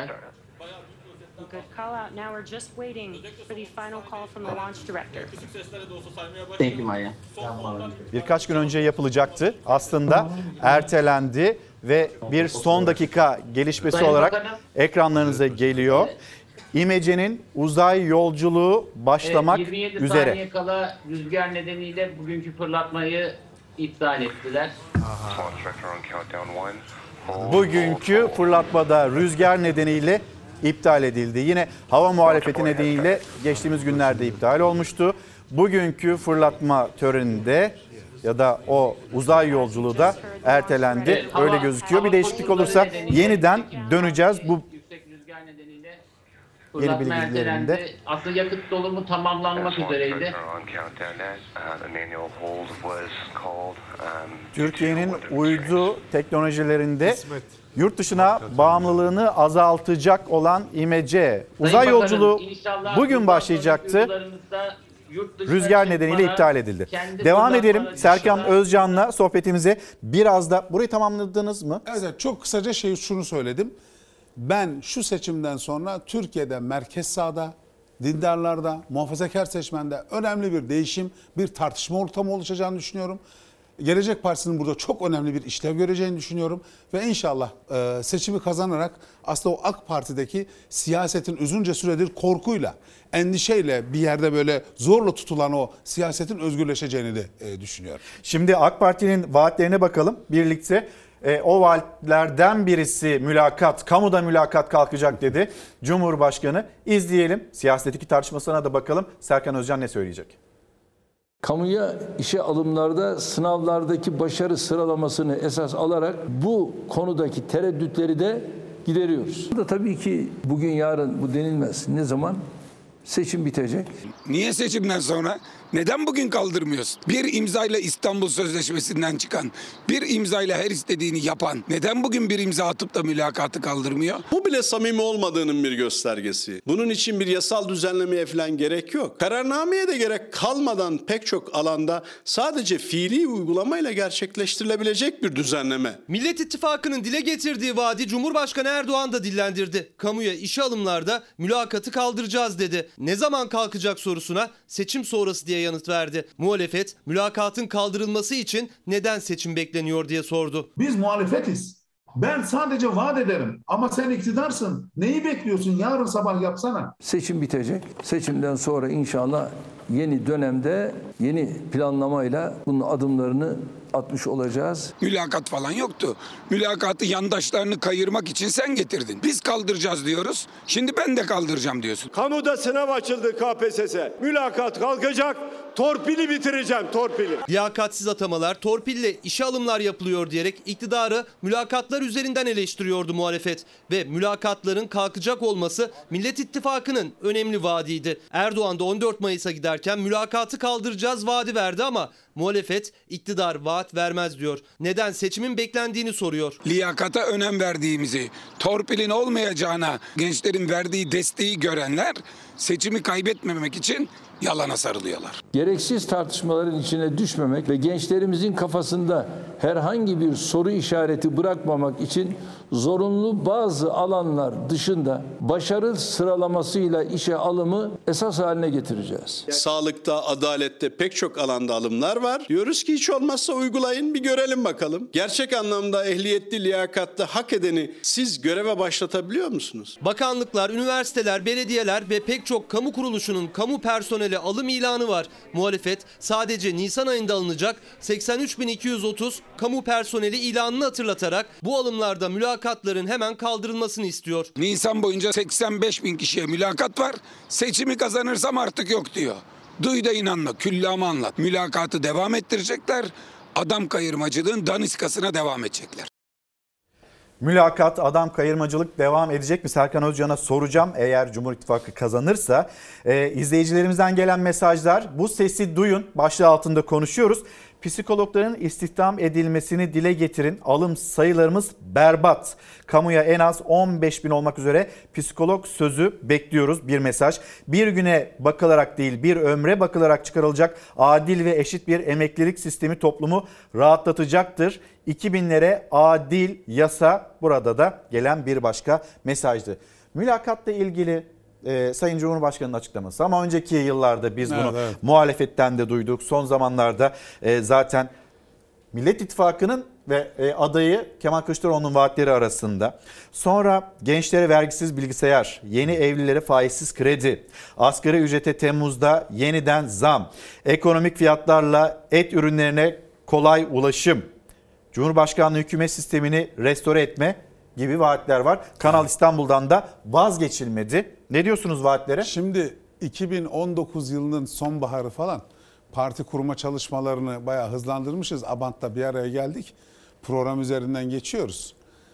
Birkaç gün önce yapılacaktı. Aslında ertelendi ve bir son dakika gelişmesi olarak ekranlarınıza geliyor. İMC'nin uzay yolculuğu başlamak evet, yirmi yedi üzere. Saniye kala rüzgar nedeniyle bugünkü fırlatmayı iptal ettiler. Bugünkü fırlatmada rüzgar nedeniyle iptal edildi. Yine hava muhalefeti nedeniyle geçtiğimiz günlerde iptal olmuştu. Bugünkü fırlatma töreninde ya da o uzay yolculuğu da ertelendi. Evet, hava, öyle gözüküyor. Bir değişiklik olursa yeniden döneceğiz. Bu yeni bilgilerinde. Aslında yakıt dolumu tamamlanmak üzereydi. Türkiye'nin uydu teknolojilerinde yurt dışına bağımlılığını azaltacak olan İMC uzay yolculuğu bugün başlayacaktı. Rüzgar nedeniyle iptal edildi. Devam edelim Serkan Özcan'la sohbetimize. Biraz da burayı tamamladınız mı? Evet, çok kısaca şey şunu söyledim. Ben şu seçimden sonra Türkiye'de merkez sağda, dindarlarda, muhafazakar seçmende önemli bir değişim, bir tartışma ortamı oluşacağını düşünüyorum. Gelecek Partisi'nin burada çok önemli bir işlev göreceğini düşünüyorum. Ve inşallah e, seçimi kazanarak aslında o AK Parti'deki siyasetin uzunca süredir korkuyla, endişeyle bir yerde böyle zorla tutulan o siyasetin özgürleşeceğini de e, düşünüyorum. Şimdi AK Parti'nin vaatlerine bakalım birlikte. E, o vaatlerden birisi mülakat, kamuda mülakat kalkacak dedi Cumhurbaşkanı. İzleyelim, siyasetteki tartışmasına da bakalım. Serkan Özcan ne söyleyecek? Kamuya işe alımlarda sınavlardaki başarı sıralamasını esas alarak bu konudaki tereddütleri de gideriyoruz. Bu da tabii ki bugün yarın bu denilmez. Ne zaman? Seçim bitecek. Niye seçimden sonra? Neden bugün kaldırmıyorsun? Bir imzayla İstanbul Sözleşmesi'nden çıkan, bir imzayla her istediğini yapan, neden bugün bir imza atıp da mülakatı kaldırmıyor? Bu bile samimi olmadığının bir göstergesi. Bunun için bir yasal düzenlemeye falan gerek yok. Kararnameye de gerek kalmadan pek çok alanda sadece fiili uygulamayla gerçekleştirilebilecek bir düzenleme. Millet İttifakı'nın dile getirdiği vaadi Cumhurbaşkanı Erdoğan da dillendirdi. Kamuya işe alımlarda mülakatı kaldıracağız dedi. Ne zaman kalkacak sorusuna seçim sonrası diye yanıt verdi. Muhalefet mülakatın kaldırılması için neden seçim bekleniyor diye sordu. Biz muhalefetiz. Ben sadece vaat ederim ama sen iktidarsın. Neyi bekliyorsun? Yarın sabah yapsana. Seçim bitecek. Seçimden sonra inşallah yeni dönemde yeni planlamayla bunun adımlarını atmış olacağız. Mülakat falan yoktu. Mülakatı yandaşlarını kayırmak için sen getirdin. Biz kaldıracağız diyoruz. Şimdi ben de kaldıracağım diyorsun. Kamuda sınav açıldı K P S S. Mülakat kalkacak. Torpili bitireceğim, torpili. Liyakatsiz atamalar, torpille işe alımlar yapılıyor diyerek iktidarı mülakatlar üzerinden eleştiriyordu muhalefet. Ve mülakatların kalkacak olması Millet İttifakı'nın önemli vaadiydi. Erdoğan da on dört Mayıs'a giderken mülakatı kaldıracağız vaadi verdi ama muhalefet iktidar vaat vermez diyor. Neden seçimin beklendiğini soruyor. Liyakata önem verdiğimizi, torpilin olmayacağına gençlerin verdiği desteği görenler seçimi kaybetmemek için yalana sarılıyorlar. Gereksiz tartışmaların içine düşmemek ve gençlerimizin kafasında herhangi bir soru işareti bırakmamak için zorunlu bazı alanlar dışında başarı sıralamasıyla işe alımı esas haline getireceğiz. Sağlıkta, adalette pek çok alanda alımlar var. Diyoruz ki hiç olmazsa uygulayın, bir görelim bakalım. Gerçek anlamda ehliyetli, liyakatlı, hak edeni siz göreve başlatabiliyor musunuz? Bakanlıklar, üniversiteler, belediyeler ve pek çok kamu kuruluşunun kamu personeli alım ilanı var. Muhalefet sadece Nisan ayında alınacak seksen üç bin iki yüz otuz kamu personeli ilanını hatırlatarak bu alımlarda mülakatların hemen kaldırılmasını istiyor. Nisan boyunca seksen beş bin kişiye mülakat var. Seçimi kazanırsam artık yok diyor. Duy da inanma, küllamı anlat. Mülakatı devam ettirecekler. Adam kayırmacılığın daniskasına devam edecekler. Mülakat, adam kayırmacılık devam edecek mi? Serkan Özcan'a soracağım eğer Cumhur İttifakı kazanırsa. Ee, izleyicilerimizden gelen mesajlar, bu sesi duyun başlığı altında konuşuyoruz. Psikologların istihdam edilmesini dile getirin. Alım sayılarımız berbat. Kamuya en az on beş bin olmak üzere psikolog sözü bekliyoruz. Bir mesaj. Bir güne bakılarak değil, bir ömre bakılarak çıkarılacak adil ve eşit bir emeklilik sistemi toplumu rahatlatacaktır. iki binlere adil yasa, burada da gelen bir başka mesajdı. Mülakatla ilgili Ee, Sayın Cumhurbaşkanı'nın açıklaması ama önceki yıllarda biz bunu evet, evet. muhalefetten de duyduk. Son zamanlarda e, zaten Millet İttifakı'nın ve e, adayı Kemal Kılıçdaroğlu'nun vaatleri arasında. Sonra gençlere vergisiz bilgisayar, yeni evlilere faizsiz kredi, asgari ücrete Temmuz'da yeniden zam, ekonomik fiyatlarla et ürünlerine kolay ulaşım, Cumhurbaşkanlığı hükümet sistemini restore etme gibi vaatler var. Kanal İstanbul'dan da vazgeçilmedi. Ne diyorsunuz vaatlere? Şimdi iki bin on dokuz yılının sonbaharı falan parti kurma çalışmalarını bayağı hızlandırmışız. Abant'ta bir araya geldik. Program üzerinden geçiyoruz.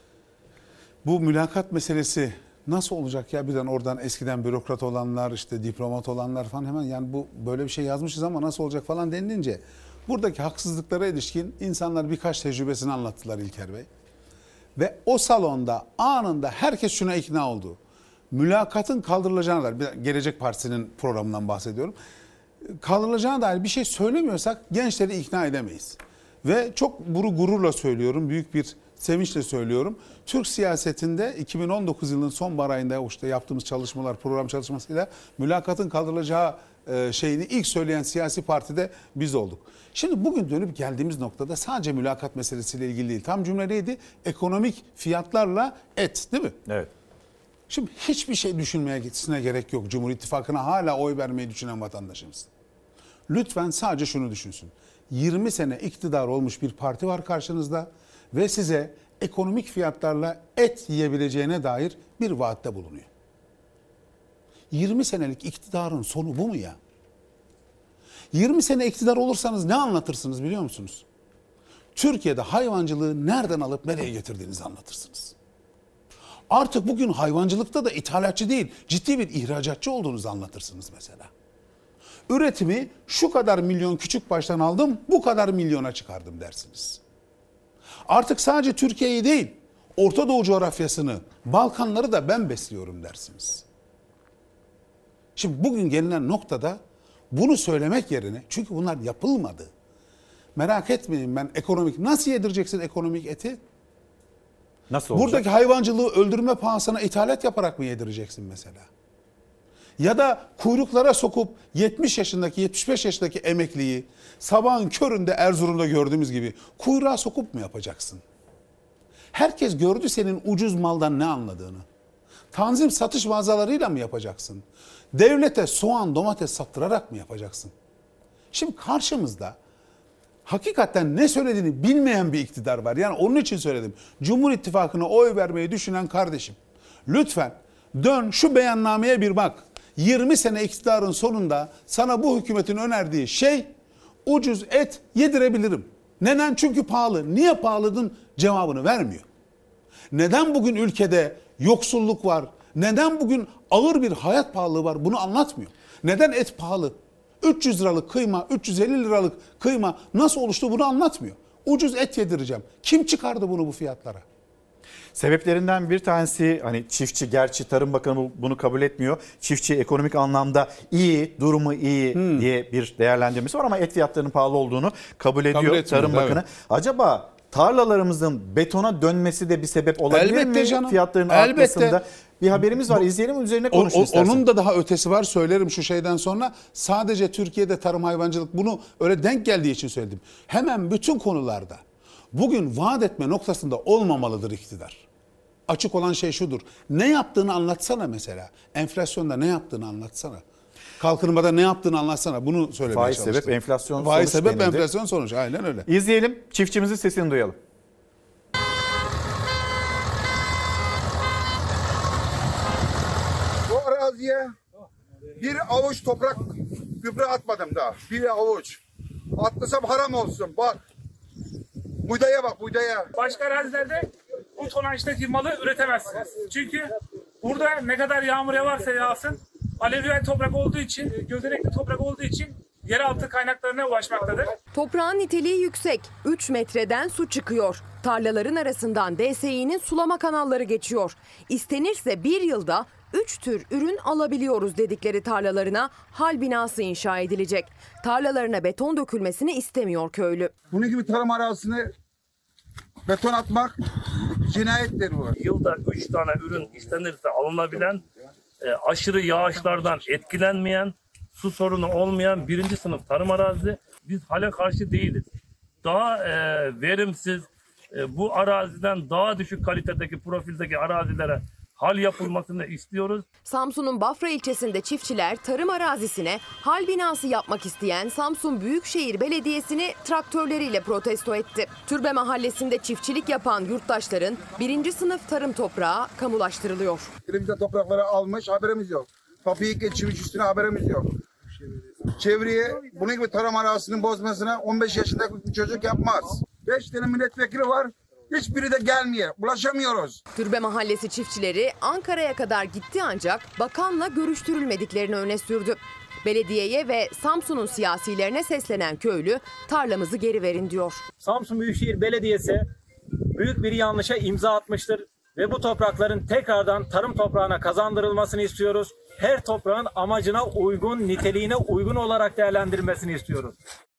Bu mülakat meselesi nasıl olacak ya? Birden oradan eskiden bürokrat olanlar, işte diplomat olanlar falan hemen yani bu böyle bir şey yazmışız ama nasıl olacak falan denilince buradaki haksızlıklara ilişkin insanlar birkaç tecrübesini anlattılar İlker Bey. Ve o salonda anında herkes şuna ikna oldu. Mülakatın kaldırılacağına dair, Gelecek Partisi'nin programından bahsediyorum. Kaldırılacağına dair bir şey söylemiyorsak gençleri ikna edemeyiz. Ve çok bunu gururla söylüyorum, büyük bir sevinçle söylüyorum. Türk siyasetinde iki bin on dokuz yılının sonbahar ayında işte yaptığımız çalışmalar, program çalışmasıyla mülakatın kaldırılacağı şeyini ilk söyleyen siyasi partide biz olduk. Şimdi bugün dönüp geldiğimiz noktada sadece mülakat meselesiyle ilgili değil. Tam cümle neydi? Ekonomik fiyatlarla et, değil mi? Evet. Şimdi hiçbir şey düşünmeye gitmesine gerek yok. Cumhur İttifakı'na hala oy vermeyi düşünen vatandaşımız. Lütfen sadece şunu düşünsün. yirmi sene iktidar olmuş bir parti var karşınızda ve size ekonomik fiyatlarla et yiyebileceğine dair bir vaatte bulunuyor. yirmi senelik iktidarın sonu bu mu ya? yirmi sene iktidar olursanız ne anlatırsınız biliyor musunuz? Türkiye'de hayvancılığı nereden alıp nereye getirdiğinizi anlatırsınız. Artık bugün hayvancılıkta da ithalatçı değil, ciddi bir ihracatçı olduğunuzu anlatırsınız mesela. Üretimi şu kadar milyon küçük baştan aldım, bu kadar milyona çıkardım dersiniz. Artık sadece Türkiye'yi değil, Orta Doğu coğrafyasını, Balkanları da ben besliyorum dersiniz. Şimdi bugün gelinen noktada bunu söylemek yerine, çünkü bunlar yapılmadı. Merak etmeyin, ben ekonomik, nasıl yedireceksin ekonomik eti? Nasıl olacak? Buradaki hayvancılığı öldürme pahasına ithalat yaparak mı yedireceksin mesela? Ya da kuyruklara sokup yetmiş yaşındaki, yetmiş beş yaşındaki emekliyi sabahın köründe Erzurum'da gördüğümüz gibi kuyruğa sokup mu yapacaksın? Herkes gördü senin ucuz maldan ne anladığını. Tanzim satış mağazalarıyla mı yapacaksın? Devlete soğan, domates sattırarak mı yapacaksın? Şimdi karşımızda hakikaten ne söylediğini bilmeyen bir iktidar var. Yani onun için söyledim. Cumhur İttifakı'na oy vermeyi düşünen kardeşim, lütfen dön şu beyannameye bir bak. yirmi sene iktidarın sonunda sana bu hükümetin önerdiği şey ucuz et yedirebilirim. Neden? Çünkü pahalı. Niye pahalıdın cevabını vermiyor. Neden bugün ülkede yoksulluk var? Neden bugün ağır bir hayat pahalılığı var? Bunu anlatmıyor. Neden et pahalı? üç yüz liralık kıyma, üç yüz elli liralık kıyma nasıl oluştu bunu anlatmıyor. Ucuz et yedireceğim. Kim çıkardı bunu bu fiyatlara? Sebeplerinden bir tanesi, hani çiftçi, gerçi Tarım Bakanı bunu kabul etmiyor. Çiftçi ekonomik anlamda iyi, durumu iyi hmm. diye bir değerlendirmesi var ama et fiyatlarının pahalı olduğunu kabul ediyor kabul Tarım Bakanı. Evet. Acaba tarlalarımızın betona dönmesi de bir sebep olabilir elbette mi? Canım. Fiyatların elbette artmasında bir haberimiz var. İzleyelim, üzerine konuşun o, istersen. Onun da daha ötesi var, söylerim şu şeyden sonra. Sadece Türkiye'de tarım hayvancılık, bunu öyle denk geldiği için söyledim. Hemen bütün konularda bugün vaat etme noktasında olmamalıdır iktidar. Açık olan şey şudur. Ne yaptığını anlatsana mesela. Enflasyonda ne yaptığını anlatsana. Kalkınmada ne yaptığını anlatsana. Bunu söylemeye Faiz çalıştım. sebep enflasyon Faiz sonuç sebep denildi. enflasyon sonuç. Aynen öyle. İzleyelim, çiftçimizin sesini duyalım. Bu araziye bir avuç toprak gübre atmadım daha. Bir avuç. Atlasam haram olsun. Bak. Buğdaya bak, buğdaya. Başka arazilerde bu tonajdaki malı üretemezsiniz. Çünkü burada ne kadar yağmur yağarsa yağsın, alüvyal toprak olduğu için, gözenekli toprak olduğu için yeraltı kaynaklarına ulaşmaktadır. Toprağın niteliği yüksek. üç metreden su çıkıyor. Tarlaların arasından D S İ'nin sulama kanalları geçiyor. İstenirse bir yılda üç tür ürün alabiliyoruz dedikleri tarlalarına hal binası inşa edilecek. Tarlalarına beton dökülmesini istemiyor köylü. Bunun gibi tarım arazisine beton atmak cinayettir bu. Yılda üç tane ürün istenirse alınabilen, e, aşırı yağışlardan etkilenmeyen, su sorunu olmayan birinci sınıf tarım arazisi. Biz hale karşı değiliz. Daha e, verimsiz, e, bu araziden daha düşük kalitedeki profildeki arazilere hal yapılmasını istiyoruz. Samsun'un Bafra ilçesinde çiftçiler tarım arazisine hal binası yapmak isteyen Samsun Büyükşehir Belediyesi'ni traktörleriyle protesto etti. Türbe Mahallesi'nde çiftçilik yapan yurttaşların birinci sınıf tarım toprağı kamulaştırılıyor. Elimizde toprakları almış, haberimiz yok. Kapıyı geçirmiş, üstüne haberimiz yok. Çevreye bunun gibi tarım arazisinin bozmasına on beş yaşındaki bir çocuk yapmaz. beş tane milletvekili var. Hiçbiri de gelmiyor. Ulaşamıyoruz. Türbe Mahallesi çiftçileri Ankara'ya kadar gitti ancak bakanla görüştürülmediklerini öne sürdü. Belediyeye ve Samsun'un siyasilerine seslenen köylü tarlamızı geri verin diyor. Samsun Büyükşehir Belediyesi büyük bir yanlışa imza atmıştır ve bu toprakların tekrardan tarım toprağına kazandırılmasını istiyoruz. Her toprağın amacına uygun, niteliğine uygun olarak değerlendirilmesini istiyoruz.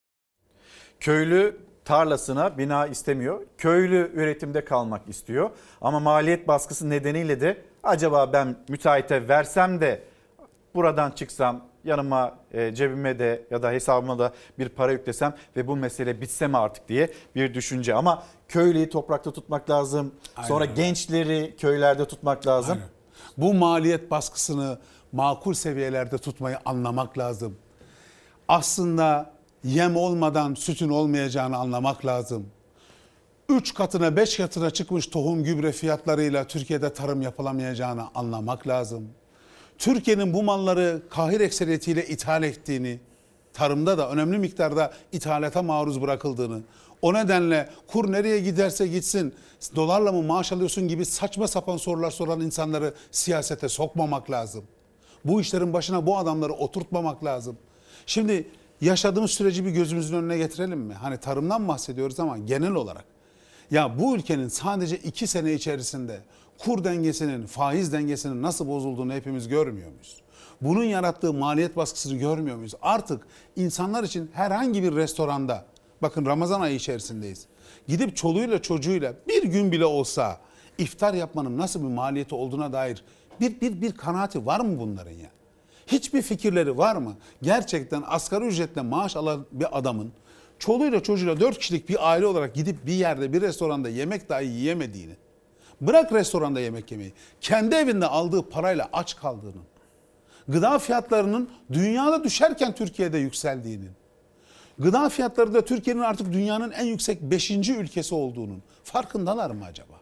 Köylü tarlasına bina istemiyor. Köylü üretimde kalmak istiyor. Ama maliyet baskısı nedeniyle de acaba ben müteahhite versem de buradan çıksam, yanıma, e, cebime de ya da hesabıma da bir para yüklesem ve bu mesele bitse mi artık diye bir düşünce. Ama köylüyü toprakta tutmak lazım. Aynen. Sonra gençleri köylerde tutmak lazım. Aynen. Bu maliyet baskısını makul seviyelerde tutmayı anlamak lazım. Aslında yem olmadan sütün olmayacağını anlamak lazım. Üç katına beş katına çıkmış tohum gübre fiyatlarıyla Türkiye'de tarım yapılamayacağını anlamak lazım. Türkiye'nin bu malları kahir ekseriyetiyle ithal ettiğini, tarımda da önemli miktarda ithalata maruz bırakıldığını, O nedenle kur nereye giderse gitsin dolarla mı maaş alıyorsun gibi saçma sapan sorular soran insanları siyasete sokmamak lazım. Bu işlerin başına bu adamları oturtmamak lazım. Şimdi yaşadığımız süreci bir gözümüzün önüne getirelim mi? Hani tarımdan bahsediyoruz ama genel olarak. Ya bu ülkenin sadece iki sene içerisinde kur dengesinin, faiz dengesinin nasıl bozulduğunu hepimiz görmüyor muyuz? Bunun yarattığı maliyet baskısını görmüyor muyuz? Artık insanlar için herhangi bir restoranda, bakın Ramazan ayı içerisindeyiz, gidip çoluğuyla çocuğuyla bir gün bile olsa iftar yapmanın nasıl bir maliyeti olduğuna dair bir, bir, bir kanaati var mı bunların ya? Hiçbir fikirleri var mı? Gerçekten asgari ücretle maaş alan bir adamın çoluğuyla çocuğuyla dört kişilik bir aile olarak gidip bir yerde bir restoranda yemek dahi yiyemediğini, bırak restoranda yemek yemeyi, kendi evinde aldığı parayla aç kaldığının, gıda fiyatlarının dünyada düşerken Türkiye'de yükseldiğinin, gıda fiyatları da Türkiye'nin artık dünyanın en yüksek beşinci ülkesi olduğunun farkındalar mı acaba?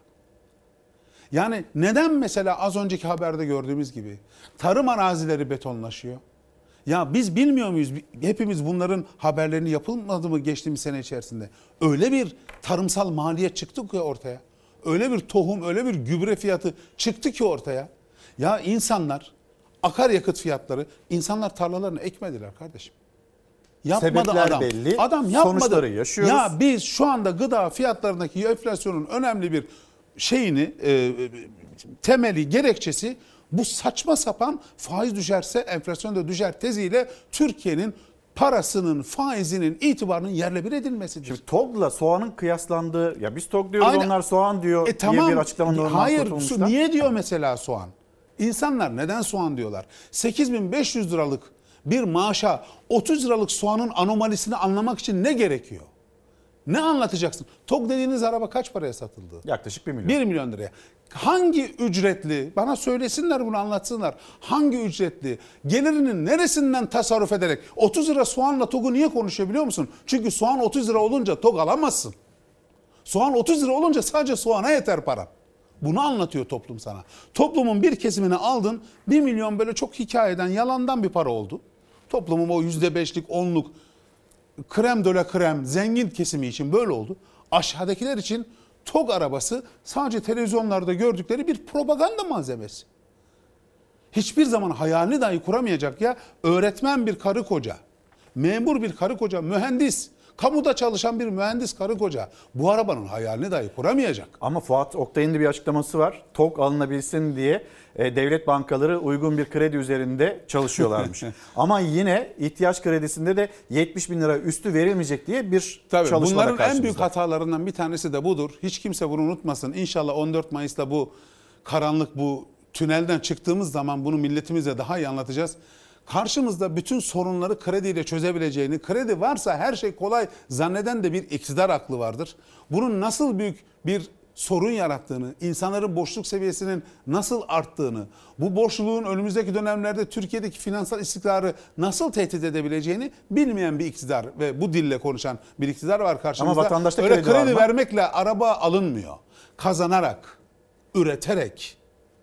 Yani neden mesela az önceki haberde gördüğümüz gibi tarım arazileri betonlaşıyor? Ya biz bilmiyor muyuz? Hepimiz bunların haberlerini yapılmadı mı geçtiğimiz sene içerisinde? Öyle bir tarımsal maliyet çıktı ki ortaya. Öyle bir tohum, öyle bir gübre fiyatı çıktı ki ortaya. Ya insanlar, akaryakıt fiyatları, insanlar tarlalarını ekmediler kardeşim. Yapmadı Sebepler adam. belli, Adam yapmadı. sonuçları yaşıyoruz. Ya biz şu anda gıda fiyatlarındaki enflasyonun önemli bir şeyini, e, temeli, gerekçesi bu saçma sapan faiz düşerse enflasyon da düşer teziyle Türkiye'nin parasının, faizinin, itibarının yerle bir edilmesidir. Şimdi TOG'la soğanın kıyaslandığı, ya biz TOG diyoruz Aynen. onlar soğan diyor E, tamam. diye bir açıklamanın Hayır, su, niye diyor mesela soğan? İnsanlar neden soğan diyorlar? sekiz bin beş yüz liralık bir maaşa otuz liralık soğanın anomalisini anlamak için ne gerekiyor? Ne anlatacaksın? TOG dediğiniz araba kaç paraya satıldı? Yaklaşık bir milyon. bir milyon liraya. Hangi ücretli, bana söylesinler bunu anlatsınlar. Hangi ücretli gelirinin neresinden tasarruf ederek otuz lira soğanla TOG'u niye konuşuyor biliyor musun? Çünkü soğan otuz lira olunca TOG alamazsın. Soğan otuz lira olunca sadece soğana yeter paran. Bunu anlatıyor toplum sana. Toplumun bir kesimini aldın, bir milyon böyle çok hikayeden, yalandan bir para oldu. Toplumun o yüzde beşlik, onluk krem de la krem zengin kesimi için böyle oldu. Aşağıdakiler için TOG arabası sadece televizyonlarda gördükleri bir propaganda malzemesi. Hiçbir zaman hayalini dahi kuramayacak ya öğretmen bir karı koca, memur bir karı koca, mühendis, kamuda çalışan bir mühendis karı koca bu arabanın hayalini dahi kuramayacak. Ama Fuat Oktay'ın da bir açıklaması var. TOG alınabilsin diye e, devlet bankaları uygun bir kredi üzerinde çalışıyorlarmış. Ama yine ihtiyaç kredisinde de yetmiş bin lira üstü verilmeyecek diye bir Tabii, çalışma bunların karşımızda. en büyük hatalarından bir tanesi de budur. Hiç kimse bunu unutmasın. İnşallah on dört Mayıs'ta bu karanlık, bu tünelden çıktığımız zaman bunu milletimize daha iyi anlatacağız. Karşımızda bütün sorunları krediyle çözebileceğini, kredi varsa her şey kolay zanneden de bir iktidar aklı vardır. Bunun nasıl büyük bir sorun yarattığını, insanların borçluk seviyesinin nasıl arttığını, bu borçluluğun önümüzdeki dönemlerde Türkiye'deki finansal istikrarı nasıl tehdit edebileceğini bilmeyen bir iktidar ve bu dille konuşan bir iktidar var karşımızda. Ama vatandaşta öyle kredi var kredi mı? vermekle araba alınmıyor. Kazanarak, üreterek,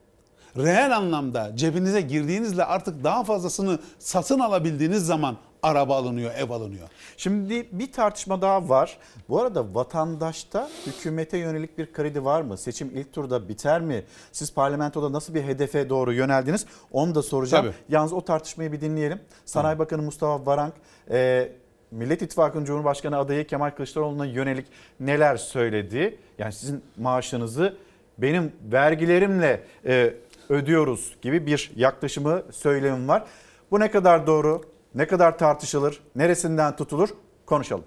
reel anlamda cebinize girdiğinizle artık daha fazlasını satın alabildiğiniz zaman araba alınıyor, ev alınıyor. Şimdi bir tartışma daha var. Bu arada vatandaşta hükümete yönelik bir kredi var mı? Seçim ilk turda biter mi? Siz parlamentoda nasıl bir hedefe doğru yöneldiniz? Onu da soracağım. Tabii. Yalnız o tartışmayı bir dinleyelim. Sanayi Hı. Bakanı Mustafa Varank, e, Millet İttifakı'nın Cumhurbaşkanı adayı Kemal Kılıçdaroğlu'na yönelik neler söyledi? Yani sizin maaşınızı benim vergilerimle e, ödüyoruz gibi bir yaklaşımı, söylemim var. Bu ne kadar doğru, ne kadar tartışılır, neresinden tutulur konuşalım.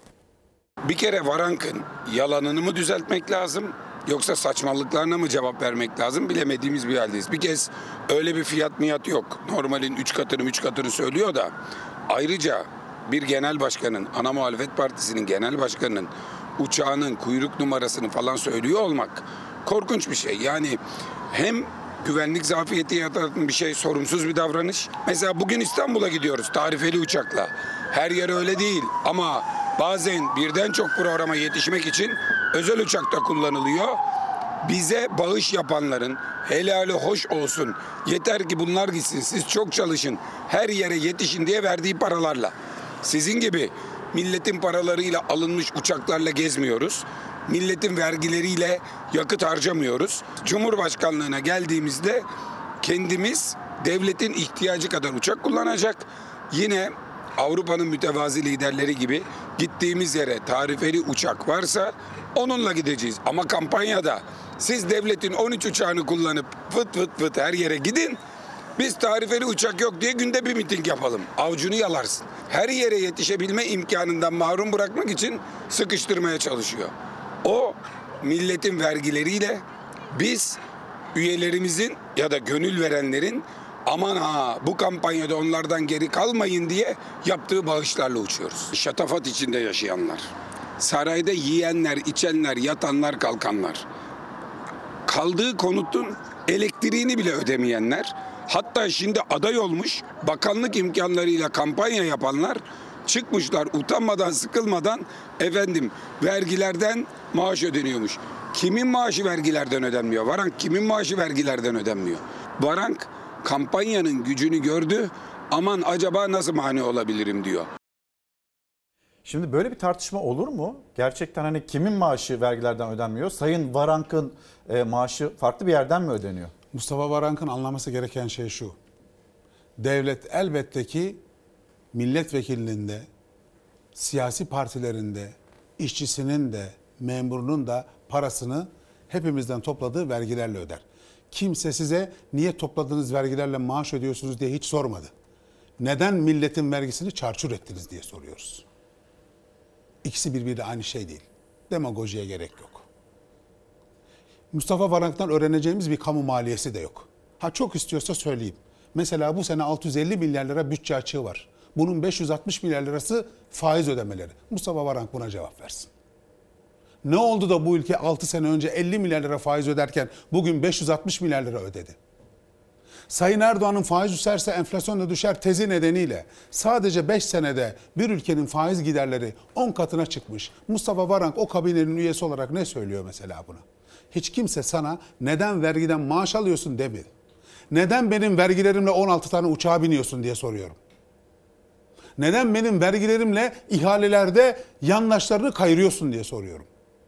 Bir kere Varank'ın yalanını mı düzeltmek lazım yoksa saçmalıklarına mı cevap vermek lazım bilemediğimiz bir haldeyiz. Bir kez öyle bir fiyat miyat yok. Normalin üç katını üç katını söylüyor da ayrıca bir genel başkanın, ana muhalefet partisinin genel başkanının uçağının kuyruk numarasını falan söylüyor olmak korkunç bir şey. Yani hem güvenlik zafiyeti yaratan bir şey, sorumsuz bir davranış. Mesela bugün İstanbul'a gidiyoruz tarifeli uçakla. Her yer öyle değil ama bazen birden çok programa yetişmek için özel uçakta kullanılıyor. Bize bağış yapanların helali hoş olsun, yeter ki bunlar gitsin, siz çok çalışın, her yere yetişin diye verdiği paralarla. Sizin gibi milletin paralarıyla alınmış uçaklarla gezmiyoruz. Milletin vergileriyle yakıt harcamıyoruz. Cumhurbaşkanlığına geldiğimizde kendimiz devletin ihtiyacı kadar uçak kullanacak. Yine Avrupa'nın mütevazi liderleri gibi gittiğimiz yere tarifeli uçak varsa onunla gideceğiz. Ama kampanyada siz devletin on üç uçağını kullanıp fıt fıt fıt her yere gidin. Biz tarifeli uçak yok diye günde bir miting yapalım. Avcunu yalarsın. Her yere yetişebilme imkanından mahrum bırakmak için sıkıştırmaya çalışıyor. O milletin vergileriyle biz üyelerimizin ya da gönül verenlerin aman ha bu kampanyada onlardan geri kalmayın diye yaptığı bağışlarla uçuyoruz. Şatafat içinde yaşayanlar, sarayda yiyenler, içenler, yatanlar, kalkanlar, kaldığı konutun elektriğini bile ödemeyenler, hatta şimdi aday olmuş bakanlık imkanlarıyla kampanya yapanlar çıkmışlar utanmadan sıkılmadan efendim vergilerden maaş ödeniyormuş. Kimin maaşı vergilerden ödenmiyor? Varank kimin maaşı vergilerden ödenmiyor? Varank kampanyanın gücünü gördü. Aman acaba nasıl mani olabilirim diyor. Şimdi böyle bir tartışma olur mu? Gerçekten hani kimin maaşı vergilerden ödenmiyor? Sayın Varank'ın e, maaşı farklı bir yerden mi ödeniyor? Mustafa Varank'ın anlaması gereken şey şu. Devlet elbette ki milletvekilinin de, siyasi partilerinde, işçisinin de, memurunun da parasını hepimizden topladığı vergilerle öder. Kimse size niye topladığınız vergilerle maaş ödüyorsunuz diye hiç sormadı. Neden milletin vergisini çarçur ettiniz diye soruyoruz. İkisi birbiriyle aynı şey değil. Demagojiye gerek yok. Mustafa Varank'tan öğreneceğimiz bir kamu maliyesi de yok. Ha çok istiyorsa söyleyeyim. Mesela bu sene altı yüz elli milyar lira bütçe açığı var. Bunun beş yüz altmış milyar lirası faiz ödemeleri. Mustafa Varank buna cevap versin. Ne oldu da bu ülke altı sene önce elli milyar lira faiz öderken bugün beş yüz altmış milyar lira ödedi? Sayın Erdoğan'ın faiz düşerse enflasyon da düşer tezi nedeniyle sadece beş senede bir ülkenin faiz giderleri on katına çıkmış. Mustafa Varank o kabinenin üyesi olarak ne söylüyor mesela buna? Hiç kimse sana neden vergiden maaş alıyorsun demedi. Neden benim vergilerimle on altı tane uçağa biniyorsun diye soruyorum. Neden benim vergilerimle ihalelerde yandaşlarını kayırıyorsun diye soruyorum.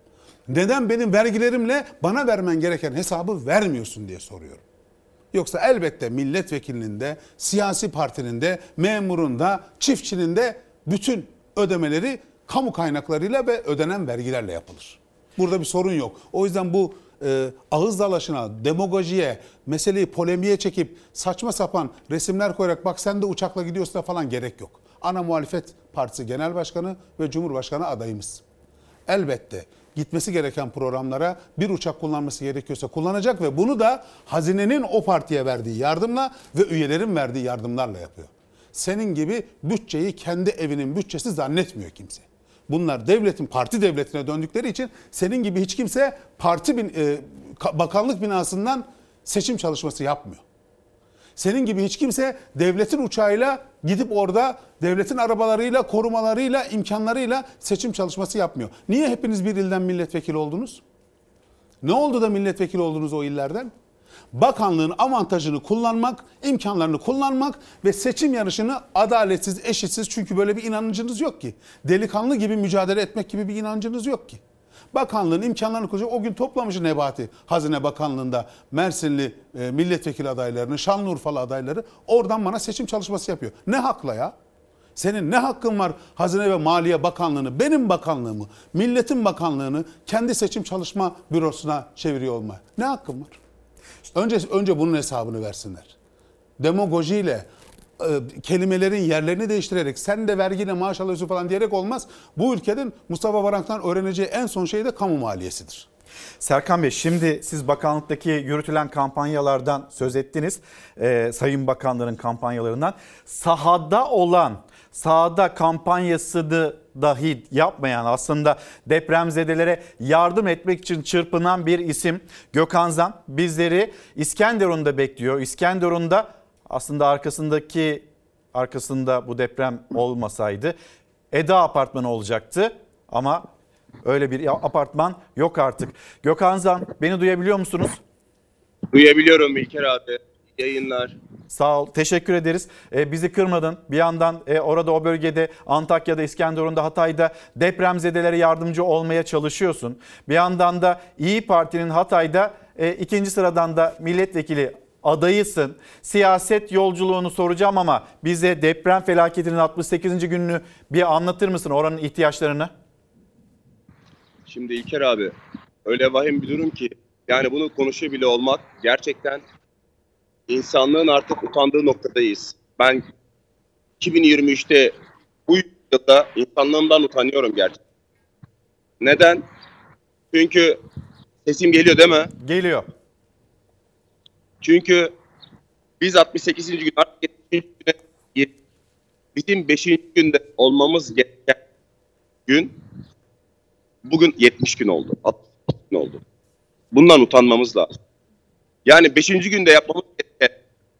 Neden benim vergilerimle bana vermen gereken hesabı vermiyorsun diye soruyorum. Yoksa elbette milletvekilinin de, siyasi partinin de, memurun da, çiftçinin de bütün ödemeleri kamu kaynaklarıyla ve ödenen vergilerle yapılır. Burada bir sorun yok. O yüzden bu e, ağız dalaşına, demagojiye, meseleyi polemiğe çekip saçma sapan resimler koyarak bak sen de uçakla gidiyorsun da falan gerek yok. Ana Muhalefet Partisi Genel Başkanı ve Cumhurbaşkanı adayımız. Elbette gitmesi gereken programlara bir uçak kullanması gerekiyorsa kullanacak ve bunu da hazinenin o partiye verdiği yardımla ve üyelerin verdiği yardımlarla yapıyor. Senin gibi bütçeyi kendi evinin bütçesi zannetmiyor kimse. Bunlar devletin parti devletine döndükleri için senin gibi hiç kimse parti bin, e, bakanlık binasından seçim çalışması yapmıyor. Senin gibi hiç kimse devletin uçağıyla gidip orada devletin arabalarıyla, korumalarıyla, imkanlarıyla seçim çalışması yapmıyor. Niye hepiniz bir ilden milletvekili oldunuz? Ne oldu da milletvekili oldunuz o illerden? Bakanlığın avantajını kullanmak, imkanlarını kullanmak ve seçim yarışını adaletsiz, eşitsiz, çünkü böyle bir inancınız yok ki. Delikanlı gibi mücadele etmek gibi bir inancınız yok ki. Bakanlığın imkanlarını kullanacak. O gün toplamış Nebati Hazine Bakanlığı'nda Mersinli e, milletvekili adaylarını, Şanlıurfalı adayları oradan bana seçim çalışması yapıyor. Ne hakla ya? Senin ne hakkın var Hazine ve Maliye Bakanlığı'nı, benim bakanlığımı, milletin bakanlığını kendi seçim çalışma bürosuna çeviriyor olma? Ne hakkın var? Önce önce bunun hesabını versinler. Demagojiyle, e, kelimelerin yerlerini değiştirerek sen de vergiyle maaş alıyorsun falan diyerek olmaz. Bu ülkenin Mustafa Varank'tan öğreneceği en son şey de kamu maliyesidir. Serkan Bey, şimdi siz bakanlıktaki yürütülen kampanyalardan söz ettiniz. Ee, Sayın Bakanların kampanyalarından. Sahada olan, sahada kampanyasını dahi yapmayan, aslında depremzedelere yardım etmek için çırpınan bir isim Gökhan Zan bizleri İskenderun'da bekliyor. İskenderun'da aslında arkasındaki arkasında bu deprem olmasaydı Eda Apartmanı olacaktı ama öyle bir apartman yok artık. Gökhan Zan, beni duyabiliyor musunuz? Duyabiliyorum İlker abi. Yayınlar. Sağ ol. Teşekkür ederiz. Ee, bizi kırmadın. Bir yandan e, orada o bölgede Antakya'da, İskenderun'da, Hatay'da depremzedelere yardımcı olmaya çalışıyorsun. Bir yandan da İyi Parti'nin Hatay'da e, ikinci sıradan da milletvekili adayısın. Siyaset yolculuğunu soracağım ama bize deprem felaketinin altmış sekizinci gününü bir anlatır mısın, oranın ihtiyaçlarını? Şimdi İlker abi, öyle vahim bir durum ki yani bunu konuşuyor bile olmak gerçekten insanlığın artık utandığı noktadayız. Ben iki bin yirmi üçte bu yılda insanlığımdan utanıyorum gerçekten. Neden? Çünkü sesim geliyor değil mi? Geliyor. Çünkü biz altmış sekizinci gün artık yetmişinci güne, bizim beşinci günde olmamız gereken gün bugün yetmiş gün oldu. altmış gün oldu. Bundan utanmamız lazım. Yani beşinci günde yapmamız gereken,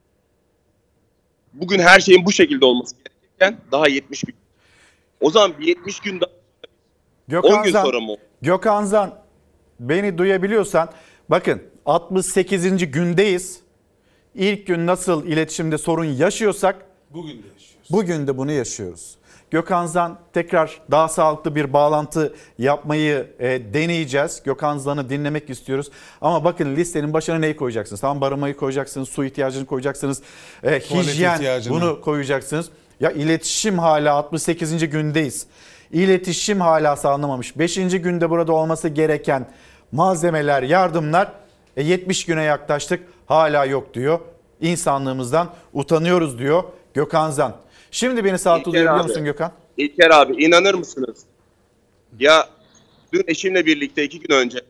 bugün her şeyin bu şekilde olması gerekirken daha yetmiş gün. O zaman bir yetmiş gün daha on gün sonra mı? Gökhan Zan, beni duyabiliyorsan bakın altmış sekizinci gündeyiz. İlk gün nasıl iletişimde sorun yaşıyorsak bugün de yaşıyoruz. Bugün de bunu yaşıyoruz. Gökhan Zan, tekrar daha sağlıklı bir bağlantı yapmayı e, deneyeceğiz. Gökhan Zan'ı dinlemek istiyoruz. Ama bakın listenin başına neyi koyacaksınız? Tam barınmayı koyacaksınız, su ihtiyacını koyacaksınız, e, hijyen ihtiyacını. bunu koyacaksınız. Ya iletişim hala altmış sekizinci gündeyiz. İletişim hala sağlanamamış. beşinci günde burada olması gereken malzemeler, yardımlar e, yetmiş güne yaklaştık, hala yok diyor. İnsanlığımızdan utanıyoruz diyor Gökhan Zan. Şimdi beni sağ duyabiliyor musun Gökhan? İlker abi, inanır mısınız? Ya dün eşimle birlikte iki gün önce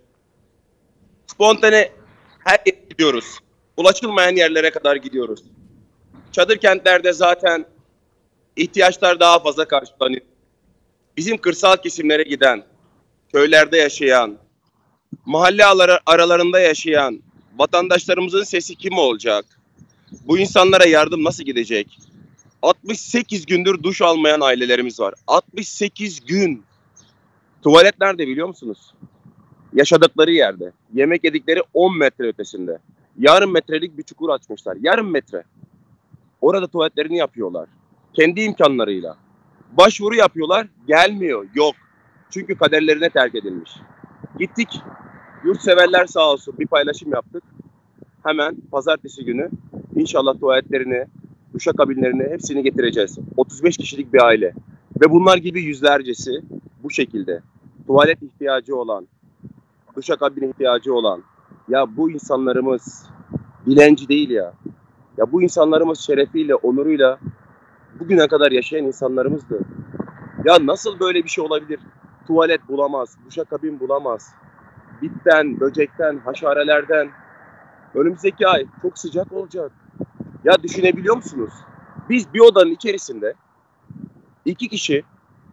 spontane her yere gidiyoruz. Ulaşılmayan yerlere kadar gidiyoruz. Çadır kentlerde zaten ihtiyaçlar daha fazla karşılanıyor. Bizim kırsal kesimlere giden, köylerde yaşayan, mahalle aralarında yaşayan vatandaşlarımızın sesi kim olacak? Bu insanlara yardım nasıl gidecek? altmış sekiz gündür duş almayan ailelerimiz var. altmış sekiz gün. Tuvalet nerede biliyor musunuz? Yaşadıkları yerde. Yemek yedikleri on metre ötesinde. Yarım metrelik bir çukur açmışlar. Yarım metre. Orada tuvaletlerini yapıyorlar. Kendi imkanlarıyla. Başvuru yapıyorlar. Gelmiyor. Yok. Çünkü kaderlerine terk edilmiş. Gittik. Yurtseverler sağ olsun bir paylaşım yaptık. Hemen pazartesi günü inşallah tuvaletlerini, duşakabinlerini hepsini getireceğiz. otuz beş kişilik bir aile. Ve bunlar gibi yüzlercesi bu şekilde. Tuvalet ihtiyacı olan, duşakabin ihtiyacı olan. Ya bu insanlarımız dilenci değil ya. Ya bu insanlarımız şerefiyle, onuruyla bugüne kadar yaşayan insanlarımızdı. Ya nasıl böyle bir şey olabilir? Tuvalet bulamaz, duşakabin bulamaz. Bitten, böcekten, haşarelerden. Önümüzdeki ay çok sıcak olacak. Ya düşünebiliyor musunuz? Biz bir odanın içerisinde iki kişi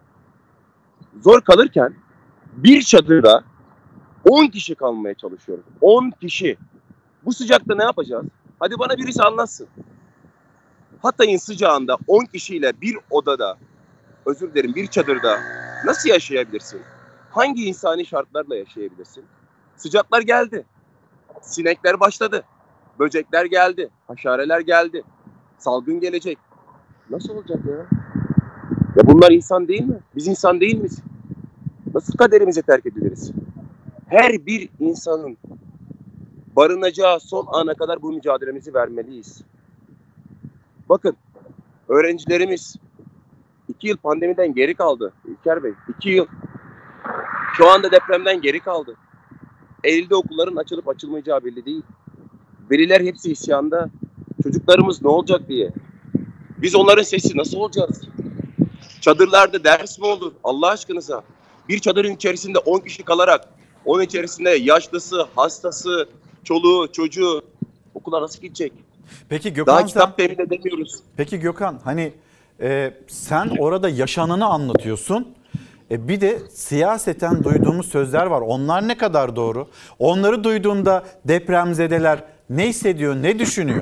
zor kalırken bir çadırda on kişi kalmaya çalışıyoruz. on kişi. Bu sıcakta ne yapacağız? Hadi bana birisi anlatsın. Hatay'ın sıcağında on kişiyle bir odada, özür dilerim bir çadırda nasıl yaşayabilirsin? Hangi insani şartlarla yaşayabilirsin? Sıcaklar geldi. Sinekler başladı. Böcekler geldi. Haşareler geldi. Salgın gelecek. Nasıl olacak ya? Ya bunlar insan değil mi? Biz insan değil miyiz? Nasıl kaderimize terk ediliriz? Her bir insanın barınacağı son ana kadar bu mücadelemizi vermeliyiz. Bakın, öğrencilerimiz iki yıl pandemiden geri kaldı İlker Bey. iki yıl. Şu anda depremden geri kaldı. Eylül'de okulların açılıp açılmayacağı belli değil. Veliler hepsi isyanda. Çocuklarımız ne olacak diye. Biz onların sesi nasıl olacağız? Çadırlarda ders mi olur? Allah aşkınıza. Bir çadırın içerisinde on kişi kalarak, onun içerisinde yaşlısı, hastası, çoluğu, çocuğu okula nasıl gidecek? Peki Gökhan, daha kitap temin edemiyoruz. Peki Gökhan, hani e, sen orada yaşananı anlatıyorsun. E, bir de siyaseten duyduğumuz sözler var. Onlar ne kadar doğru? Onları duyduğunda depremzedeler ne hissediyor, ne düşünüyor?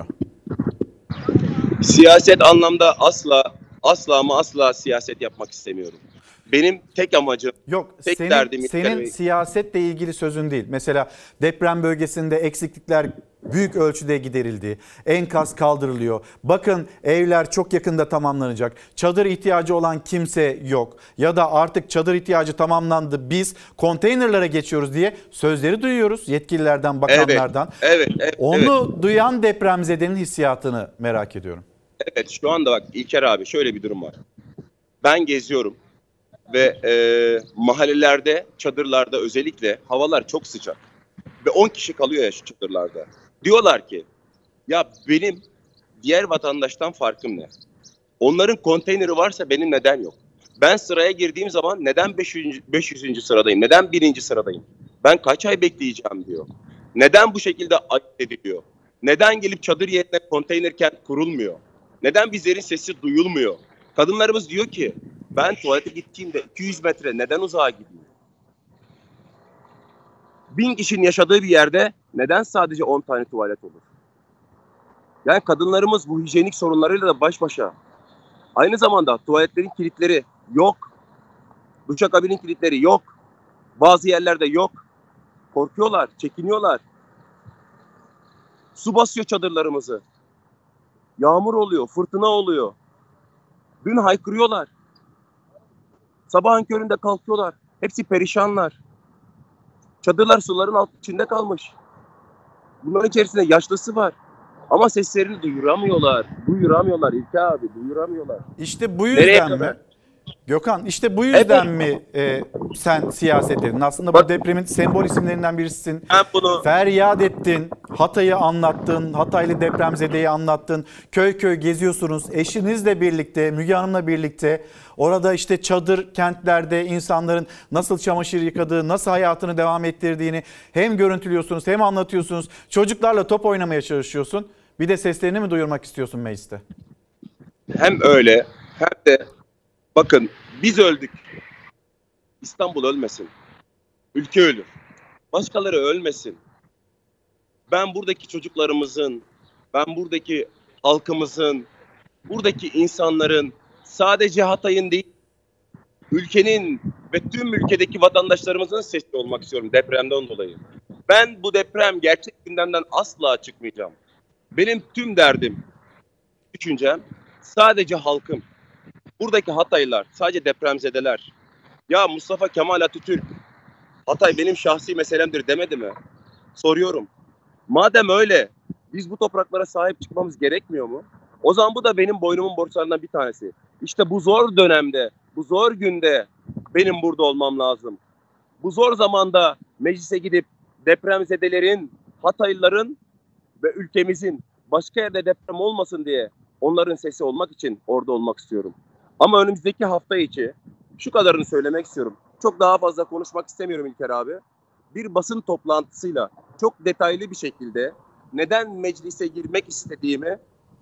Siyaset anlamda asla, asla ama asla siyaset yapmak istemiyorum. Benim tek amacım, Yok, tek senin, derdim... Senin siyasetle ilgili sözün değil. Mesela deprem bölgesinde eksiklikler büyük ölçüde giderildi. Enkaz kaldırılıyor. Bakın evler çok yakında tamamlanacak. Çadır ihtiyacı olan kimse yok. Ya da artık çadır ihtiyacı tamamlandı, biz konteynerlara geçiyoruz diye sözleri duyuyoruz yetkililerden, bakanlardan. Evet, evet, evet, Onu evet. duyan depremzedenin hissiyatını merak ediyorum. Evet, şu anda bak İlker abi şöyle bir durum var. Ben geziyorum ve e, mahallelerde, çadırlarda özellikle havalar çok sıcak. Ve on kişi kalıyor ya şu çadırlarda. Diyorlar ki ya benim diğer vatandaştan farkım ne? Onların konteyneri varsa benim neden yok? Ben sıraya girdiğim zaman neden beş yüzüncü sıradayım? Neden birinci sıradayım? Ben kaç ay bekleyeceğim diyor. Neden bu şekilde ayıp ediliyor? Neden gelip çadır yerine konteyner kent kurulmuyor? Neden bizlerin sesi duyulmuyor? Kadınlarımız diyor ki ben tuvalete gittiğimde iki yüz metre neden uzağa gideyim? Bin kişinin yaşadığı bir yerde neden sadece on tane tuvalet olur? Yani kadınlarımız bu hijyenik sorunlarıyla da baş başa. Aynı zamanda tuvaletlerin kilitleri yok. Duşakabinin kilitleri yok. Bazı yerlerde yok. Korkuyorlar, çekiniyorlar. Su basıyor çadırlarımızı. Yağmur oluyor, fırtına oluyor. Dün haykırıyorlar. Sabahın köründe kalkıyorlar. Hepsi perişanlar. Çadırlar suların alt içinde kalmış. Bunların içerisinde yaşlısı var. Ama seslerini duyuramıyorlar. Duyuramıyorlar İlker abi, duyuramıyorlar. İşte bu yüzden mi? kadar? Gökhan, işte bu yüzden Evet. mi e, sen siyaset edin? Aslında bu depremin sembol isimlerinden birisin. Ben bunu... Feryat ettin, Hatay'ı anlattın, Hataylı depremzedeyi anlattın. Köy köy geziyorsunuz, eşinizle birlikte, Müge Hanım'la birlikte. Orada işte çadır kentlerde insanların nasıl çamaşır yıkadığı, nasıl hayatını devam ettirdiğini hem görüntülüyorsunuz hem anlatıyorsunuz. Çocuklarla top oynamaya çalışıyorsun. Bir de seslerini mi duyurmak istiyorsun mecliste? Hem öyle hem de bakın biz öldük. İstanbul ölmesin. Ülke ölür. Başkaları ölmesin. Ben buradaki çocuklarımızın, ben buradaki halkımızın, buradaki insanların sadece Hatay'ın değil, ülkenin ve tüm ülkedeki vatandaşlarımızın sesli olmak istiyorum depremden dolayı. Ben bu deprem gerçek gündemden asla çıkmayacağım. Benim tüm derdim, düşüncem sadece halkım. Buradaki Hataylılar, sadece depremzedeler. Ya Mustafa Kemal Atatürk, Hatay benim şahsi meselemdir demedi mi? Soruyorum. Madem öyle, biz bu topraklara sahip çıkmamız gerekmiyor mu? O zaman bu da benim boynumun borçlarından bir tanesi. İşte bu zor dönemde, bu zor günde benim burada olmam lazım. Bu zor zamanda meclise gidip depremzedelerin, Hataylıların ve ülkemizin başka yerde deprem olmasın diye onların sesi olmak için orada olmak istiyorum. Ama önümüzdeki hafta içi şu kadarını söylemek istiyorum. Çok daha fazla konuşmak istemiyorum İlker abi. Bir basın toplantısıyla çok detaylı bir şekilde neden meclise girmek istediğimi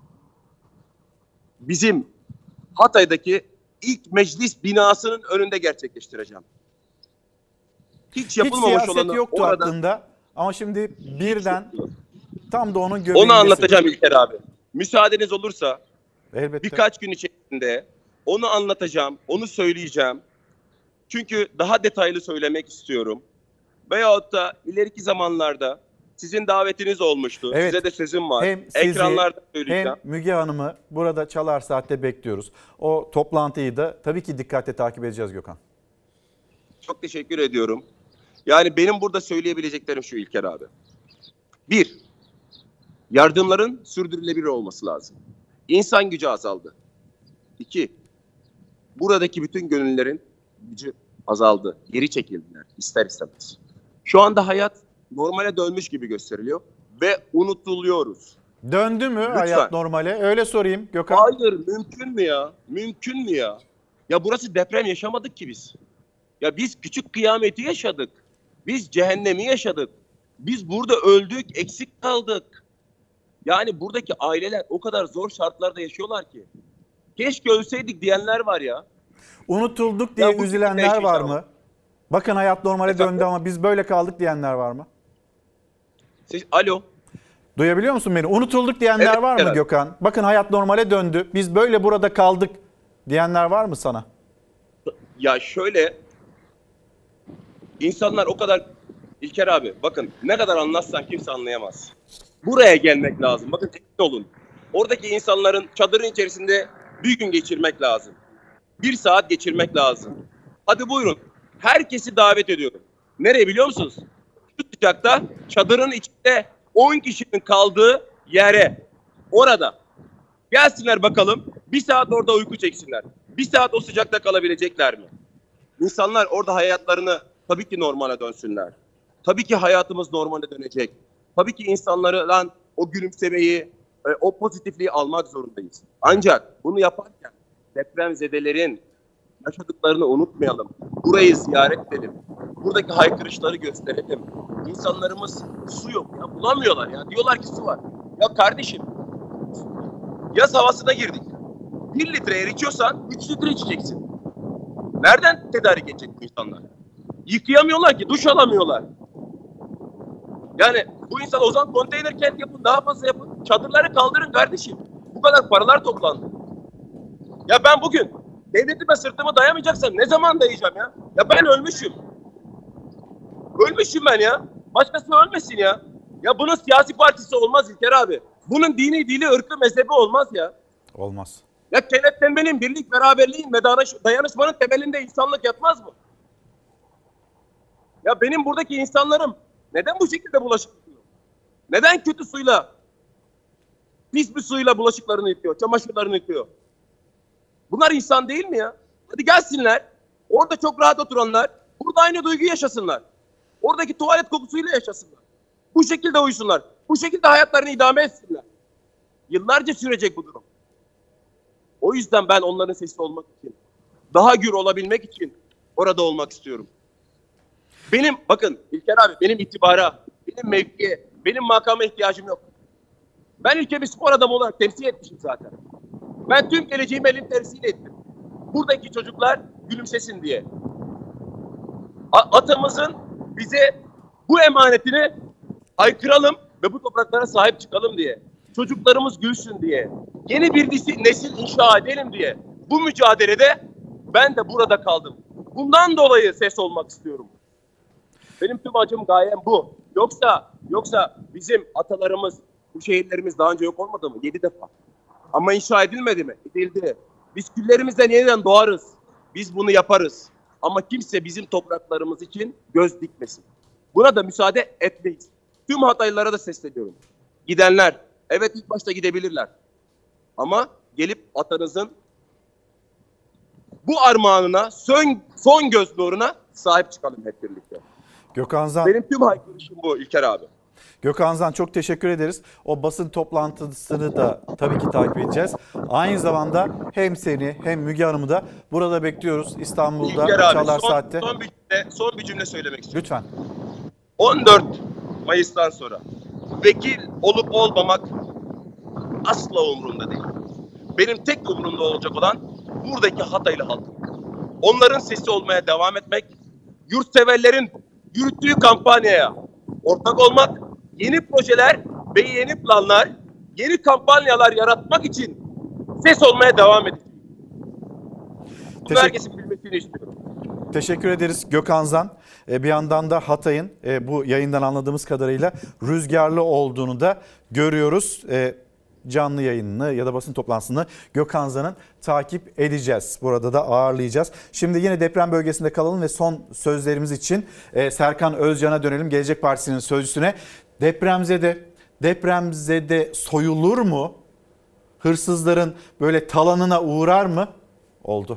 bizim Hatay'daki ilk meclis binasının önünde gerçekleştireceğim. Hiç yapılmamış Hiç siyaset olanı yoktu orada, aklında ama şimdi birden tam da onun göbeğindesin. onu anlatacağım İlker abi. Müsaadeniz olursa Elbette. birkaç gün içerisinde onu anlatacağım, onu söyleyeceğim. Çünkü daha detaylı söylemek istiyorum. Veyahut da ileriki zamanlarda sizin davetiniz olmuştu. Evet. Size de sözüm var. Hem sizi, Ekranlarda söyleyeceğim. hem Müge Hanım'ı burada Çalar Saat'te bekliyoruz. O toplantıyı da tabii ki dikkatle takip edeceğiz Gökhan. Çok teşekkür ediyorum. Yani benim burada söyleyebileceklerim şu İlker abi. Bir, yardımların sürdürülebilir olması lazım. İnsan gücü azaldı. İki, buradaki bütün gönüllülerin gücü azaldı. Geri çekildiler ister istemez. Şu anda hayat normale dönmüş gibi gösteriliyor ve unutuluyoruz. Döndü mü Lütfen. hayat normale? Öyle sorayım Gökhan. Hayır, mümkün mü ya? Mümkün mü ya? Ya burası deprem yaşamadık ki biz. Ya biz küçük kıyameti yaşadık. Biz cehennemi yaşadık. Biz burada öldük, eksik kaldık. Yani buradaki aileler o kadar zor şartlarda yaşıyorlar ki. Keşke ölseydik diyenler var ya. Unutulduk diye Ya bu üzülenler şekilde var yaşayacağım. mı? Bakın hayat normale Efendim? döndü ama biz böyle kaldık diyenler var mı? Siz, alo. Duyabiliyor musun beni? Unutulduk diyenler Evet, var mı evet. Gökhan? Bakın hayat normale döndü. Biz böyle burada kaldık diyenler var mı sana? Ya şöyle, insanlar o kadar, İlker abi bakın ne kadar anlatsan kimse anlayamaz. Buraya gelmek lazım. Bakın emin olun. Oradaki insanların çadırın içerisinde bir gün geçirmek lazım. Bir saat geçirmek lazım. Hadi buyurun. Herkesi davet ediyorum. Nereye biliyor musunuz? Şu sıcakta çadırın içinde on kişinin kaldığı yere. Orada. Gelsinler bakalım. Bir saat orada uyku çeksinler. Bir saat o sıcakta kalabilecekler mi? İnsanlar orada hayatlarını tabii ki normale dönsünler. Tabii ki hayatımız normale dönecek. Tabii ki insanlardan o gülümsemeyi, o pozitifliği almak zorundayız. Ancak bunu yaparken depremzedelerin yaşadıklarını unutmayalım. Burayı ziyaret edelim. Buradaki haykırışları gösterelim. İnsanlarımız su yok ya, bulamıyorlar ya. Diyorlar ki su var. Ya kardeşim, yaz havasına girdik. Bir litre eğer içiyorsan üç litre içeceksin. Nereden tedarik edecek bu insanlar? Yıkayamıyorlar ki, duş alamıyorlar. Yani bu insan o zaman konteyner kent yapın, daha fazla yapın. Çadırları kaldırın kardeşim. Bu kadar paralar toplandı. Ya ben bugün devletime sırtımı dayamayacaksam ne zaman dayayacağım ya? Ya ben ölmüşüm. Ölmüşüm ben ya. Başkası ölmesin ya. Ya bunun siyasi partisi olmaz İlker abi. Bunun dini, dili, ırkı, mezhebi olmaz ya. Olmaz. Ya kenetlenmenin, birlik, beraberliğin ve dayanışmanın temelinde insanlık yatmaz mı? Ya benim buradaki insanlarım neden bu şekilde bulaşık yıkıyor? Neden kötü suyla, pis bir suyla bulaşıklarını yıkıyor, çamaşırlarını yıkıyor? Bunlar insan değil mi ya? Hadi gelsinler. Orada çok rahat oturanlar, burada aynı duyguyu yaşasınlar. Oradaki tuvalet kokusuyla yaşasınlar. Bu şekilde uyusunlar. Bu şekilde hayatlarını idame etsinler. Yıllarca sürecek bu durum. O yüzden ben onların sesi olmak için, daha gür olabilmek için orada olmak istiyorum. Benim, bakın İlker abi, benim itibara, benim mevkiye, benim makama ihtiyacım yok. Ben ülke bir spor adamı olarak temsil etmişim zaten. Ben tüm geleceğimi elim tersiyle ettim. Buradaki çocuklar gülümsesin diye. A- atamızın bize bu emanetini haykıralım ve bu topraklara sahip çıkalım diye. Çocuklarımız gülsün diye. Yeni bir nesil inşa edelim diye. Bu mücadelede ben de burada kaldım. Bundan dolayı ses olmak istiyorum. Benim tüm acım, gayem bu. Yoksa yoksa bizim atalarımız, bu şehirlerimiz daha önce yok olmadı mı? Yedi defa. Ama inşa edilmedi mi? Edildi. Biz küllerimizden yeniden doğarız. Biz bunu yaparız. Ama kimse bizim topraklarımız için göz dikmesin. Buna da müsaade etmeyiz. Tüm Hataylılara da sesleniyorum. Gidenler, evet ilk başta gidebilirler. Ama gelip atanızın bu armağanına, son, son göz nuruna sahip çıkalım hep birlikte. Gökhan Zan. Benim tüm haykırışım bu İlker abi. Gökhan Zan, çok teşekkür ederiz. O basın toplantısını da tabii ki takip edeceğiz. Aynı zamanda hem seni hem Müge Hanım'ı da burada bekliyoruz. İstanbul'da İlker abi, Çalar son, Saat'te. Son bir, cümle, son bir cümle söylemek istiyorum. Lütfen. on dört Mayıs'tan sonra vekil olup olmamak asla umurumda değil. Benim tek umurumda olacak olan buradaki Hataylı halk. Onların sesi olmaya devam etmek, yurtseverlerin yürüttüğü kampanyaya ortak olmak, yeni projeler ve yeni planlar, yeni kampanyalar yaratmak için ses olmaya devam edecek. Bunu Teşekkür- herkesin bilmesini istiyorum. Teşekkür ederiz Gökhan Zan. E, Bir yandan da Hatay'ın e, bu yayından anladığımız kadarıyla rüzgarlı olduğunu da görüyoruz. E, Canlı yayınını ya da basın toplantısını Gökhan Zan'ın takip edeceğiz. Burada da ağırlayacağız. Şimdi yine deprem bölgesinde kalalım ve son sözlerimiz için e, Serkan Özcan'a dönelim. Gelecek Partisi'nin sözcüsüne. Depremzede, depremzede soyulur mu? Hırsızların böyle talanına uğrar mı? Oldu.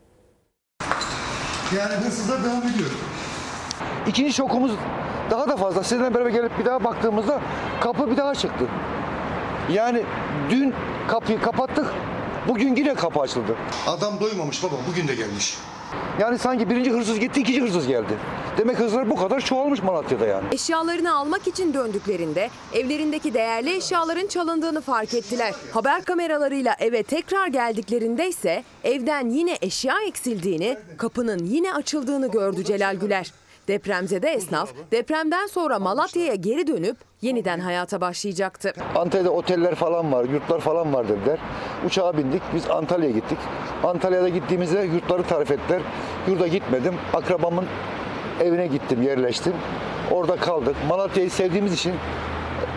Yani hırsızlar devam ediyor. İkinci şokumuz daha da fazla. Sizinle beraber gelip bir daha baktığımızda kapı bir daha çıktı. Yani dün kapıyı kapattık, bugün yine kapı açıldı. Adam doymamış baba, bugün de gelmiş. Yani sanki birinci hırsız gitti, ikinci hırsız geldi. Demek hırsızlar bu kadar çoğalmış Malatya'da yani. Eşyalarını almak için döndüklerinde evlerindeki değerli eşyaların çalındığını fark ettiler. Haber kameralarıyla eve tekrar geldiklerinde ise evden yine eşya eksildiğini, kapının yine açıldığını gördü Celal Güler. Depremzede esnaf depremden sonra Malatya'ya geri dönüp yeniden hayata başlayacaktı. Antalya'da oteller falan var, yurtlar falan var dediler. Uçağa bindik, biz Antalya'ya gittik. Antalya'da gittiğimizde yurtları tarif ettiler. Yurda gitmedim, akrabamın evine gittim, yerleştim. Orada kaldık. Malatya'yı sevdiğimiz için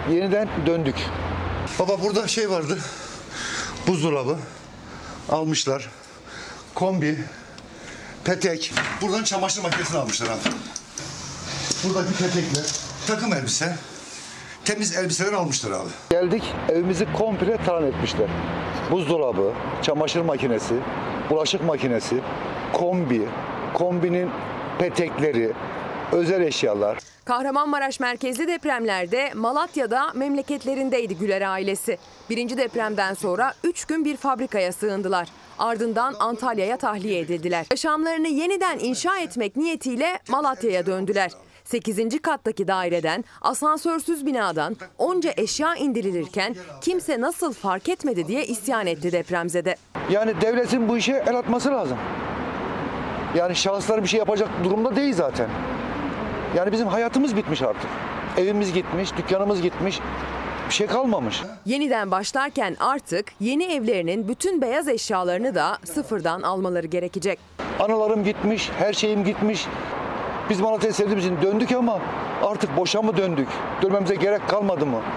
yeniden döndük. Baba burada şey vardı. Buzdolabı almışlar. Kombi, petek. Buradan çamaşır makinesini almışlar abi. Buradaki petekler, takım elbise, temiz elbiseler almışlar abi. Geldik, evimizi komple talan etmişler. Buzdolabı, çamaşır makinesi, bulaşık makinesi, kombi, kombinin petekleri, özel eşyalar. Kahramanmaraş merkezli depremlerde Malatya'da memleketlerindeydi Güler ailesi. Birinci depremden sonra üç gün bir fabrikaya sığındılar. Ardından Antalya'ya tahliye edildiler. Yaşamlarını yeniden inşa etmek niyetiyle Malatya'ya döndüler. sekizinci kattaki daireden, asansörsüz binadan onca eşya indirilirken kimse nasıl fark etmedi diye isyan etti depremzede. Yani devletin bu işe el atması lazım. Yani şahıslar bir şey yapacak durumda değil zaten. Yani bizim hayatımız bitmiş artık. Evimiz gitmiş, dükkanımız gitmiş. Bir şey kalmamış. Yeniden başlarken artık yeni evlerinin bütün beyaz eşyalarını da sıfırdan almaları gerekecek. Analarım gitmiş, her şeyim gitmiş. Biz Malatya'yı sevdiğimiz için döndük ama artık boşa mı döndük? Dönmemize gerek kalmadı mı?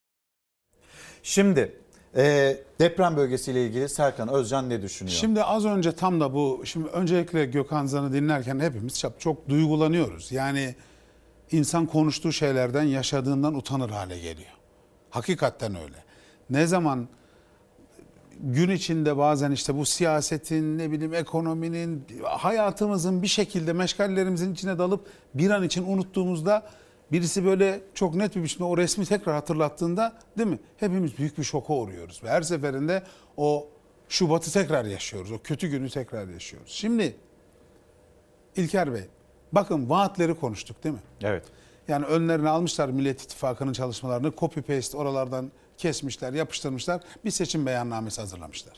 Şimdi e, deprem bölgesiyle ilgili Serkan Özcan ne düşünüyor? Şimdi az önce tam da bu, şimdi öncelikle Gökhan Zan'ı dinlerken hepimiz çok, çok duygulanıyoruz. Yani insan konuştuğu şeylerden, yaşadığından utanır hale geliyor. Hakikaten öyle. Ne zaman gün içinde bazen işte bu siyasetin, ne bileyim ekonominin, hayatımızın bir şekilde meşgallerimizin içine dalıp bir an için unuttuğumuzda birisi böyle çok net bir biçimde o resmi tekrar hatırlattığında, değil mi? Hepimiz büyük bir şoka uğruyoruz ve her seferinde o Şubat'ı tekrar yaşıyoruz. O kötü günü tekrar yaşıyoruz. Şimdi İlker Bey, bakın vaatleri konuştuk değil mi? Evet. Yani önlerine almışlar Millet İttifakı'nın çalışmalarını, copy paste oralardan kesmişler, yapıştırmışlar. Bir seçim beyannamesi hazırlamışlar.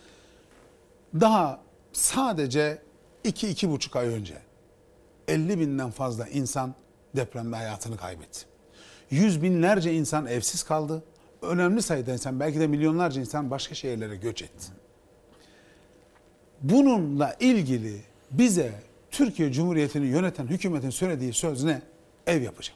Daha sadece iki iki buçuk ay önce elli binden fazla insan depremde hayatını kaybetti. Yüz binlerce insan evsiz kaldı. Önemli sayıda insan, belki de milyonlarca insan başka şehirlere göç etti. Bununla ilgili bize Türkiye Cumhuriyeti'ni yöneten hükümetin söylediği söz ne? Ev yapacağım.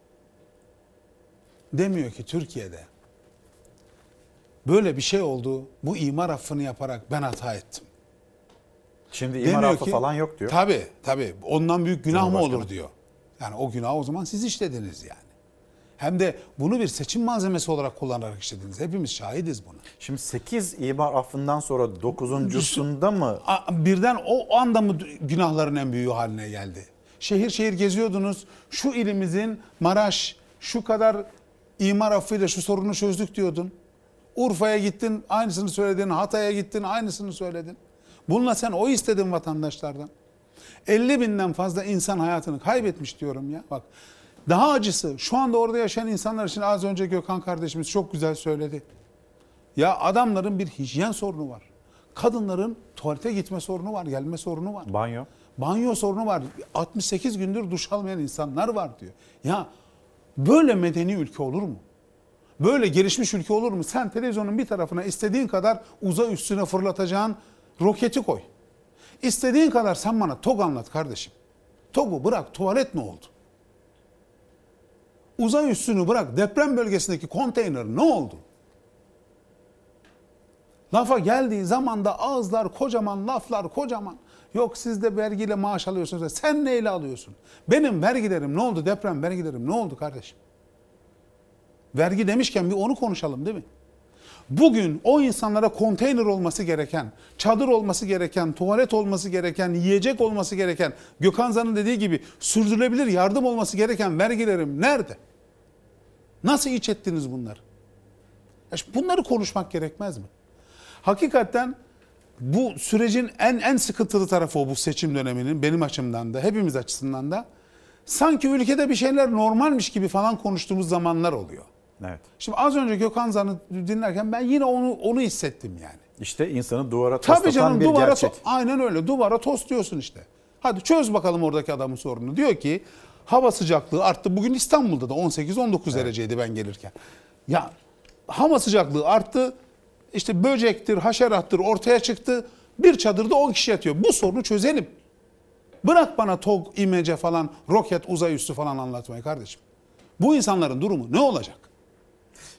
Demiyor ki Türkiye'de böyle bir şey oldu, bu imar affını yaparak ben hata ettim. Şimdi imar affı falan yok diyor. Tabii tabii, ondan büyük günah mı olur diyor. Yani o günahı o zaman siz işlediniz yani. Hem de bunu bir seçim malzemesi olarak kullanarak işlediniz. Hepimiz şahidiz buna. Şimdi sekiz imar affından sonra dokuzuncusunda mı? Birden o anda mı günahların en büyüğü haline geldi? Şehir şehir geziyordunuz. Şu ilimizin Maraş şu kadar imar affıyla şu sorunu çözdük diyordun. Urfa'ya gittin aynısını söyledin. Hatay'a gittin aynısını söyledin. Bununla sen o istedin vatandaşlardan. elli binden fazla insan hayatını kaybetmiş diyorum ya. Bak daha acısı şu anda orada yaşayan insanlar için az önce Gökhan kardeşimiz çok güzel söyledi. Ya adamların bir hijyen sorunu var. Kadınların tuvalete gitme sorunu var, gelme sorunu var. Banyo. Banyo sorunu var. altmış sekiz gündür duş almayan insanlar var diyor. Ya böyle medeni ülke olur mu? Böyle gelişmiş ülke olur mu? Sen televizyonun bir tarafına istediğin kadar uzay üstüne fırlatacağın roketi koy. İstediğin kadar sen bana TOG anlat kardeşim. TOG'u bırak, tuvalet ne oldu? Uzay üstünü bırak, deprem bölgesindeki konteyner ne oldu? Lafa geldiği zaman da ağızlar kocaman, laflar kocaman. Yok siz de vergiyle maaş alıyorsunuz. Sen neyle alıyorsun? Benim vergilerim ne oldu? Deprem vergilerim ne oldu kardeşim? Vergi demişken bir onu konuşalım değil mi? Bugün o insanlara konteyner olması gereken, çadır olması gereken, tuvalet olması gereken, yiyecek olması gereken, Gökhan Zan'ın dediği gibi sürdürülebilir yardım olması gereken vergilerim nerede? Nasıl iç ettiniz bunları? Ya bunları konuşmak gerekmez mi? Hakikaten bu sürecin en en sıkıntılı tarafı o, bu seçim döneminin benim açımdan da hepimiz açısından da sanki ülkede bir şeyler normalmiş gibi falan konuştuğumuz zamanlar oluyor. Evet. Şimdi az önce Gökhan Zan'ı dinlerken ben yine onu onu hissettim yani. İşte insanı duvara toslatan Tabii canım, bir duvara gerçek. To- aynen öyle, duvara tosluyorsun işte. Hadi çöz bakalım oradaki adamın sorununu. Diyor ki hava sıcaklığı arttı. Bugün İstanbul'da da on sekiz on dokuz evet. dereceydi ben gelirken. Ya hava sıcaklığı arttı. İşte böcektir, haşerattır ortaya çıktı. Bir çadırda on kişi yatıyor. Bu sorunu çözelim. Bırak bana TOG, İMECE falan, roket, uzay üstü falan anlatmayı kardeşim. Bu insanların durumu ne olacak?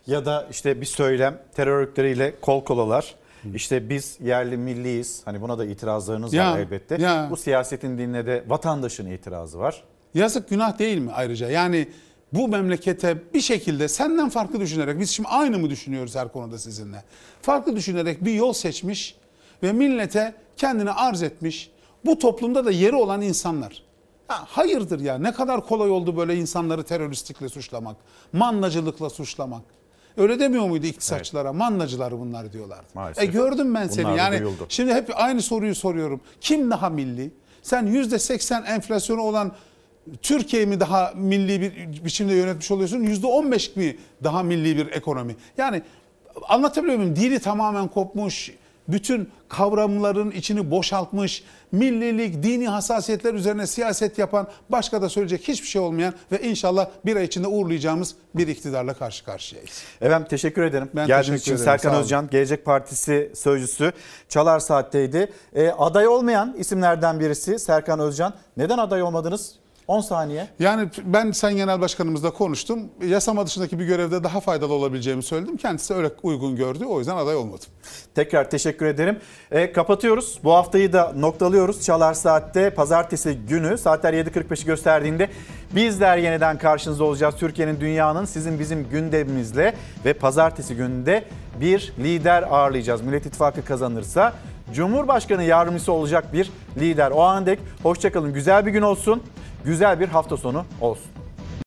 Ya da işte bir söylem terör örgütleriyle kol kolalar. İşte biz yerli milliyiz. Hani buna da itirazlarınız Ya, var elbette. ya. Bu siyasetin dinine de vatandaşın itirazı var. Yazık, günah değil mi ayrıca? Yani bu memlekete bir şekilde senden farklı düşünerek, biz şimdi aynı mı düşünüyoruz her konuda sizinle? Farklı düşünerek bir yol seçmiş ve millete kendini arz etmiş. Bu toplumda da yeri olan insanlar. Ya hayırdır ya, ne kadar kolay oldu böyle insanları teröristlikle suçlamak, mannacılıkla suçlamak. Öyle demiyor muydu iktisatçılara? Evet. Mannacılar bunlar diyorlardı. Maalesef. E gördüm ben seni. Yani duyuldu. Şimdi hep aynı soruyu soruyorum. Kim daha milli? Sen yüzde seksen enflasyonu olan Türkiye mi daha milli bir biçimde yönetmiş oluyorsun? yüzde on beş mi daha milli bir ekonomi? Yani anlatabiliyor muyum? Dili tamamen kopmuş, bütün kavramların içini boşaltmış, millilik, dini hassasiyetler üzerine siyaset yapan, başka da söyleyecek hiçbir şey olmayan ve inşallah bir ay içinde uğurlayacağımız bir iktidarla karşı karşıyayız. Efendim teşekkür ederim. Ben Geldiğiniz teşekkür için ederim. Serkan Özcan, Gelecek Partisi sözcüsü, Çalar Saat'teydi. E, aday olmayan isimlerden birisi Serkan Özcan. Neden aday olmadınız? on saniye. Yani ben Sayın Genel Başkanımızla konuştum. Yasama dışındaki bir görevde daha faydalı olabileceğimi söyledim. Kendisi öyle uygun gördü. O yüzden aday olmadım. Tekrar teşekkür ederim. E, kapatıyoruz. Bu haftayı da noktalıyoruz. Çalar Saat'te pazartesi günü saatler yedi kırk beşi gösterdiğinde bizler yeniden karşınızda olacağız. Türkiye'nin, dünyanın, sizin bizim gündemimizle ve pazartesi gününde bir lider ağırlayacağız. Millet İttifakı kazanırsa Cumhurbaşkanı yardımcısı olacak bir lider. O ana dek hoşça kalın. Güzel bir gün olsun. Güzel bir hafta sonu olsun.